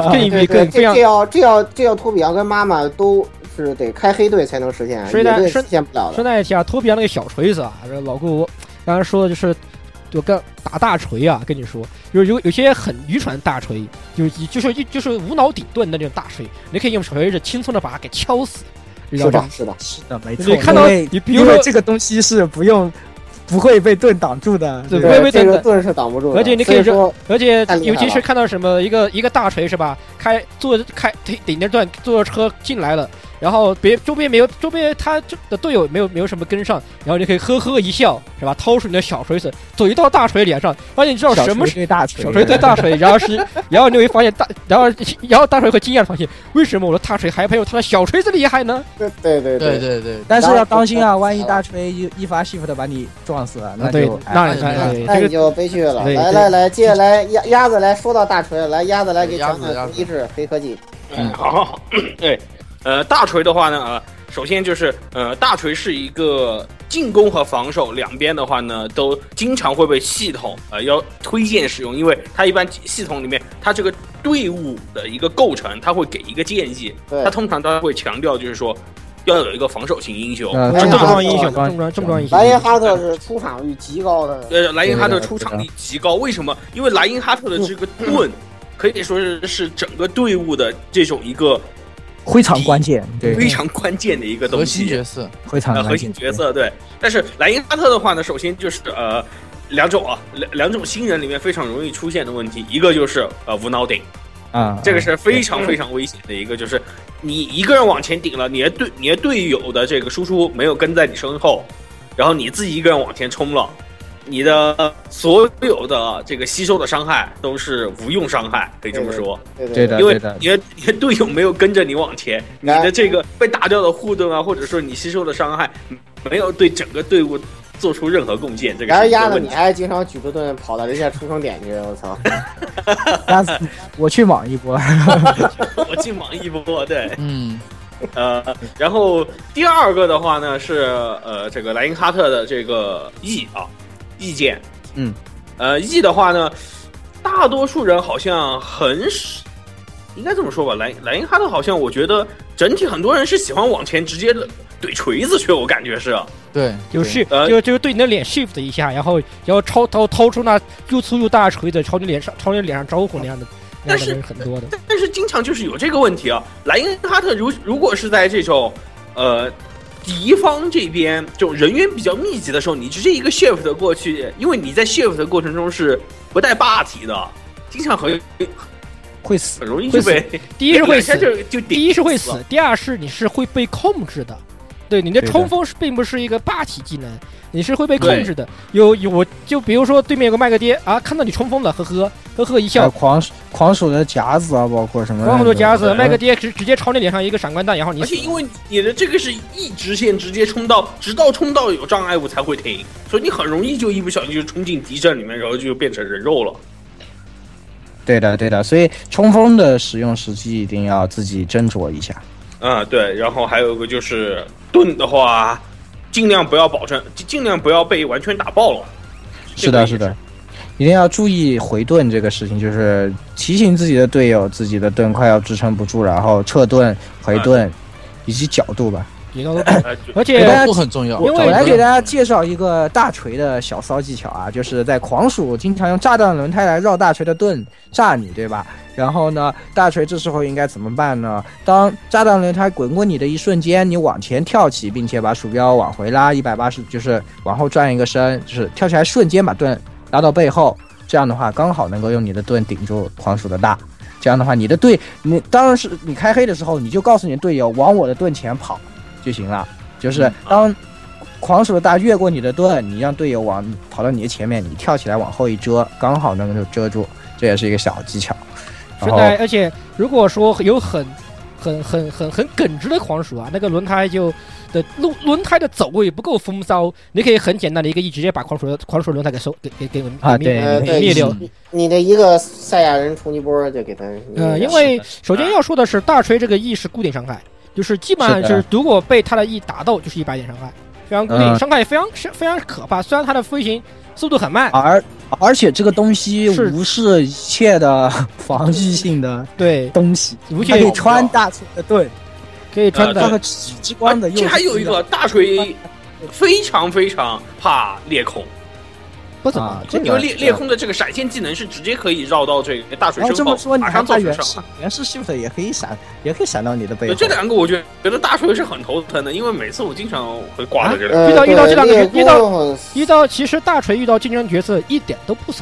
这要托比昂跟妈妈都是得开黑队才能实现，野队实现不了的。 顺带一提啊，托比昂那个小锤子啊，这老顾刚才说的就跟打大锤啊，跟你说有些很愚蠢的大锤，就是无脑顶盾的那种大锤，你可以用锤子轻松的把它给敲死。 是的， 没错。 你看到你比如说这个东西是不会被盾挡住的， 对，不会被盾是挡不住的。 而且你可以说，而且尤其是看到什么一个大锤是吧？顶着盾坐着车进来了， 然后周边他的队友没有什么跟上，然后你可以呵呵一笑，是吧？掏出你的小锤子怼到大锤脸上，发现你知道什么是大锤， 小锤对大锤，然后你会发现然后大锤会惊讶的发现，为什么我的大锤还没有他的小锤子厉害呢？ 对， 但是要当心啊，万一大锤一发shift的把你撞死了，那就那你就悲剧了。来，接下来鸭子来说到大锤，来鸭子来给讲讲一致黑科技。 好，对，大锤的话呢，首先就是大锤是一个进攻和防守两边的话呢，都经常会被系统要推荐使用，因为它一般系统里面它这个队伍的一个构成，它会给一个建议，它通常都会强调就是说要有一一个防守型英雄， 重装英雄。 莱因哈特是出场率极高的， 莱因哈特出场率极高，为什么？因为莱因哈特的这个盾可以说是整个队伍的这种一个非常关键，对， 非常关键的一个东西， 核心角色， 非常核心角色，对。但是莱因哈特的话呢，首先就是两种新人里面非常容易出现的问题，一个就是无脑顶。这个是非常非常危险的一个，就是你一个人往前顶了，你的队友的这个输出没有跟在你身后，然后你自己一个人往前冲了，你的所有的这个吸收的伤害都是无用伤害，可以这么说。 对的， 因为你的队友没有跟着你往前，你的这个被打掉的护盾啊，或者说你吸收的伤害，没有对整个队伍做出任何贡献，这个是一个问题。 你还经常举着盾跑到人家出生点去，我操！ 我去莽一波， 我去莽一波，对，然后第二个的话呢是这个莱因哈特的这个意见，E 的话呢，大多数人好像应该这么说吧，莱因哈特好像我觉得整体很多人是喜欢往前直接怼锤子去，我感觉是。 对，就是对你的脸 shift 一下，然后掏出那又粗又大的锤子朝你脸上招呼那样的人很多的。 但是经常就是有这个问题啊，莱因哈特如果是在这种敌方这边这种人员比较密集的时候，你直接一个 shift 过去，因为你在 shift 的过程中是不带霸体的，经常会死， 很容易就被第一是会死，第一是会死，第二是你是会被控制的。对，你的冲锋并不是一个霸体技能，你是会被控制的。我就比如说对面有个麦克爹啊，看到你冲锋了，呵呵一笑。 狂鼠的夹子啊，包括什么？ 狂鼠的夹子，麦克爹直接朝你脸上一个闪光弹，然后你。 而且因为你的这个是一直线直接冲到，直到冲到有障碍物才会停，所以你很容易就一不小心就冲进敌阵里面，然后就变成人肉了。 对的，所以冲锋的使用时机一定要自己斟酌一下。 对，然后还有一个就是盾的话，尽量不要被完全打爆了。 是的，一定要注意回盾这个事情，就是提醒自己的队友，自己的盾快要支撑不住，然后撤盾、回盾以及角度吧。 而且都很重要。 我来给大家介绍一个大锤的小骚技巧啊，就是在狂鼠经常用炸弹轮胎来绕大锤的盾炸你，对吧？然后呢，大锤这时候应该怎么办呢？当炸弹轮胎滚过你的一瞬间，你往前跳起，并且把鼠标往回拉180，就是往后转一个身，就是跳起来瞬间把盾拉到背后，这样的话刚好能够用你的盾顶住狂鼠的大。这样的话，你当然是你开黑的时候，你就告诉你的队友往我的盾前跑就行了。就是当狂鼠的大越过你的盾，你让队友跑到你的前面，你跳起来往后一遮，刚好能够遮住，这也是一个小技巧。 是的，而且如果说有很耿直的狂鼠啊，那个轮胎轮胎的走位不够风骚，你可以很简单的一个直接把狂鼠轮胎给灭掉。 你的一个赛亚人冲击波就给他。 因为首先要说的是，大锤这个 E 是固定伤害，就是基本上是如果被他的 E 打到就是100点伤害，非常固定，伤害非常可怕。虽然它的飞行速度很慢， 而且这个东西无视一切的防御性的东西，可以穿大锤的盾， 可以穿的直光的。 还有一个大锤非常非常怕裂空， 不怎么， 因为裂空的这个闪现技能是直接可以绕到这个大锤身后，马上造成伤害。 原始 shift 也可以闪到你的背后。 这两个我觉得大锤是很头疼的，因为每次我经常会挂在这里。 遇到这两个其实大锤遇到竞争角色一点都不怂，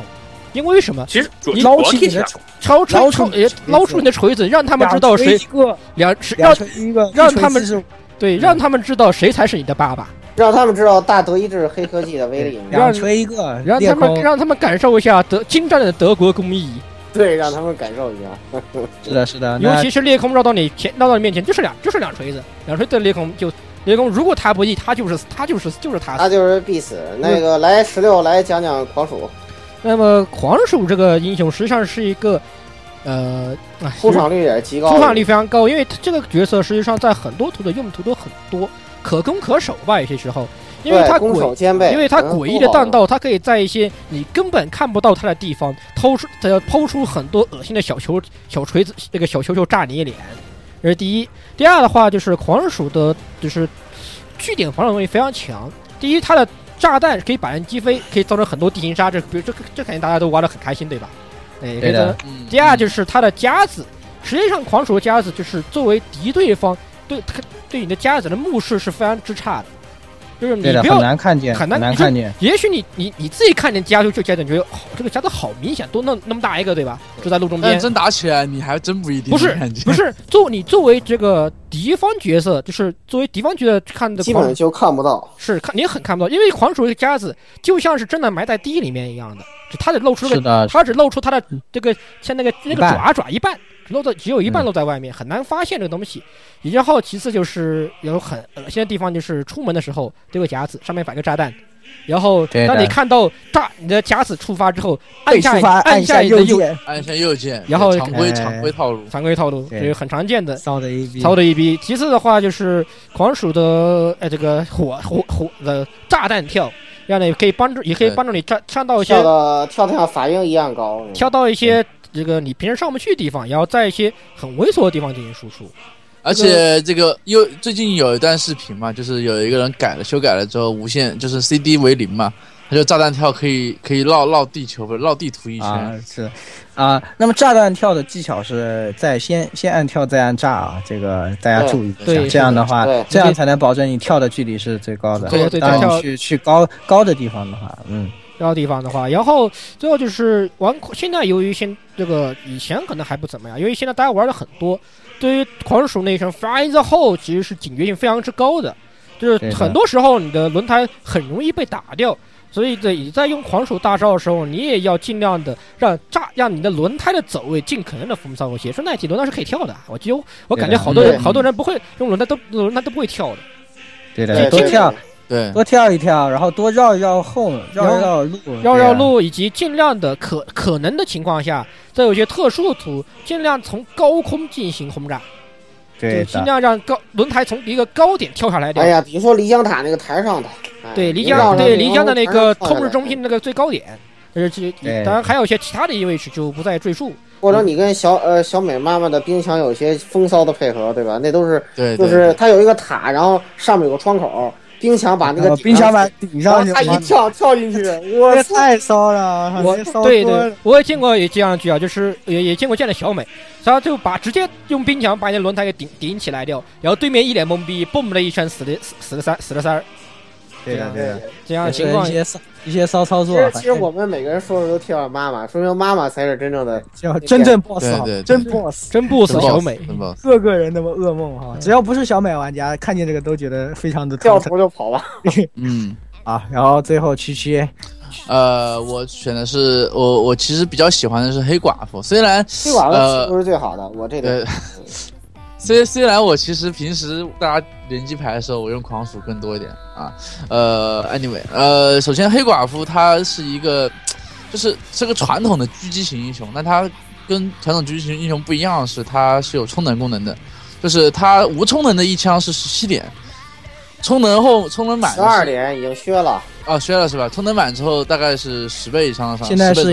因为什么？ 其实主捞要起你的捞出你的锤子，让他们知道谁让他们让他们知道谁才是你的爸爸， 让他们知道大德意志黑科技的威力， 两锤一个， 让他们感受一下精湛的德国工艺。 对，让他们感受一下。 是的，是的。 尤其是裂空绕到你面前，就是两锤子，两锤子裂空裂空，如果他不义，他就是他就是必死。那个来16来讲讲狂鼠。 那么狂鼠这个英雄实际上是一个出场率也极高， 出场率非常高，因为这个角色实际上在很多图的用途都很多，可攻可守吧，有些时候。因为它诡异的弹道，它可以在一些你根本看不到它的地方抛出很多恶心的小锤子，那个小球炸你脸。这是第一。第二的话就是狂鼠的，就是据点防守能力非常强。第一，它的炸弹可以把人击飞，可以造成很多地形杀。这肯定大家都玩得很开心，对吧？ 对的。 第二就是它的夹子，实际上狂鼠的夹子就是作为敌对方对你的夹子的目视是非常之差的。就是你不要很难看见，很难看见。 也许你自己看见夹子就觉得这个夹子好明显，都那么大一个，对吧？就在路中间。 但真打起来，你还真不一定看见。 不是，作为这个敌方角色，就是作为敌方角色看的， 基本就看不到。 是你很看不到，因为狂鼠的夹子就像是真的埋在地里面一样的，它只露出它的这个像那个爪一半。只有一半露在外面，很难发现这个东西。然后其次就是有很恶心的地方，就是出门的时候这个夹子上面摆个炸弹，然后当你看到你的夹子触发之后，按下右键， 然后常规套路，这是很常见的骚的一逼。其次的话就是狂鼠的这个火的炸弹跳。让你可以帮助你上到一些跳得像法鹰一样高， 跳到一些这个你平时上不去的地方，然后在一些很猥琐的地方进行输出。 而且这个最近有一段视频嘛，就是有一个人修改了之后，无限就是 CD 为0嘛，他就炸弹跳可以绕地球不是绕地图一圈。 是那么炸弹跳的技巧是在先按跳再按炸啊，这个大家注意一下。这样的话，这样才能保证你跳的距离是最高的。 对， 当你去高的地方的话， 高地方的话，然后最后就是现在由于这个以前可能还不怎么样，因为现在大家玩的很多，对于狂鼠那一声 Fire the Hole 其实是警觉性非常之高的，就是很多时候你的轮胎很容易被打掉。所以你在用狂鼠大招的时候，你也要尽量的让你的轮胎的走位尽可能的风骚一些。说那几轮胎是可以跳的，我感觉好多人不会用轮胎都不会跳的。 对的，多跳一跳，然后多绕一绕后，绕路，以及尽量的可能的情况下，在有些特殊的图，尽量从高空进行轰炸。对，尽量让轮胎从一个高点跳下来。 哎呀，比如说漓江塔那个台上的， 对漓江的那个控制中心那个最高点，当然还有一些其他的位置就不再赘述。 或者你跟小美妈妈的冰墙有些风骚的配合，对吧？那都是就是它有一个塔，然后上面有个窗口。冰墙把那个冰墙板顶上去， 他一跳进去， 我太骚了！ 对，我也见过这样的剧啊，就是也见过这样的小美，他就直接用冰墙把你的轮胎给顶起来掉，然后对面一脸懵逼，嘣的一声死了三。 对的， 这样的情况一些骚操作。 其实我们每个人说的都贴到妈妈，说明妈妈才是真正的真正 boss， 真 boss 小美， 各个人的噩梦哈。只要不是小美玩家，看见这个都觉得非常的掉头就跑吧。 然后最后区， 我选的是我其实比较喜欢的是黑寡妇，虽然黑寡妇不是最好的，我这个。 虽然我其实平时大家联机牌的时候，我用狂鼠更多一点啊。anyway， 首先黑寡妇她是一个，是个传统的狙击型英雄，那她跟传统狙击型英雄不一样的是，她是有充能功能的，就是她无充能的一枪是17点，充能满 12点已经削了。 削了是吧？充能满之后大概是10倍以上的伤。 现在是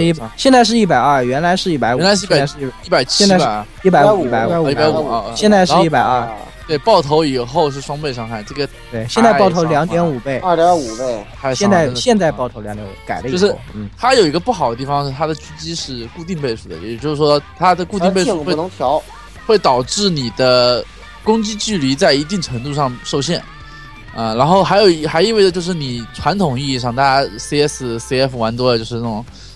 120，原来是150， 原来是170吧 ？150，现在是120。 对，爆头以后是双倍伤害，这个对，现在爆头2.5倍 ，2.5倍。 现在爆头2.5改了以后， 就是它有一个不好的地方是它的狙击是固定倍数的，也就是说它的固定倍数不能调， 会导致你的攻击距离在一定程度上受限。然后还意味着就是你传统意义上大家 CS、CF 玩多了，就是那种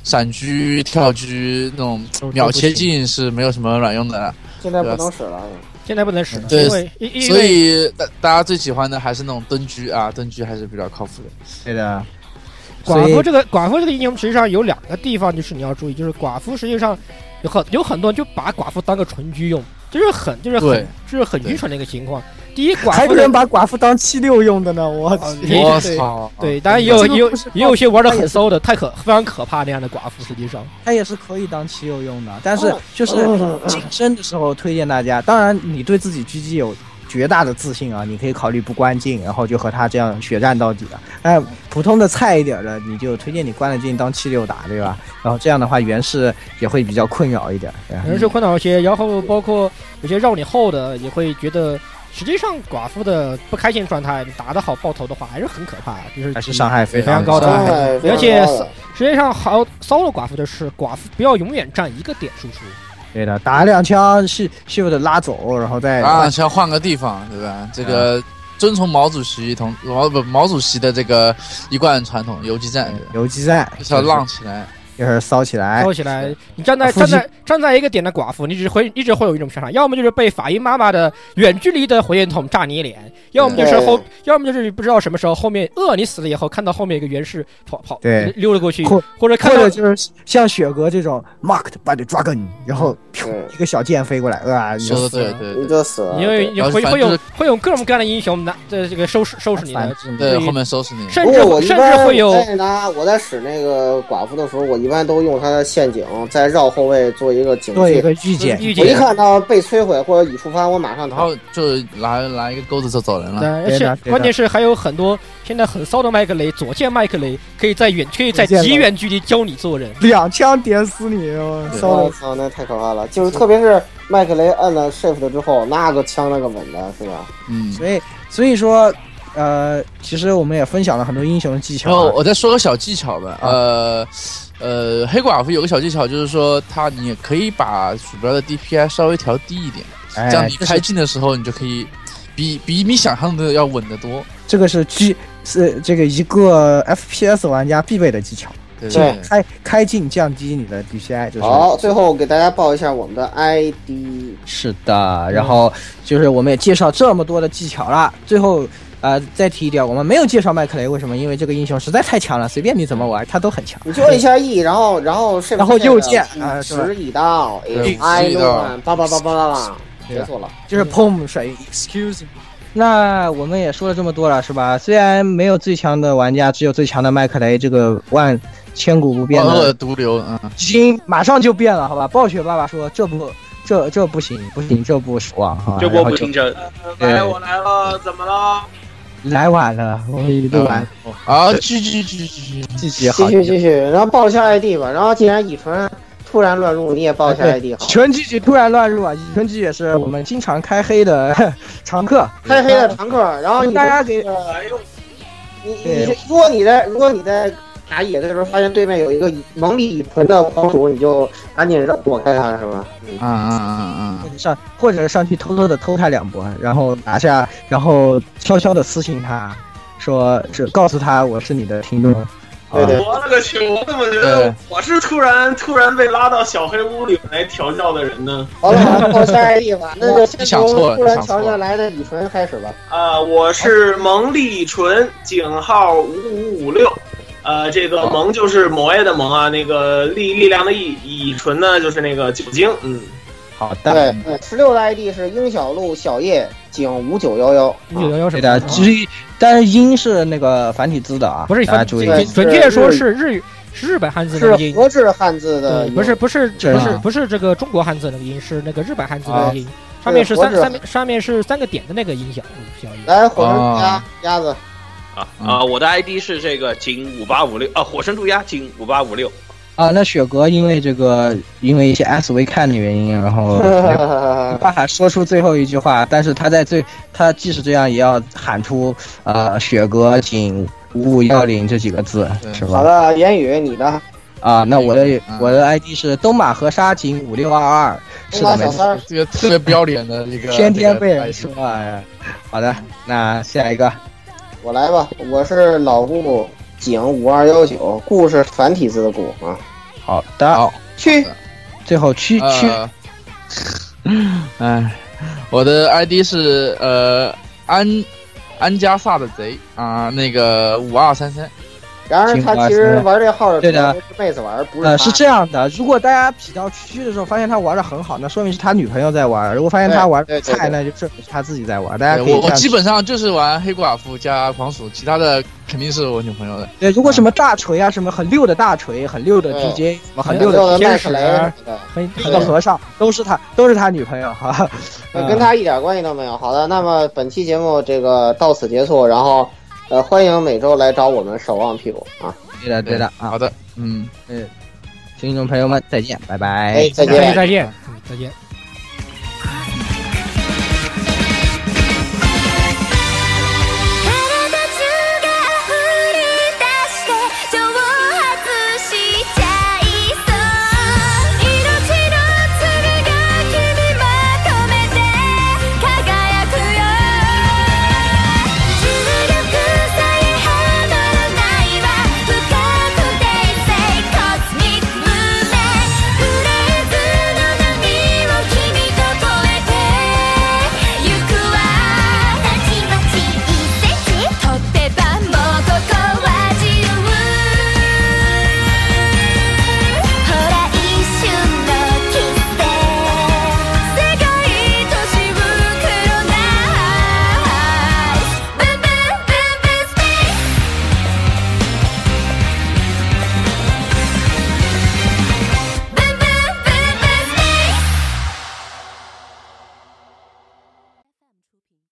闪狙、跳狙那种秒切近是没有什么卵用的了。 现在不能使了。 现在不能使， 对， 因为所以大家最喜欢的还是那种蹲狙啊，蹲狙还是比较靠谱的。 对的。 寡妇这个英雄实际上有2个地方，就是你要注意，就是寡妇实际上有很多人就把寡妇当个纯狙用，就是很愚蠢的一个情况。第一，寡妇还有人把寡妇当76用的呢，我操！ 对，当然也有些玩的很骚的，非常可怕那样的寡妇，实际上它也是可以当76用的，但是就是谨慎的时候推荐大家。当然，你对自己狙击有绝大的自信啊，你可以考虑不关镜，然后就和他这样血战到底了。但普通的菜一点的，你就推荐你关了镜当76打，对吧？然后这样的话，原氏也会比较困扰一点， 原氏困扰一些，然后包括有些绕你后的也会觉得。实际上，寡妇的不开心状态打得好爆头的话，还是很可怕，就是还是伤害非常高的。而且实际上好骚了寡妇的是，寡妇不要永远占一个点输出。 对的，打2枪秀的拉走，然后再打2枪换个地方，对吧？这个遵从毛主席的这个一贯传统，游击战，就是要浪起来。 就是烧起来， 你站在一个点的寡妇，你一直会有一种想法，要么就是被法医妈妈的远距离的火箭筒炸你脸，要么就是不知道什么时候后面你死了以后，看到后面有一个原氏跑溜了过去，或者就是像雪哥这种 marked by the dragon， 然后一个小剑飞过来， 说的对， 你就死了， 因为你会有各种各样的英雄这个收拾你的， 对，后面收拾你， 甚至会有我在使那个寡妇的时候，我一般都用它的陷阱，再绕后卫做一个警戒，做一个预警。 我一看到被摧毁或者已触发，我马上然后就拿一个钩子就走人了。 对，而且关键是还有很多现在很骚的麦克雷，左键麦克雷可以在极远距离教你做人 ，2枪点死你！ 我操，那太可怕了！就是特别是麦克雷按了 Shift 之后，那个枪那个稳的是吧？ 所以说。其实我们也分享了很多英雄的技巧。 我再说个小技巧吧。黑寡妇有个小技巧，就是说你也可以把鼠标的 DPI 稍微调低一点，这样你开镜的时候你就可以比你想象的要稳得多。 这个是这个一个 FPS 玩家必备的技巧。 对， 开镜降低你的 DPI。就是好，最后给大家报一下我们的 ID。 是的，然后就是我们也介绍这么多的技巧了，最后。再提一点，我们没有介绍麦克雷，为什么？因为这个英雄实在太强了，随便你怎么玩，他都很强。 你就按一下 E， 然后右键 10一刀 ，I 乱叭，结束了， 就是砰甩 Excuse me。那我们也说了这么多了，是吧？虽然没有最强的玩家，只有最强的麦克雷，这个千古不变的毒瘤， 已经马上就变了，好吧？暴雪爸爸说这不行，这不失望哈。 这波不听真。我来了，怎么了？ 来晚了，我们一路完。 好，继续，然后报一下 ID 吧。然后既然乙醇突然乱入，你也报一下 ID 好。 纯继续突然乱入啊！乙醇继也是我们经常开黑的常客， 然后大家给如果你在打野的时候发现对面有一个蒙里乙醇的狂鼠，你就赶紧躲开他，是吧？ 或者上去偷偷的偷他2波，然后拿下，然后悄悄的私信他，说是告诉他我是你的听众。 对， 我勒个去！我怎么觉得我是突然被拉到小黑屋里来调教的人呢？ 好了，报下 ID 吧。那就先从突然调教来的乙醇开始吧。 我是蒙利醇，井号5556。这个蒙就是某 A 的蒙啊，那个力量的乙醇呢就是那个酒精。 好的。 对，16的 ID 是鹰小路小叶井5911。 5911 是的，但是鹰是那个繁体字的啊， 不是大家注意。 准确说是日本汉字的音， 是合制汉字的， 不是这个中国汉字那个音，是那个日本汉字的音。上面是3个点的那个音小叶。 来，火神鸭子。 我的 ID 是这个井5856火神渡鸦井5856。 那雪哥因为一些 SV 看的原因，然后没办法说出最后一句话，但是他即使这样也要喊出雪哥井5510这几个字，是吧？ 好的，言语你的那我的 ID 是东马河沙井5622，是的，没错， 这个特别不要脸的一个， 天天被人说。好的，那下一个我来吧，我是老顾井5219，顾是繁体字的顾啊。 好的， 好， 去最后去， 哎，我的 ID 是安加萨的贼啊，那个5233。 然而他其实玩这号的对的是妹子玩，不是他。 是这样的，如果大家匹到区的时候发现他玩的很好，那说明是他女朋友在玩；如果发现他玩的菜，那就证明是他自己在玩。大家可以我基本上就是玩黑寡妇加狂鼠，其他的肯定是我女朋友的。 对，如果什么大锤啊，什么很溜的大锤、很溜的 DJ、什么很溜的天使、 很溜的和尚，都是他女朋友哈。 跟他一点关系都没有。好的，那么本期节目这个到此结束，然后欢迎每周来找我们守望屁股啊。 对的啊， 好的， 听众朋友们再见，拜拜， 再见。 再见。